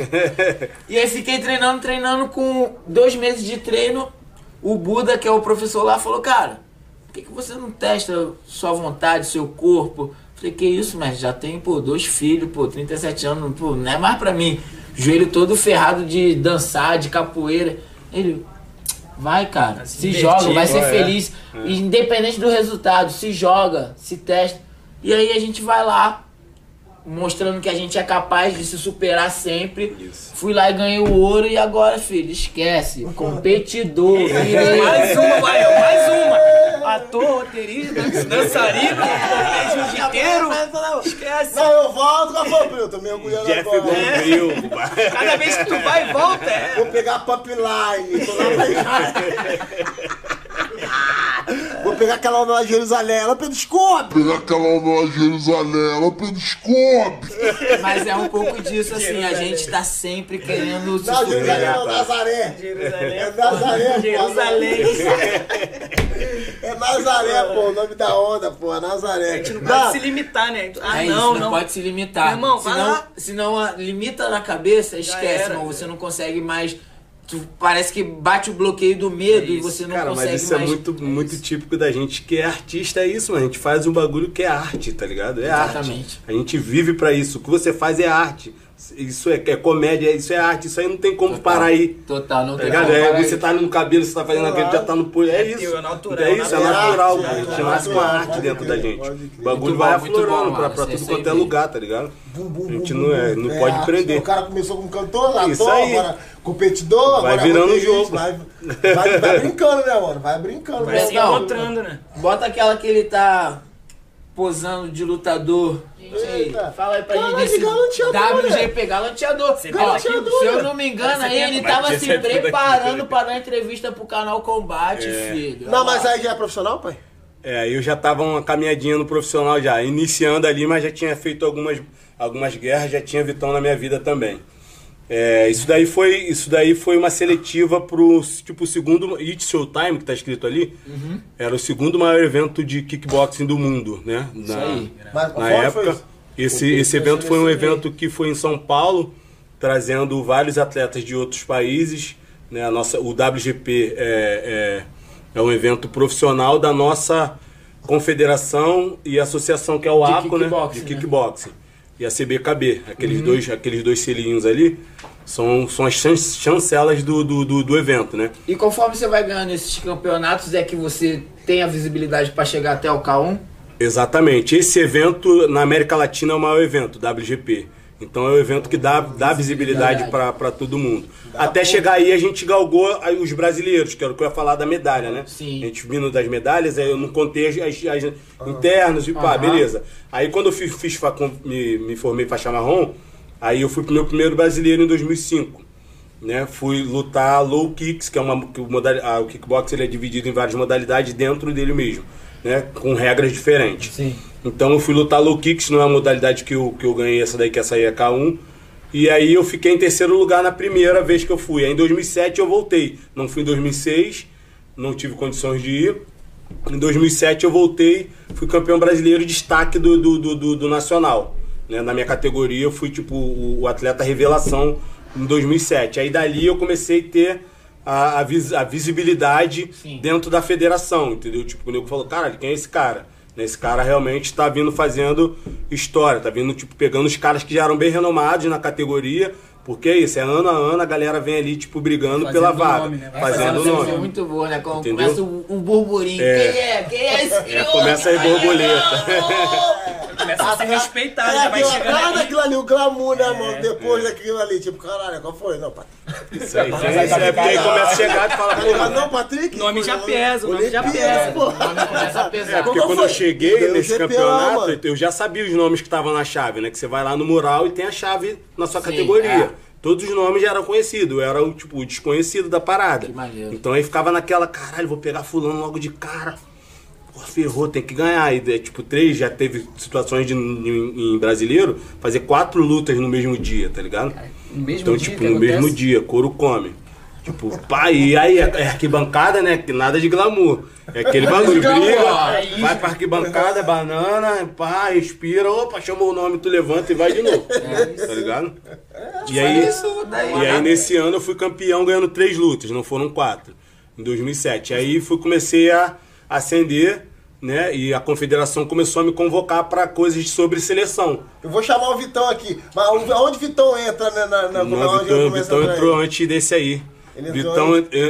E aí fiquei treinando com 2 meses de treino. O Buda, que é o professor lá, falou, cara, por que você não testa sua vontade, seu corpo? Falei, que isso, mas já tem, 2 filhos, 37 anos, não é mais pra mim. Joelho todo ferrado de dançar, de capoeira. Ele, vai, cara, se joga, vai ser feliz. Independente do resultado, se joga, se testa. E aí a gente vai lá, mostrando que a gente é capaz de se superar sempre. Isso. Fui lá e ganhei o ouro e agora, filho, esquece. Competidor. Mais uma. Ator, roteirista, dançarino, jiu-jiteiro. Esquece. Não, eu volto com a Fambril, tô me orgulhando agora. Cada vez que tu vai e volta, Vou pegar a Pupline, tô lá pra Vou pegar aquela Nova Jerusalém, ela pediscope! Mas é um pouco disso, assim, a gente tá sempre querendo se superar. Não, Nazaré. Jerusalém. É Nazaré, pô, o nome da onda, pô, Nazaré. A gente não pode se limitar, né? Não pode se limitar. Meu irmão, senão limita na cabeça, esquece, irmão, você não consegue mais... Parece que bate o bloqueio do medo e você não consegue mais... Mas isso é muito típico da gente que é artista, é isso, mano. A gente faz um bagulho que é arte, tá ligado? É Exatamente. Arte. A gente vive pra isso. O que você faz é arte. Isso é comédia, isso é arte. Isso aí não tem como parar aí. Total, não tá tem ligado? como parar Você tá no cabelo, você tá fazendo aquele, já tá no... É isso. É natural. É isso, é natural. A gente nasce com a arte dentro da gente. O bagulho vai aflorando pra tudo quanto é lugar, tá ligado? A gente não pode prender. O cara começou como cantor, ator, agora competidor, vai virando o jogo. Vai brincando, né, mano? Vai brincando. Vai se encontrando, né? Bota aquela que ele tá posando de lutador. Fala aí pra gente desse WGP, galanteador. Se eu não me engano, aí ele tava se preparando pra dar entrevista pro canal Combate, filho. Não, mas aí já é profissional, pai? Eu já tava uma caminhadinha no profissional já, iniciando ali, mas já tinha feito algumas guerras, já tinha Vitão na minha vida também. Isso daí foi uma seletiva pro tipo segundo It's Showtime, que tá escrito ali. Era o segundo maior evento de kickboxing do mundo, né? Na época. Esse evento foi um evento que foi em São Paulo, trazendo vários atletas de outros países, né? O WGP é um evento profissional da nossa confederação e associação, que é o ACO, né? De kickboxing. E a CBKB, aqueles dois selinhos ali, são as chancelas do evento, né? E conforme você vai ganhando esses campeonatos, é que você tem a visibilidade para chegar até o K1? Exatamente. Esse evento, na América Latina, é o maior evento, WGP. Então é um evento que dá visibilidade para todo mundo. Até chegar aí a gente galgou os brasileiros, que era o que eu ia falar da medalha, né? Sim. A gente vindo das medalhas, aí eu não contei as internas e pá, beleza. Aí quando eu me formei faixa marrom, aí eu fui pro meu primeiro brasileiro em 2005. Né? Fui lutar low kicks, que é o kickbox ele é dividido em várias modalidades dentro dele mesmo, né? Com regras diferentes. Sim. Então eu fui lutar low kicks, não é a modalidade que eu ganhei essa daí, que essa aí é K1. E aí eu fiquei em terceiro lugar na primeira vez que eu fui. Aí em 2007 eu voltei. Não fui em 2006, não tive condições de ir. Em 2007 eu voltei, fui campeão brasileiro de destaque do Nacional. Né? Na minha categoria eu fui tipo o atleta revelação em 2007. Aí dali eu comecei a ter a visibilidade dentro da federação, entendeu? Tipo, o nego falou, caralho, quem é esse cara? Esse cara realmente tá vindo fazendo história, tá vindo, tipo, pegando os caras que já eram bem renomados na categoria, porque é isso, ano a ano a galera vem ali, tipo, brigando fazendo pela vaga. Nome, né? Fazendo o nome. É muito boa, né? Quando entendeu? Começa um burburinho. Quem é esse? Começa aí borboleta. Começa a ser respeitado, já vai chegando cara aqui. daquilo ali, o glamour, né, mano? Depois daquilo ali, tipo, caralho, qual foi? Não, Patrick. Isso aí, porque aí começa a chegar e fala, pô, Mas não, Patrick? O nome já pesa, o nome já pesa. O nome começa a pesar. porque quando eu cheguei nesse GPA, campeonato, mano. eu já sabia os nomes que estavam na chave, né? Que você vai lá no mural e tem a chave na sua categoria. Todos os nomes já eram conhecidos, eu era o desconhecido da parada. Que maneiro. Então aí ficava naquela, caralho, vou pegar fulano logo de cara. Pô, ferrou, tem que ganhar. E tipo, já teve situações em brasileiro, fazer 4 lutas no mesmo dia, tá ligado? No mesmo então, dia tipo, que no acontece? mesmo dia, couro come. Tipo, pá, e aí é arquibancada, né? Que nada de glamour. É aquele bagulho, briga, vai pra arquibancada, banana, pá, respira, opa, chamou o nome, tu levanta e vai de novo. Tá ligado? E aí nesse ano eu fui campeão ganhando 3 lutas, não foram 4. Em 2007. Aí comecei a ascender, né? E a confederação começou a me convocar pra coisas sobre seleção. Eu vou chamar o Vitão aqui. Mas onde o Vitão entra, né? O Vitão entrou antes desse aí. Vitão,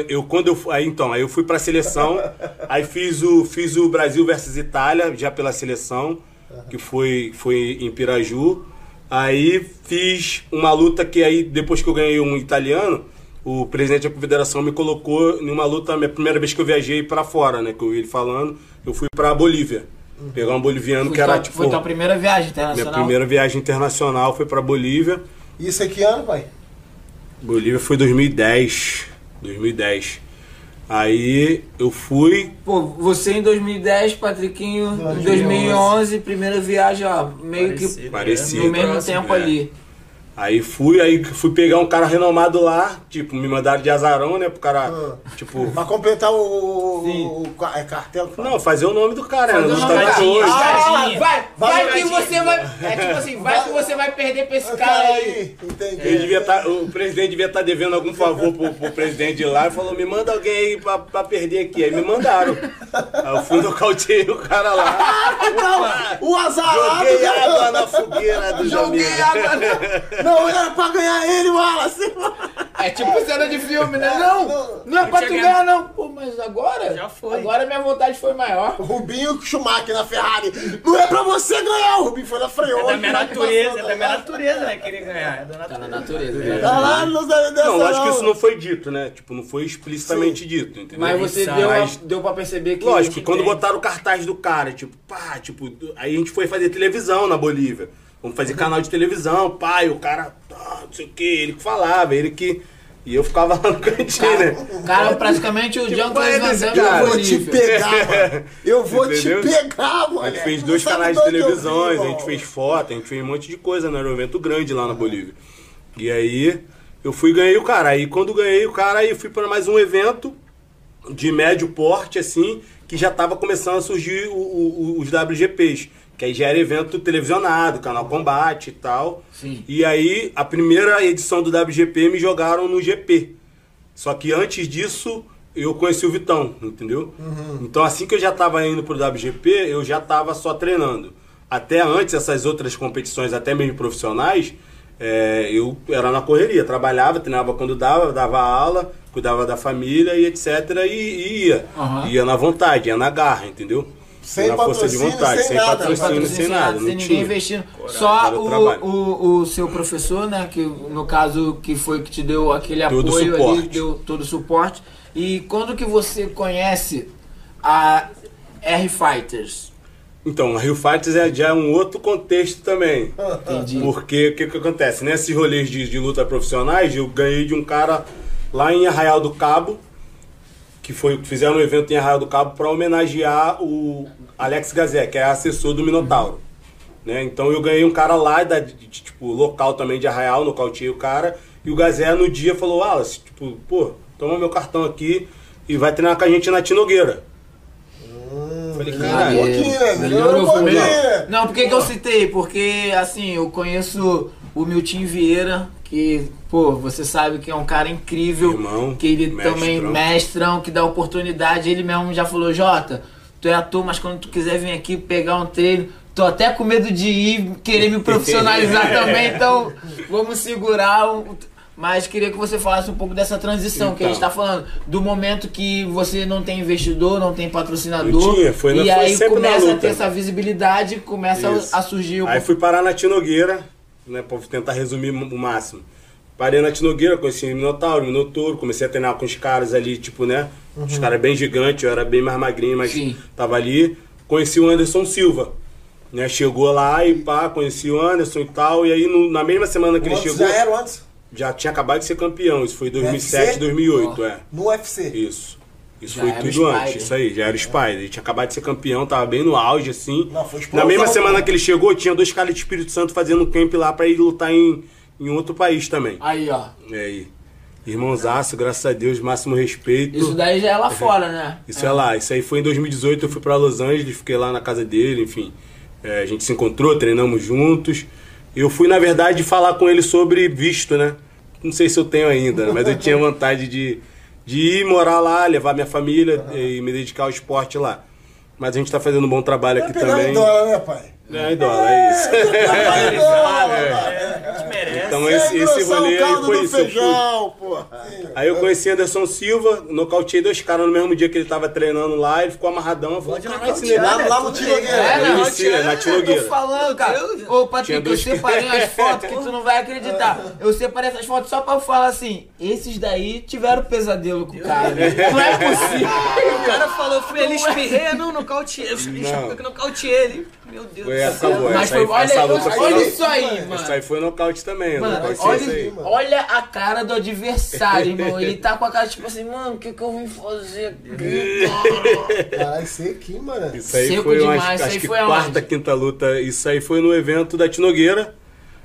aí eu fui pra seleção, aí fiz o Brasil versus Itália, já pela seleção, que foi em Piraju. Aí fiz uma luta que aí, depois que eu ganhei um italiano, o presidente da confederação me colocou em uma luta, a minha primeira vez que eu viajei pra fora, né, que eu ia ele falando, eu fui pra Bolívia. Pegar um boliviano que era tipo... Foi tua primeira viagem internacional? Minha primeira viagem internacional foi pra Bolívia. Isso é que ano, pai? Bolívia foi 2010. Aí eu fui... Pô, você em 2010, Patriquinho em 2011, primeira viagem, ó, meio que Parecido. no mesmo tempo ali. Aí fui pegar um cara renomado lá, tipo, me mandaram de azarão, né, pro cara, tipo... Pra completar o cartel? Não, fazer o nome do cara, né, Fazer o dos nome tatuadores. Vai que você vai... É tipo assim, vai que você vai perder pra esse cara aí. Entendi. O presidente devia estar devendo algum favor pro presidente de lá e falou, me manda alguém aí pra perder aqui. Aí me mandaram. Aí eu fui nocauteei o cara lá. O azarado! Joguei água na fogueira do Joguei Jamil. água. Não, era pra ganhar ele, Wallace! É tipo cena de filme, né? Não é pra tu ganhar, não. Pô, mas agora? Já foi. Agora minha vontade foi maior. Rubinho Schumacher na Ferrari. Não é pra você ganhar, o Rubinho foi na freiola. É da minha natureza, né? Querer ganhar. É da Tá na natureza. natureza. né? Caralho, não sabe dessa Não, lógico que isso não foi dito, né? Tipo, não foi explicitamente dito, entendeu? Mas você deu pra perceber que... Lógico, quando botaram o cartaz do cara, tipo, pá, tipo, aí a gente foi fazer televisão na Bolívia. Vamos fazer canal de televisão, pá, e o cara, não sei o que, ele que falava, ele que... E eu ficava lá no cantinho, né? O cara praticamente o Django pai Van desse Damme cara? Eu vou te pegar, mano. Eu vou Entendeu? te pegar, mano. A gente fez Não 2 sabe canais de de onde eu televisões, vim, a gente irmão. fez foto, a gente fez um monte de coisa, né? Era um evento grande lá na Bolívia. E aí, eu fui e ganhei o cara. Aí quando ganhei o cara, aí eu fui para mais um evento de médio porte, assim, que já tava começando a surgir os WGPs. Que aí já era evento televisionado, Canal Combate e tal. Sim. E aí, a primeira edição do WGP me jogaram no GP. Só que antes disso, eu conheci o Vitão, entendeu? Então assim que eu já tava indo pro WGP, eu já tava só treinando. Até antes, essas outras competições, até mesmo profissionais, eu era na correria. Trabalhava, treinava quando dava aula, cuidava da família e etc. E ia. Ia na vontade, ia na garra, entendeu? Sem na força de patrocínio, vontade, sem sem nada. patrocínio, sem nada. Não sem ninguém tinha. investindo. Era Só trabalho. o seu professor, né? Que no caso que foi que te deu aquele Todo apoio ali, suporte. deu todo o suporte. E quando que você conhece a R-Fighters? Então, a Rio Fighters já é um outro contexto também. Entendi. Porque o que acontece? Nesses rolês de luta profissionais, eu ganhei de um cara lá em Arraial do Cabo, que fizeram um evento em Arraial do Cabo para homenagear o Alex Gazé, que é assessor do Minotauro. Né? Então eu ganhei um cara lá, tipo, local também de Arraial, nocauteei o cara, e o Gazé no dia falou, Wallace, tipo, pô, toma meu cartão aqui e vai treinar com a gente na Tinogueira. Falei, caralho. Melhorou, um foi pouquinho. melhor. Não, por que eu citei? Porque, assim, eu conheço o Milton Vieira, que, pô, você sabe que é um cara incrível, Irmão, que ele mestrão. também, mestrão, que dá oportunidade. Ele mesmo já falou, Jota, tu é ator, mas quando tu quiser vir aqui pegar um treino, tô até com medo de ir, querer me profissionalizar também, então vamos segurar. Mas queria que você falasse um pouco dessa transição que a gente tá falando, do momento que você não tem investidor, não tem patrocinador, Não tinha, e aí sempre na começa a luta. ter essa visibilidade, começa Isso. a surgir o... Aí fui parar na Tinogueira, né, pra tentar resumir o máximo. Parei na Tinogueira, conheci o Minotauro, comecei a treinar com os caras ali, tipo, né, os caras bem gigantes, eu era bem mais magrinho, mas Sim. tava ali. Conheci o Anderson Silva, né, chegou lá e pá, conheci o Anderson e tal, e aí na mesma semana que ele chegou... Já era antes? Já tinha acabado de ser campeão, isso foi em 2007, UFC? 2008, é. No UFC. Isso. Isso Já foi era tudo Spider. antes, isso aí, já era o Spider. Ele tinha acabado de ser campeão, tava bem no auge, assim. Não, foi explosão, Na mesma semana mano. que ele chegou, tinha 2 caras de Espírito Santo fazendo um camp lá pra ir lutar em outro país também. Aí, ó. É aí. Irmãozaço, graças a Deus, máximo respeito. Isso daí já é lá fora, né? Isso é lá, isso aí foi em 2018, eu fui pra Los Angeles, fiquei lá na casa dele, enfim. É, a gente se encontrou, treinamos juntos. Eu fui, na verdade, falar com ele sobre visto, né? Não sei se eu tenho ainda, mas eu tinha vontade de ir morar lá, levar minha família e me dedicar ao esporte lá. Mas a gente tá fazendo um bom trabalho aqui Pegar também. em dólar, né, pai? É, em dólar, é isso. Pegar em dólar, A pai. gente merece. Então esse rolê aí caldo foi do isso. Eu fui- feijão, porra. Aí eu conheci Anderson Silva, nocauteei 2 caras no mesmo dia que ele tava treinando lá, ele ficou amarradão, eu falei, caralho, esse negócio... Lá no Tinogueira. É, não, Isso, na eu tô Tinogueira. falando, cara. Ô, Tinha Patrick, eu 2 separei umas fotos que tu não vai acreditar. Eu separei essas fotos só pra falar assim, esses daí tiveram pesadelo com o cara. Não é possível. O cara falou, ele espirrei, não nocauteei. Eu nocauteei ele. Meu Deus Foi, do céu. acabou. Mas Essa aí- foi, essa olha, luta foi olha no- isso aí, Isso mano. aí foi nocaute também, eu Mano, nocauteei isso aí. olha a cara do adversário, irmão. Ele tá com a cara tipo assim, mano, o que eu vim fazer aqui? Caralho, isso aqui, mano. Isso aí Seco foi, demais, acho, isso aí acho que foi aonde? quarta, quinta luta. Isso aí foi no evento da Tinogueira,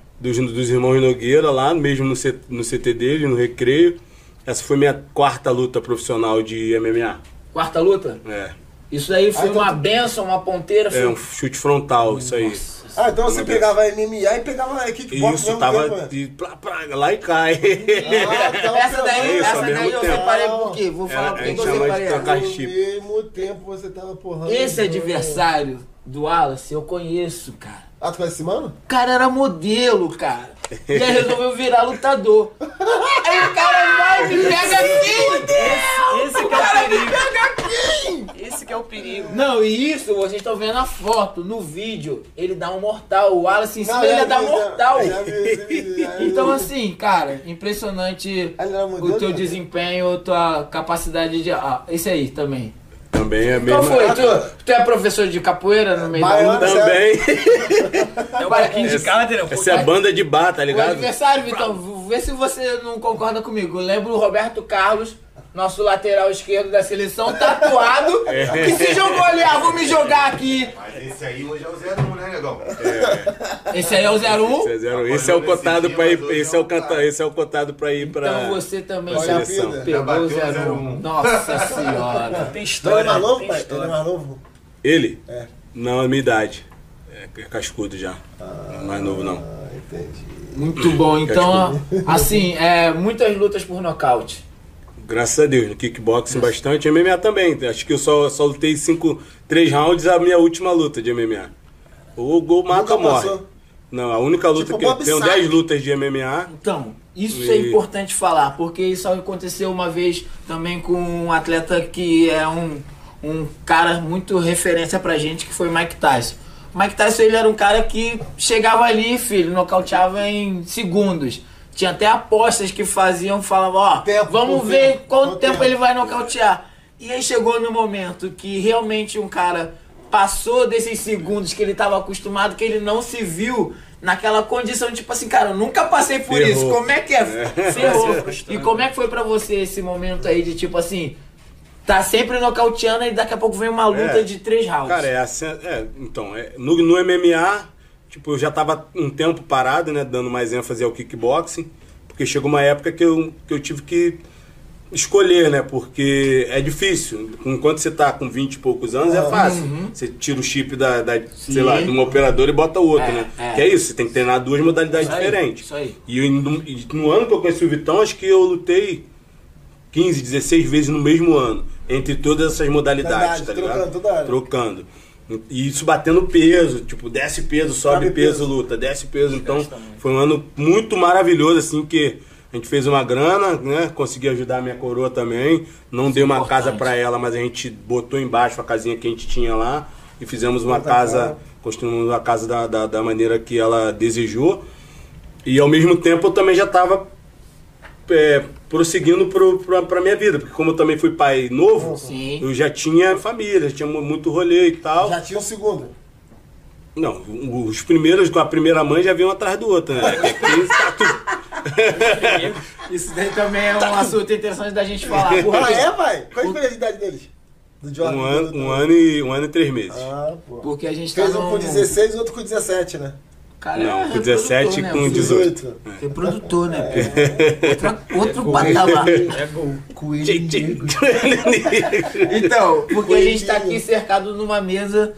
dos irmãos Nogueira, lá mesmo no CT dele, no Recreio. Essa foi minha 4ª luta profissional de MMA. Quarta luta? É, Isso aí foi então uma tu- benção, uma ponteira. Foi... um chute frontal, isso aí. Então você Uma pegava MMA e pegava kickbox Isso, ao mesmo tava tempo, né? de lá e cai. Tava Essa daí, Isso, essa ao daí mesmo eu tempo. separei por quê? Vou É, falar a por que gente eu chama de separei. trocar Ao chip. mesmo tempo você tava porrando. Esse adversário do Wallace eu conheço, cara. Ah, tu conhece esse mano? O cara era modelo, cara. E aí resolveu virar lutador. Aí o cara vai e me pega aqui! Esse que é o perigo. Esse que é o perigo. Não, e isso, vocês estão vendo a foto, no vídeo, ele dá um mortal, o Wallace ensina ele a dar mortal. Então assim, cara, impressionante Ele era o modelo, teu né? desempenho, tua capacidade de... Ah, esse aí também. Também é Qual mesmo. foi? Tu é professor de capoeira no meio da Baiano. luta? Também. É um pouquinho de cada, né? Essa é a banda de bar, tá O ligado? adversário, Vitão, vê se você não concorda comigo. Eu lembro o Roberto Carlos, nosso lateral esquerdo da seleção, tatuado, que se jogou ali, vou me jogar aqui. Mas esse aí hoje é o 01, né, negão? Esse aí é o 01. Esse é o cotado pra ir. Esse é o cotado pra ir pra. Então você também pra já seleção. pegou o bateu o 01. Nossa senhora. Tem Ele é história. mais novo, tem pai? Ele é história. mais novo? Ele? Não, a minha idade. É cascudo já. Mais novo não. Entendi. Muito bom. Então, assim, muitas lutas por nocaute. Graças a Deus, no kickboxing bastante, MMA também. Acho que eu só lutei 3 rounds a minha última luta de MMA. O gol mata ou morre. passou? Não, a única luta Tipo que eu Bob tenho Sapp. 10 lutas de MMA. Então, isso é importante falar, porque isso aconteceu uma vez também com um atleta que é um um cara muito referência pra gente, que foi o Mike Tyson. O Mike Tyson, ele era um cara que chegava ali, filho, nocauteava em segundos. Tinha até apostas que falavam, ó, vamos ver quanto tempo ele vai nocautear. E aí chegou no momento que realmente um cara passou desses segundos que ele estava acostumado, que ele não se viu naquela condição, tipo assim, cara, eu nunca passei por isso, como é que é? Ferrou. E como é que foi pra você esse momento aí de tipo assim, tá sempre nocauteando e daqui a pouco vem uma luta de 3 rounds? Cara, no MMA, tipo, eu já tava um tempo parado, né, dando mais ênfase ao kickboxing, porque chegou uma época que eu tive que escolher, né, porque é difícil. Enquanto você tá com 20 e poucos anos, é fácil. Você tira o chip sei lá, de uma operadora e bota outro, né? Que é isso, você tem que treinar 2 modalidades diferentes. Isso aí. E no ano que eu conheci o Vitão, acho que eu lutei 15, 16 vezes no mesmo ano, entre todas essas modalidades, tá ligado? Trocando. E isso batendo peso, tipo, desce peso, sobe peso, luta, desce peso. Então, foi um ano muito maravilhoso, assim, que a gente fez uma grana, né? Consegui ajudar a minha coroa também. Não dei uma casa pra ela, mas a gente botou embaixo a casinha que a gente tinha lá e fizemos uma casa, construímos uma casa da maneira que ela desejou. E ao mesmo tempo eu também já tava prosseguindo pra minha vida, porque como eu também fui pai novo, eu já tinha família, já tinha muito rolê e tal. Já tinha o segundo? Não, os primeiros com a primeira mãe já vinham atrás do outro, né? Isso daí também é um assunto interessante da gente falar. Pai? Qual a diferença de idade deles? Do Jordan? Um ano e 3 meses. Pô. Porque a gente fez um com 16 e outro com 17, né? Cara, não, com 17 e com 18. Reprodutor, né? Outro patamar. É gol. Então, porque a gente tá aqui cercado numa mesa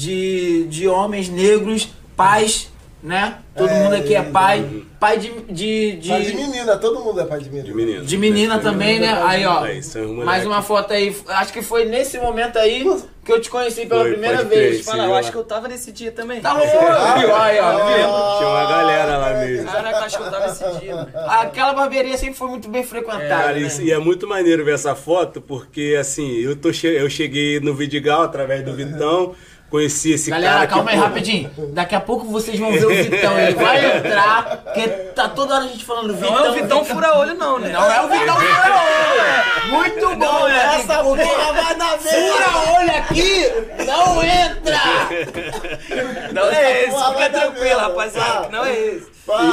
de homens negros, pais, né? Todo mundo aqui é pai. Pai de menina, todo mundo é pai de menina. De menina também, né? Aí, ó. Mais uma foto aí. Acho que foi nesse momento aí que eu te conheci pela primeira vez. Fala, eu acho que eu tava nesse dia também. Tá louco! Aí, ó. Tinha uma galera lá mesmo. Caraca, acho que eu tava nesse dia, mano. Aquela barbearia sempre foi muito bem frequentada. Cara, né? E é muito maneiro ver essa foto, porque assim, eu cheguei no Vidigal através do Vitão. Conheci esse cara. Galera, calma aí, rapidinho. Daqui a pouco vocês vão ver o Vitão. Ele vai entrar, porque tá toda hora a gente falando Vitão. Não é o Vitão fura-olho, não, né? Não é o Vitão fura-olho. Muito bom, né? Essa porra vai dar vez. Fura-olho aqui, não entra. Não é esse, fica tranquilo, rapaziada. Não é esse.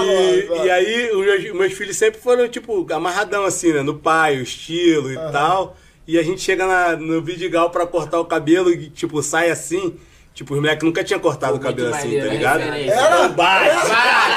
E aí, os meus filhos sempre foram, tipo, amarradão assim, né? No pai, o estilo e tal. E a gente chega no Vidigal pra cortar o cabelo e, tipo, sai assim. Tipo, os moleques nunca tinham cortado o cabelo assim, tá ligado? Era bate.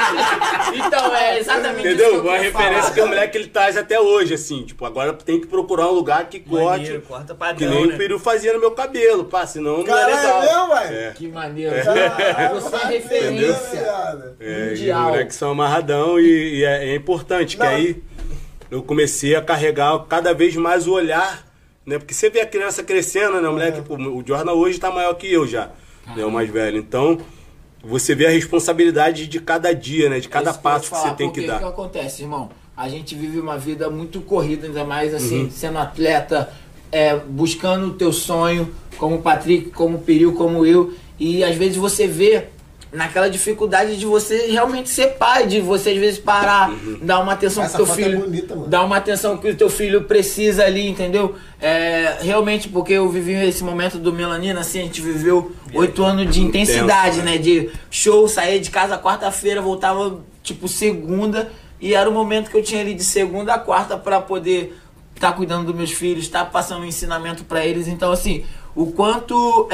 Então, é exatamente entendeu? isso. Uma referência que o moleque ele traz até hoje, assim. Tipo, agora tem que procurar um lugar que corte. Corta padrão, que nem né? o Peru fazia no meu cabelo, pá, senão não é legal. É mesmo, velho? Que maneiro. Você é referência mundial. Os moleques são amarradão e é importante, que aí eu comecei a carregar cada vez mais o olhar, né? Porque você vê a criança crescendo, né? O moleque, pô, o Jordan hoje tá maior que eu já, né? O mais velho. Então, você vê a responsabilidade de cada dia, né? De cada passo que você tem que dar. O que acontece, irmão? A gente vive uma vida muito corrida, ainda mais assim, sendo atleta, buscando o teu sonho, como o Patrick, como o Peril, como eu. E às vezes você vê naquela dificuldade de você realmente ser pai, de você às vezes parar, dar uma atenção pro teu filho, dar uma atenção que o teu filho precisa ali, entendeu? Realmente, porque eu vivi esse momento do Melanina, assim, a gente viveu 8 anos de intensidade, né? De show, saía de casa quarta-feira, voltava tipo segunda, e era o momento que eu tinha ali de segunda a quarta pra poder estar cuidando dos meus filhos, estar passando um ensinamento pra eles. Então, assim, o quanto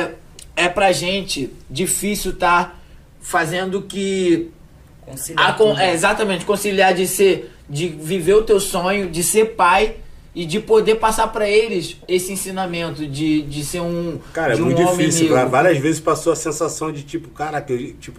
é pra gente difícil estar fazendo que... exatamente, conciliar de viver o teu sonho, de ser pai e de poder passar pra eles esse ensinamento de ser um... Cara, é muito difícil. Várias vezes passou a sensação de tipo, caraca, tipo,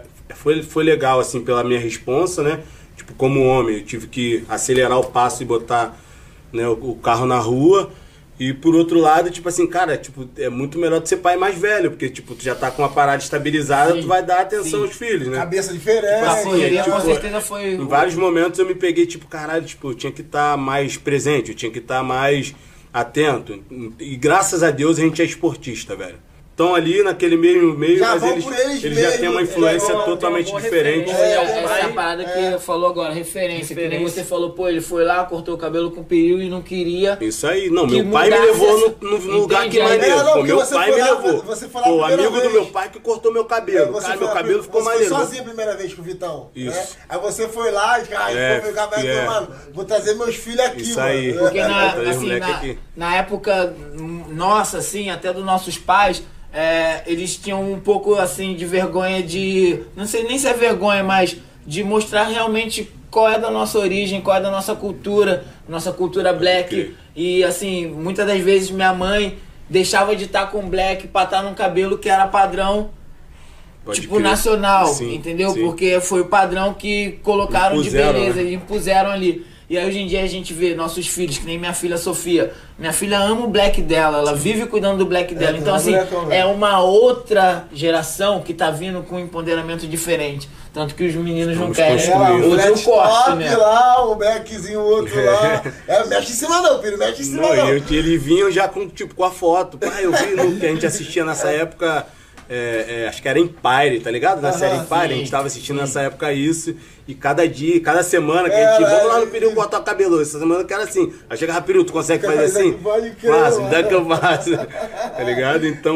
foi legal, assim, pela minha responsa, né? Tipo, como homem, eu tive que acelerar o passo e botar, né, o carro na rua. E por outro lado, tipo assim, cara, tipo, é muito melhor tu ser pai mais velho, porque tipo, tu já tá com uma parada estabilizada, tu vai dar atenção aos filhos, né? Cabeça diferente. Tipo assim, com certeza foi... Em vários momentos eu me peguei, tipo, caralho, tipo, eu tinha que estar mais presente, eu tinha que estar mais atento. E graças a Deus a gente é esportista, velho. Estão ali naquele mesmo meio, Já mas vão eles, por eles eles já mesmo, têm uma influência Tem uma totalmente boa diferente. referência. Essa é a parada que falou agora, referência. Que nem você falou, pô, ele foi lá, cortou o cabelo com peril e não queria. Isso aí, não, que meu pai me mudasse levou no lugar que Entendi. maneiro. É, não, Pô, meu você pai foi me lá, levou. você foi lá a Pô, primeira amigo do vez. meu pai que cortou meu cabelo. Cara, meu cabelo ficou maneiro. Você foi sozinho a primeira vez com o Vitão. Isso. Né? Aí você foi lá e meu cabelo é. mano, vou trazer meus filhos aqui, Isso mano. aí. Porque Assim, na época nossa, assim, até dos nossos pais, eles tinham um pouco assim de vergonha de. Não sei nem se é vergonha, mas de mostrar realmente qual é da nossa origem, qual é da nossa cultura black. Okay. E assim, muitas das vezes minha mãe deixava de estar com black pra estar num cabelo que era padrão. Pode Tipo, crer. nacional, Sim, entendeu? sim. Porque foi o padrão que colocaram Impuseram, de beleza, né? impuseram ali. E aí hoje em dia a gente vê nossos filhos, que nem minha filha Sofia. Minha filha ama o black dela, ela vive cuidando do black dela. Então assim, é uma outra geração que tá vindo com um empoderamento diferente. Tanto que os meninos não querem. construindo. O Usa o corte, né? lá, o backzinho, o outro lá. Mexe em cima não, filho, mexe em cima não. Eles vinham já com a foto. Pai, eu vi no que a gente assistia nessa época. Acho que era Empire, tá ligado? Na série Empire, a gente tava assistindo nessa época isso. E cada dia, cada semana que a gente vamos lá no período cortar o cabelo. Essa semana que era assim. Aí chegava, período, tu consegue fazer assim? Faço, me dá que eu faço. Tá ligado? Então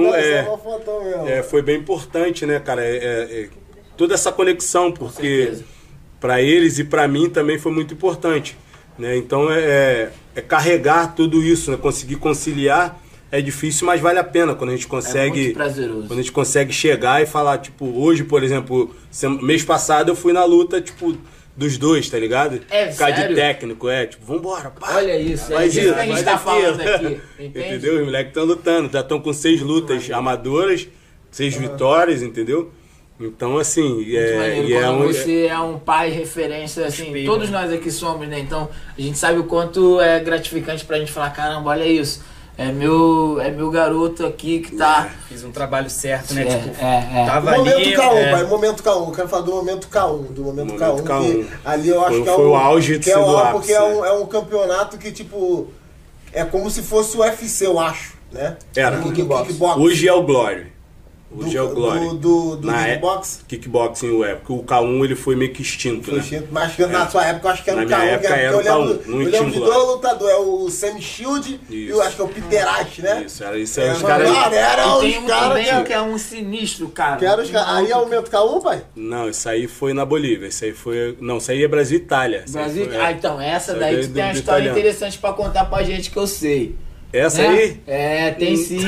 foi bem importante, né, cara? Toda essa conexão, porque pra eles e pra mim também foi muito importante. Né? Então carregar tudo isso, né? Conseguir conciliar. É difícil, mas vale a pena quando a gente consegue. É muito prazeroso. Quando a gente consegue chegar e falar, tipo, hoje, por exemplo, mês passado eu fui na luta, tipo, dos dois, tá ligado? Ficar sério? de técnico, tipo, vambora, pá. Olha isso, faz isso que a gente tá falando aqui, entende? Entendeu? Os moleques estão lutando, já estão com 6 lutas amadoras, 6 vitórias, entendeu? Então, assim, você é um pai referência, assim, Espelho. todos nós aqui somos, né? Então, a gente sabe o quanto é gratificante pra gente falar, caramba, olha isso. É meu garoto aqui que tá... Fiz um trabalho certo, né? Tava momento ali... K1, pai, momento K1. Eu quero falar do momento K1. Do momento K1. Que ali eu acho que foi o auge de ser do ápice. Porque é um campeonato que, tipo... É como se fosse o UFC, eu acho, né? Era. Kickbox. Hoje é o Glory. Hoje é o Glory. Do kickbox? Kickboxing, porque o K1 ele foi meio que extinto, né? Mas na sua época eu acho que era o K1. Na minha época era o K1. Eu lembro de dois lutadores, é o Sammy Shield e eu acho que é o Peter Ash, né? Isso, era os caras... Tem um também que é um sinistro, cara. Aí é o momento K1, pai? Não, isso aí foi na Bolívia. Isso aí foi... Não, isso aí é Brasil e Itália. Brasil... então, essa daí tu tem uma história interessante pra contar pra gente que eu sei. Essa aí? Tem sim,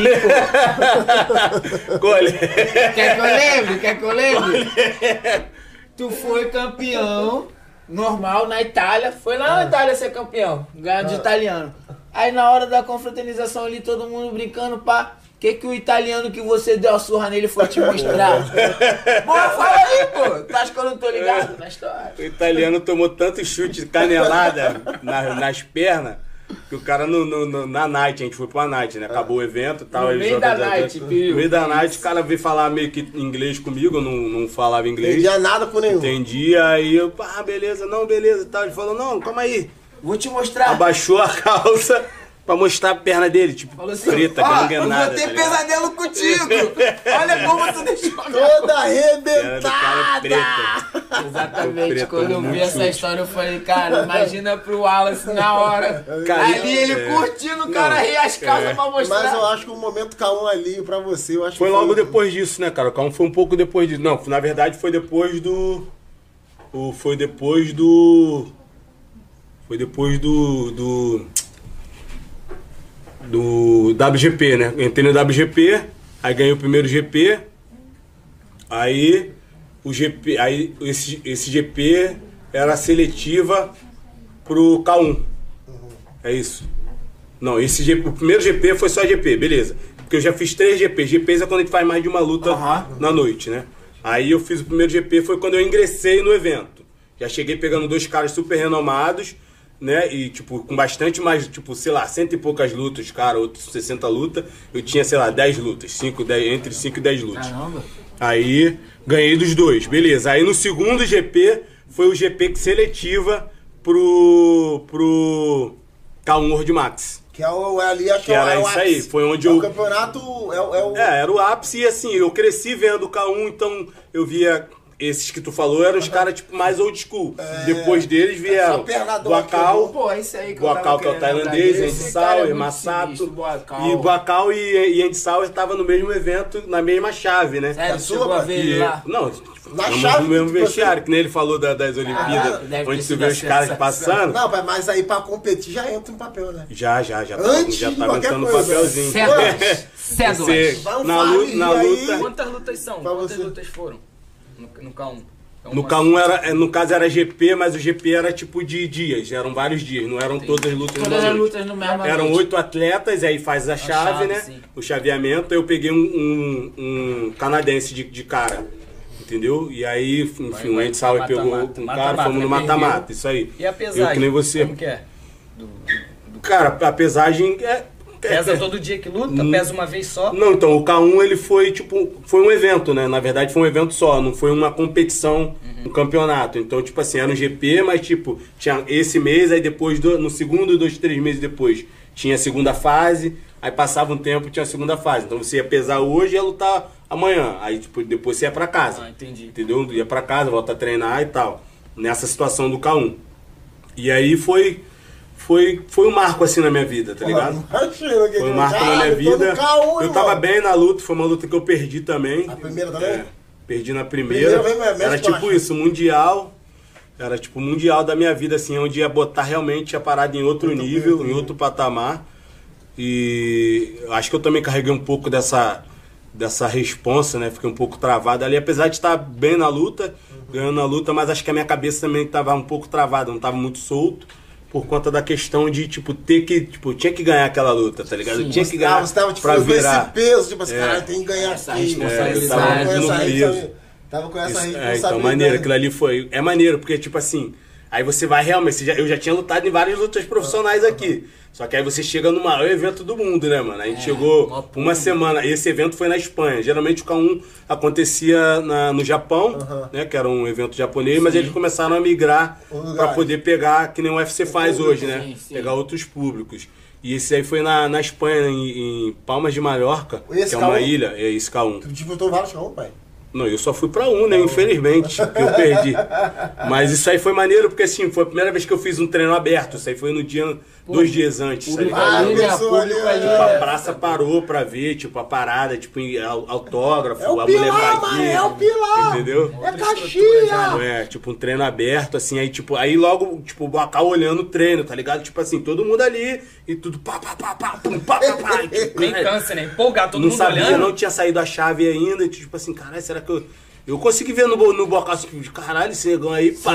pô. Quer que eu lembre? Tu foi campeão normal na Itália. Foi lá na Itália ser campeão. Ganhar de italiano. Aí na hora da confraternização ali, todo mundo brincando, pá. O que o italiano que você deu a surra nele foi te mostrar? Pô, fala aí, pô. Tu acha que eu não tô ligado na história? O italiano tomou tanto chute de canelada nas pernas. Que o cara na night, a gente foi pra night, né? Acabou o evento e tal. No meio da night, No meio da night, o cara veio falar meio que inglês comigo, eu não falava inglês. Não entendia nada com nenhum. Entendia, aí eu, beleza e tal. Ele falou, não, calma aí. Vou te mostrar. Abaixou a calça pra mostrar a perna dele, tipo, assim, preta, granguenada. Eu vou ter pesadelo contigo. Olha como tu deixou. Toda arrebentada. Exatamente, preta, quando eu vi muito essa história eu falei, cara, imagina pro Wallace na hora. Cara, ali ele curtindo, o cara ria as calças pra mostrar. Mas eu acho que o momento K1 ali pra você, eu acho foi que logo depois disso, né, cara? O K1 foi um pouco depois disso. Não, na verdade foi depois do... Foi depois do WGP, né? Entrei no WGP, aí ganhei o primeiro GP, aí o GP, aí esse GP era seletiva pro K1. É isso. Não, o primeiro GP foi só GP, beleza. Porque eu já fiz 3 GPs. GPs é quando a gente faz mais de uma luta na noite, né? Aí eu fiz o primeiro GP, foi quando eu ingressei no evento. Já cheguei pegando 2 caras super renomados, né? E, tipo, com bastante mais, tipo, sei lá, 100 e poucas lutas, cara, outros 60 lutas. Eu tinha, sei lá, 10 lutas, entre 5 e 10 lutas. Caramba. Aí, ganhei dos 2, beleza. Aí no segundo GP, foi o GP seletiva pro K1 World Max. Que é ali, acho que era é o isso ápice. aí. Foi onde o campeonato era o ápice e assim, eu cresci vendo o K1, então eu via... Esses que tu falou eram os caras tipo mais old school. Depois deles vieram Boacal, Pô, isso aí que Boacal, que é o tailandês, Andy Sauer, Massato. E Boacal e Andy Sauer estavam no mesmo evento, na mesma chave, né? Sério, chegou a ver ele lá? Não, na chave, no mesmo vestiário, que nem ele falou das Olimpíadas, onde tu vê os caras passando. Não, mas aí pra competir já entra um papel, né? Já tá entrando um papelzinho. Cédulas. Na luta. Quantas lutas são? Quantas lutas foram? No K1. No K1 no caso era GP, mas o GP era tipo de dias, eram vários dias, não eram todas as lutas. Todas as lutas no mesmo Eram noite. 8 atletas, aí faz a chave, né? Sim. O chaveamento, eu peguei um canadense de cara, entendeu? E aí, enfim, o Andy Sauer pegou um cara, fomos no mata-mata, isso aí. E a pesagem? Eu que nem você. Como que é? Cara, a pesagem Pesa todo dia que luta? Pesa uma vez só? Não, então, o K1 ele foi tipo, foi um evento, né? Na verdade foi um evento só, não foi uma competição, um campeonato. Então, tipo assim, era um GP, mas tipo, tinha esse mês, aí depois, no segundo, 2, 3 meses depois, tinha a segunda fase, aí passava um tempo, tinha a segunda fase. Então você ia pesar hoje e ia lutar amanhã. Aí tipo, depois você ia pra casa. Ah, entendi. Entendeu? Ia pra casa, volta a treinar e tal. Nessa situação do K1. E aí foi um marco assim na minha vida, tá ligado? Foi um marco na minha vida. Eu tava bem na luta, foi uma luta que eu perdi também. A primeira também? Perdi na primeira. Era tipo isso, mundial. Era tipo mundial da minha vida, assim, onde ia botar realmente a parada em outro nível, em outro patamar. E acho que eu também carreguei um pouco dessa responsa, né? Fiquei um pouco travado ali, apesar de estar bem na luta, ganhando na luta, mas acho que a minha cabeça também estava um pouco travada, não estava muito solto. Por conta da questão de, tipo, tinha que ganhar aquela luta, tá ligado? Sim, tinha que ganhar você tava, tipo, pra virar. esse peso, tipo assim, caralho, tem que ganhar essa responsabilidade. Tava com essa responsabilidade. Então, maneiro, aquilo ali foi... É maneiro, porque, tipo assim, aí você vai realmente... Eu já tinha lutado em várias lutas profissionais aqui. Só que aí você chega no maior evento do mundo, né, mano? A gente chegou uma semana... Esse evento foi na Espanha. Geralmente o K1 acontecia no Japão, né? Que era um evento japonês, mas eles começaram a migrar pra poder pegar, que nem o UFC faz hoje, né? Sim. Pegar outros públicos. E esse aí foi na Espanha, em Palmas de Mallorca, que é uma ilha. É esse K1. Tu disputou vários K1, pai? Não, eu só fui pra um, né? Infelizmente, que eu perdi. Mas isso aí foi maneiro, porque assim, foi a primeira vez que eu fiz um treino aberto. Isso aí foi no dia, 2 dias antes. Público ali, a praça parou pra ver, tipo, a parada, tipo, autógrafo, a mulher vaguinha. É o pilar! Entendeu? É caixinha! É, tipo, um treino aberto, assim, aí logo, tipo, o Boacal olhando o treino, tá ligado? Tipo assim, todo mundo ali, e tudo pá, tipo, nem cansa, né? Empolgar, todo não mundo sabia, olhando. não tinha saído a chave ainda, e, tipo assim, caralho, será que eu consegui ver no Boacal, tipo, de caralho, esse negão aí, pá,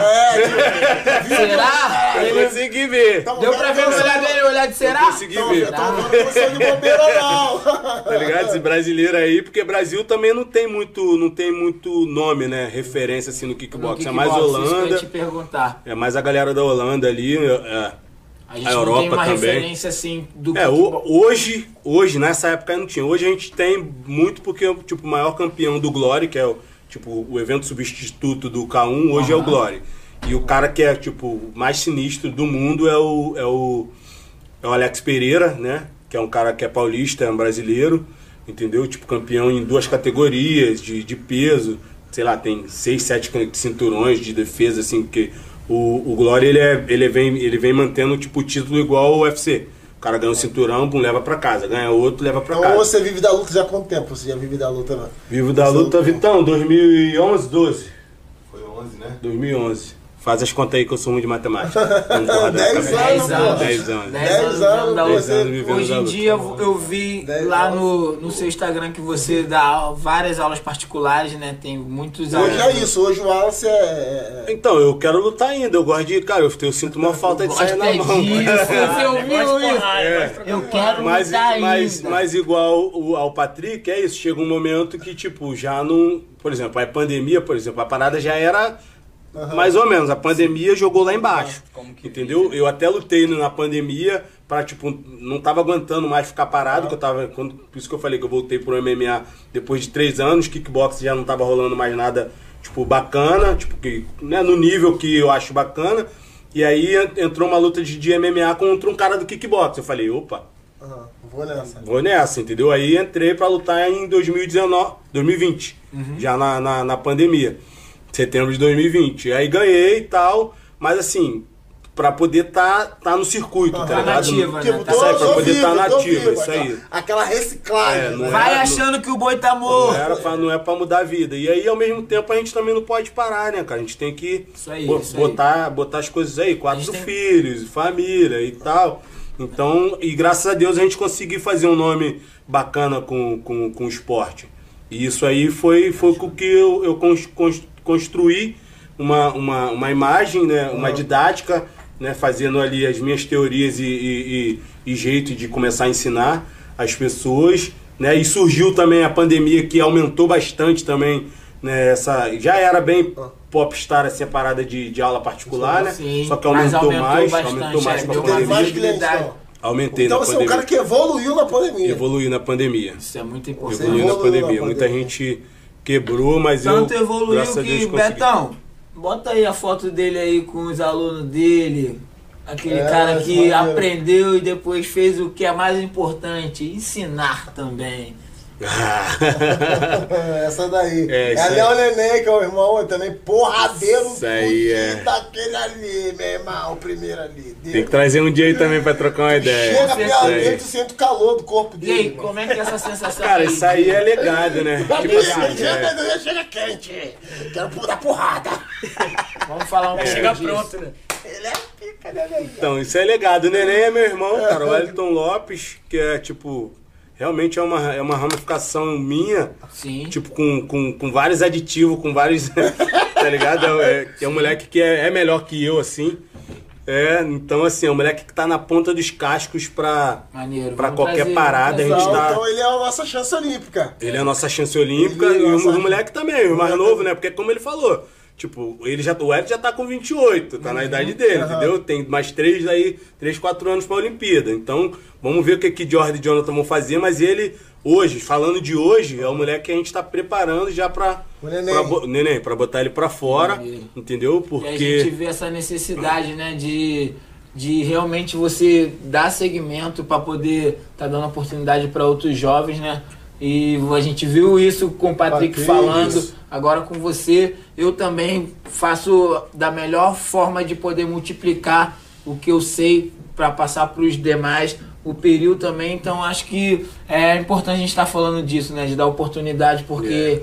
né? Será? Eu consegui ver. Deu pra ver o olhar dele, o olhar de será? Eu consegui ver. Não de bobeira, não. Tá ligado? Esse brasileiro aí, porque Brasil também não tem muito nome, né? Referência assim no kickbox. É mais Holanda. Isso que eu ia te perguntar. É mais a galera da Holanda ali. A gente a não Europa tem uma também. referência assim do kickbox. Hoje, nessa época não tinha. Hoje a gente tem muito porque tipo, o maior campeão do Glory, que é o evento substituto do K1, hoje é o Glory. E o cara que é tipo o mais sinistro do mundo é o Alex Pereira, né? Que é um cara que é paulista, é um brasileiro, entendeu? Tipo, campeão em 2 categorias de peso. Sei lá, tem 6, 7 cinturões de defesa, assim, porque o Glory, ele vem mantendo, tipo, o título igual ao UFC. O cara ganha um cinturão, leva pra casa. Ganha outro, leva pra casa. Então você vive da luta já há quanto tempo? Você já vive da luta, não? Vivo da luta, Vitão, 2011, 12. Foi 11, né? 2011. Faz as contas aí que eu sou ruim de matemática. 10 anos, 10 anos. 10 anos da luta. Hoje em dia eu vi lá no seu Instagram que você dá várias aulas particulares, né? Tem muitos Hoje é isso, hoje o Wallace é... Então, eu quero lutar ainda, eu gosto de... Cara, eu sinto uma falta de sair na mão. Eu quero lutar ainda. Mas igual ao Patrick, é isso, chega um momento que, tipo, já não... Por exemplo, a pandemia, a parada já era... Mais ou menos, a pandemia jogou lá embaixo, entendeu? Eu até lutei na pandemia pra, tipo, não tava aguentando mais ficar parado, que eu tava, por isso que eu falei que eu voltei pro MMA depois de 3 anos, kickbox já não tava rolando mais nada, tipo, bacana, tipo, que, né, no nível que eu acho bacana, E aí entrou uma luta de MMA contra um cara do kickbox. Eu falei, opa, vou nessa, entendeu? Aí entrei pra lutar em 2020, já na pandemia, setembro de 2020. Aí ganhei e tal, mas assim, pra poder tá no circuito, tá ligado? Nativa, né? Pra poder estar nativa, isso aí. Aquela reciclagem. Vai achando que o boi tá morto. Não é pra mudar a vida. E aí, ao mesmo tempo, a gente também não pode parar, né, cara? A gente tem que botar as coisas aí, 4 filhos, família e tal. Então, e graças a Deus a gente conseguiu fazer um nome bacana com o esporte. E isso aí foi com que eu construí uma imagem, né, uma didática, né, fazendo ali as minhas teorias e jeito de começar a ensinar as pessoas, né, e surgiu também a pandemia que aumentou bastante também, né, já era bem popstar assim, a parada de aula particular, né, só que aumentou mais com a pandemia. Aumentei então, na pandemia. Então você é um cara que evoluiu na pandemia. Evoluiu na pandemia. Isso é muito importante. Evoluiu na pandemia. Muita gente quebrou, mas tanto evoluiu que, Betão, bota aí a foto dele aí com os alunos dele. Aquele cara que aprendeu e depois fez o que é mais importante, ensinar também. Essa daí. Ali é o Neném, que é o irmão, também porradeiro. Isso aí daquele ali, meu irmão, o primeiro ali. Tem que trazer um dia aí também pra trocar uma ideia. Chega perto dele, tu sente o calor do corpo dele. E aí, como é que é essa sensação? Cara, isso aí é legado, né? Tipo assim, chega quente. Quero dar porrada. Vamos falar um pouco Chega disso. pronto, né? Ele é pica, né, velho? Então, isso é legado. O Neném é meu irmão, cara. O Wellington Lopes, que é tipo... Realmente é uma ramificação minha, Sim. tipo, com vários aditivos, com vários... tá ligado? É um moleque que é melhor que eu, assim. Então, assim, é um moleque que tá na ponta dos cascos pra qualquer parada. A gente tá... Então ele é a nossa chance olímpica. Ele é a nossa chance olímpica e o moleque também, o mais novo, né? Porque como ele falou... Tipo, o Hélio já tá com 28, tá na idade dele, entendeu? Tem mais 3, 4 anos pra Olimpíada. Então, vamos ver o que Jordan e Jonathan vão fazer, mas ele, hoje, falando de hoje, é o moleque que a gente tá preparando já pra botar ele pra fora, entendeu? Porque... E a gente vê essa necessidade, né, de realmente você dar seguimento pra poder tá dando oportunidade pra outros jovens, né? E a gente viu isso com o Patrick falando, agora com você. Eu também faço da melhor forma de poder multiplicar o que eu sei para passar para os demais, o período também. Então acho que é importante a gente estar falando disso, né? De dar oportunidade, porque...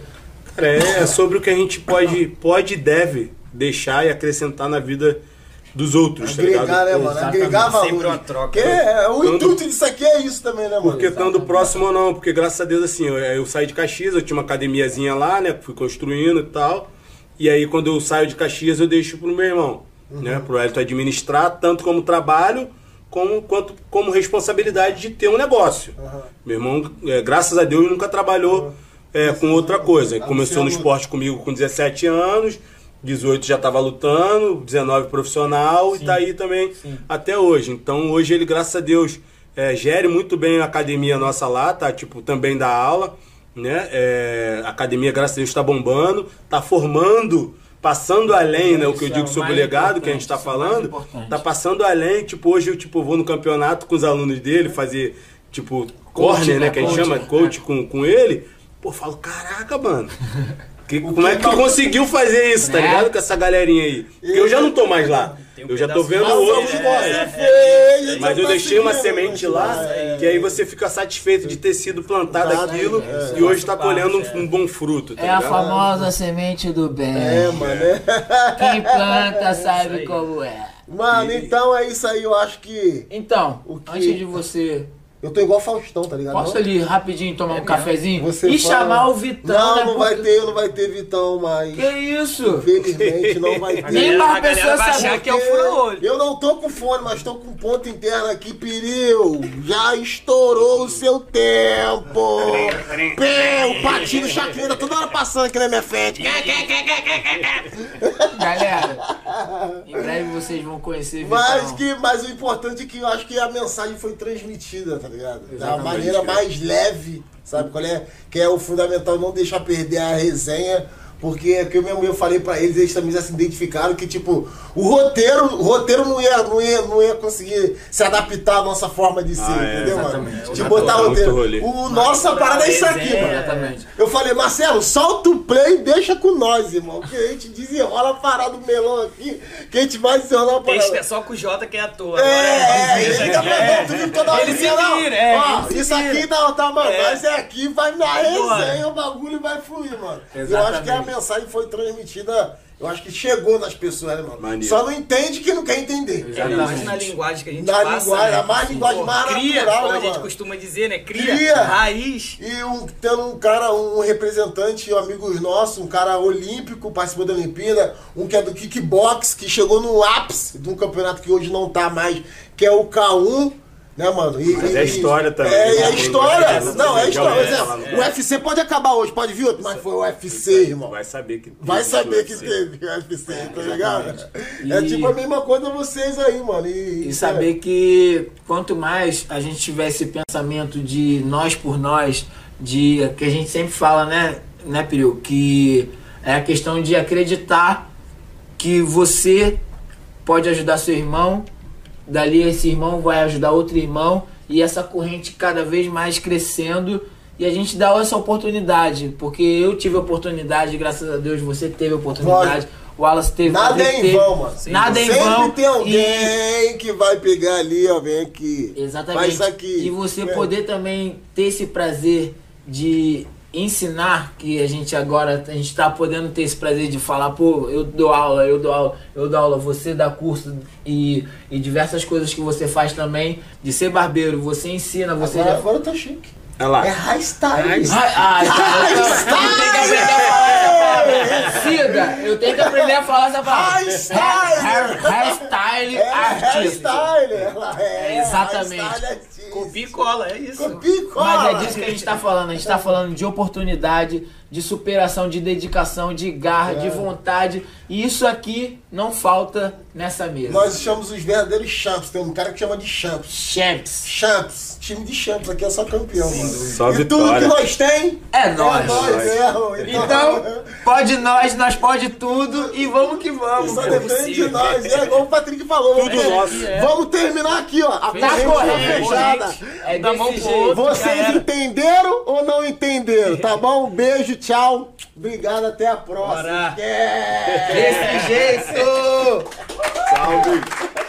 É sobre o que a gente pode e deve deixar e acrescentar na vida dos outros, agregar, tá ligado? né, mano? Agregar valor. Sempre uma troca. O intuito disso aqui é isso também, né, mano? Porque estando próximo ou não, porque graças a Deus, assim, eu saí de Caxias, eu tinha uma academiazinha lá, né, fui construindo e tal, e aí quando eu saio de Caxias eu deixo pro meu irmão, né, pro Elton administrar, tanto como trabalho, quanto como responsabilidade de ter um negócio. Meu irmão, graças a Deus, nunca trabalhou com outra coisa. Ele começou no esporte comigo com 17 anos, 18 já estava lutando, 19 profissional, e tá aí também até hoje. Então hoje ele, graças a Deus, gere muito bem a academia nossa lá, tá? Tipo, também dá aula, né? A academia, graças a Deus, está bombando, tá formando, passando além, né? O que eu digo sobre o legado que a gente tá falando, tá passando além. Tipo, hoje eu vou no campeonato com os alunos dele, fazer, tipo, corner, né? Que a gente chama coach com ele. Pô, eu falo, caraca, mano. Como é que tu conseguiu fazer isso, tá ligado? Com essa galerinha aí. Porque eu já não tô mais lá. Eu já tô vendo outros. Mas eu deixei uma semente lá, que aí você fica satisfeito de ter sido plantado aquilo e hoje tá colhendo um bom fruto, tá ligado? a famosa semente do bem. Mano. Quem planta sabe como é. Mano, então é isso aí, eu acho que... Então, antes de você... Eu tô igual Faustão, tá ligado? Posso ali rapidinho tomar um cafezinho? Você e fala... chamar o Vitão, Não, né? não vai ter Vitão mais. Que isso? Infelizmente não vai ter. Nem mais pessoas sabem que é o furo-olho. Eu não tô com fone, mas tô com ponto interno aqui, Piril. Já estourou o seu tempo. O patinho chacreira toda hora passando aqui na minha frente. Galera, em breve vocês vão conhecer Vitão. Mas o importante é que eu acho que a mensagem foi transmitida, tá ligado? Da maneira mais leve, sabe qual é? Que é o fundamental, não deixar perder a resenha, Porque é que eu falei pra eles também já se identificaram que, tipo, o roteiro não ia conseguir se adaptar à nossa forma de ser, entendeu, mano? De botar roteiro. Nossa parada é isso aqui, mano. Exatamente. Eu falei, Marcelo, solta o play e deixa com nós, irmão. Que a gente desenrola a parada do melão aqui, que a gente vai desenrolar a parada. Esse é só com o Jota que é ator. Tu viu toda hora. Ele se vira, isso aqui tá, mano. Mas é aqui, vai na resenha, o bagulho vai fluir, mano. Eu acho que a mensagem foi transmitida, eu acho que chegou nas pessoas, né, mano? Maneiro. Só não entende que não quer entender. Mas na linguagem que a gente Na passa, linguagem, né? a mais linguagem mais Cria, natural, como né, a gente mano? costuma dizer, né? Cria, raiz. E tendo um cara, um representante, amigos nossos, um cara olímpico, participou da Olimpíada, um que é do kickbox, que chegou no ápice de um campeonato que hoje não tá mais, que é o K1, né, mano? Mas é história também. É história. Não, é história. Por Legal, exemplo, o UFC pode acabar hoje, pode vir outro, mas foi o UFC, irmão. Vai saber que teve o UFC, tá ligado? É tipo a mesma coisa vocês aí, mano. E saber que quanto mais a gente tiver esse pensamento de nós por nós, de que a gente sempre fala, né, Piriu, que é a questão de acreditar que você pode ajudar seu irmão, dali esse irmão vai ajudar outro irmão, e essa corrente cada vez mais crescendo, e a gente dá essa oportunidade, porque eu tive a oportunidade, graças a Deus você teve a oportunidade, o Wallace teve. Nada é em vão, mano. Nada é em Sempre vão. tem alguém que vai pegar ali, ó, vem aqui. Exatamente. Faz isso aqui. E você poder também ter esse prazer de ensinar, que a gente tá podendo ter esse prazer de falar, pô, eu dou aula, você dá curso e diversas coisas que você faz também, de ser barbeiro, você ensina, você Agora fora tá chique. Olha lá. É hairstyle. Eu tenho que aprender a falar essa palavra. Hairstyle artista. Exatamente. Copia e cola, é isso. Copia e cola. Mas é disso que a gente tá falando. A gente tá falando de oportunidade, de superação, de dedicação, de garra, de vontade. E isso aqui não falta nessa mesa. Nós chamamos os verdadeiros champs. Tem um cara que chama de champs. Champs. Time de champs. Aqui é só campeão, mano. Só e vitória. tudo que nós tem é nós. Então, pode nós pode tudo e vamos que vamos. Só depende de nós. É igual o Patrick falou. Tudo nosso. Vamos terminar aqui, ó. A corrente tá fechada. É desse jeito. Vocês entenderam ou não entenderam? Tá bom? Um beijo, tchau. Obrigado, até a próxima. Bora. Desse jeito. Salve.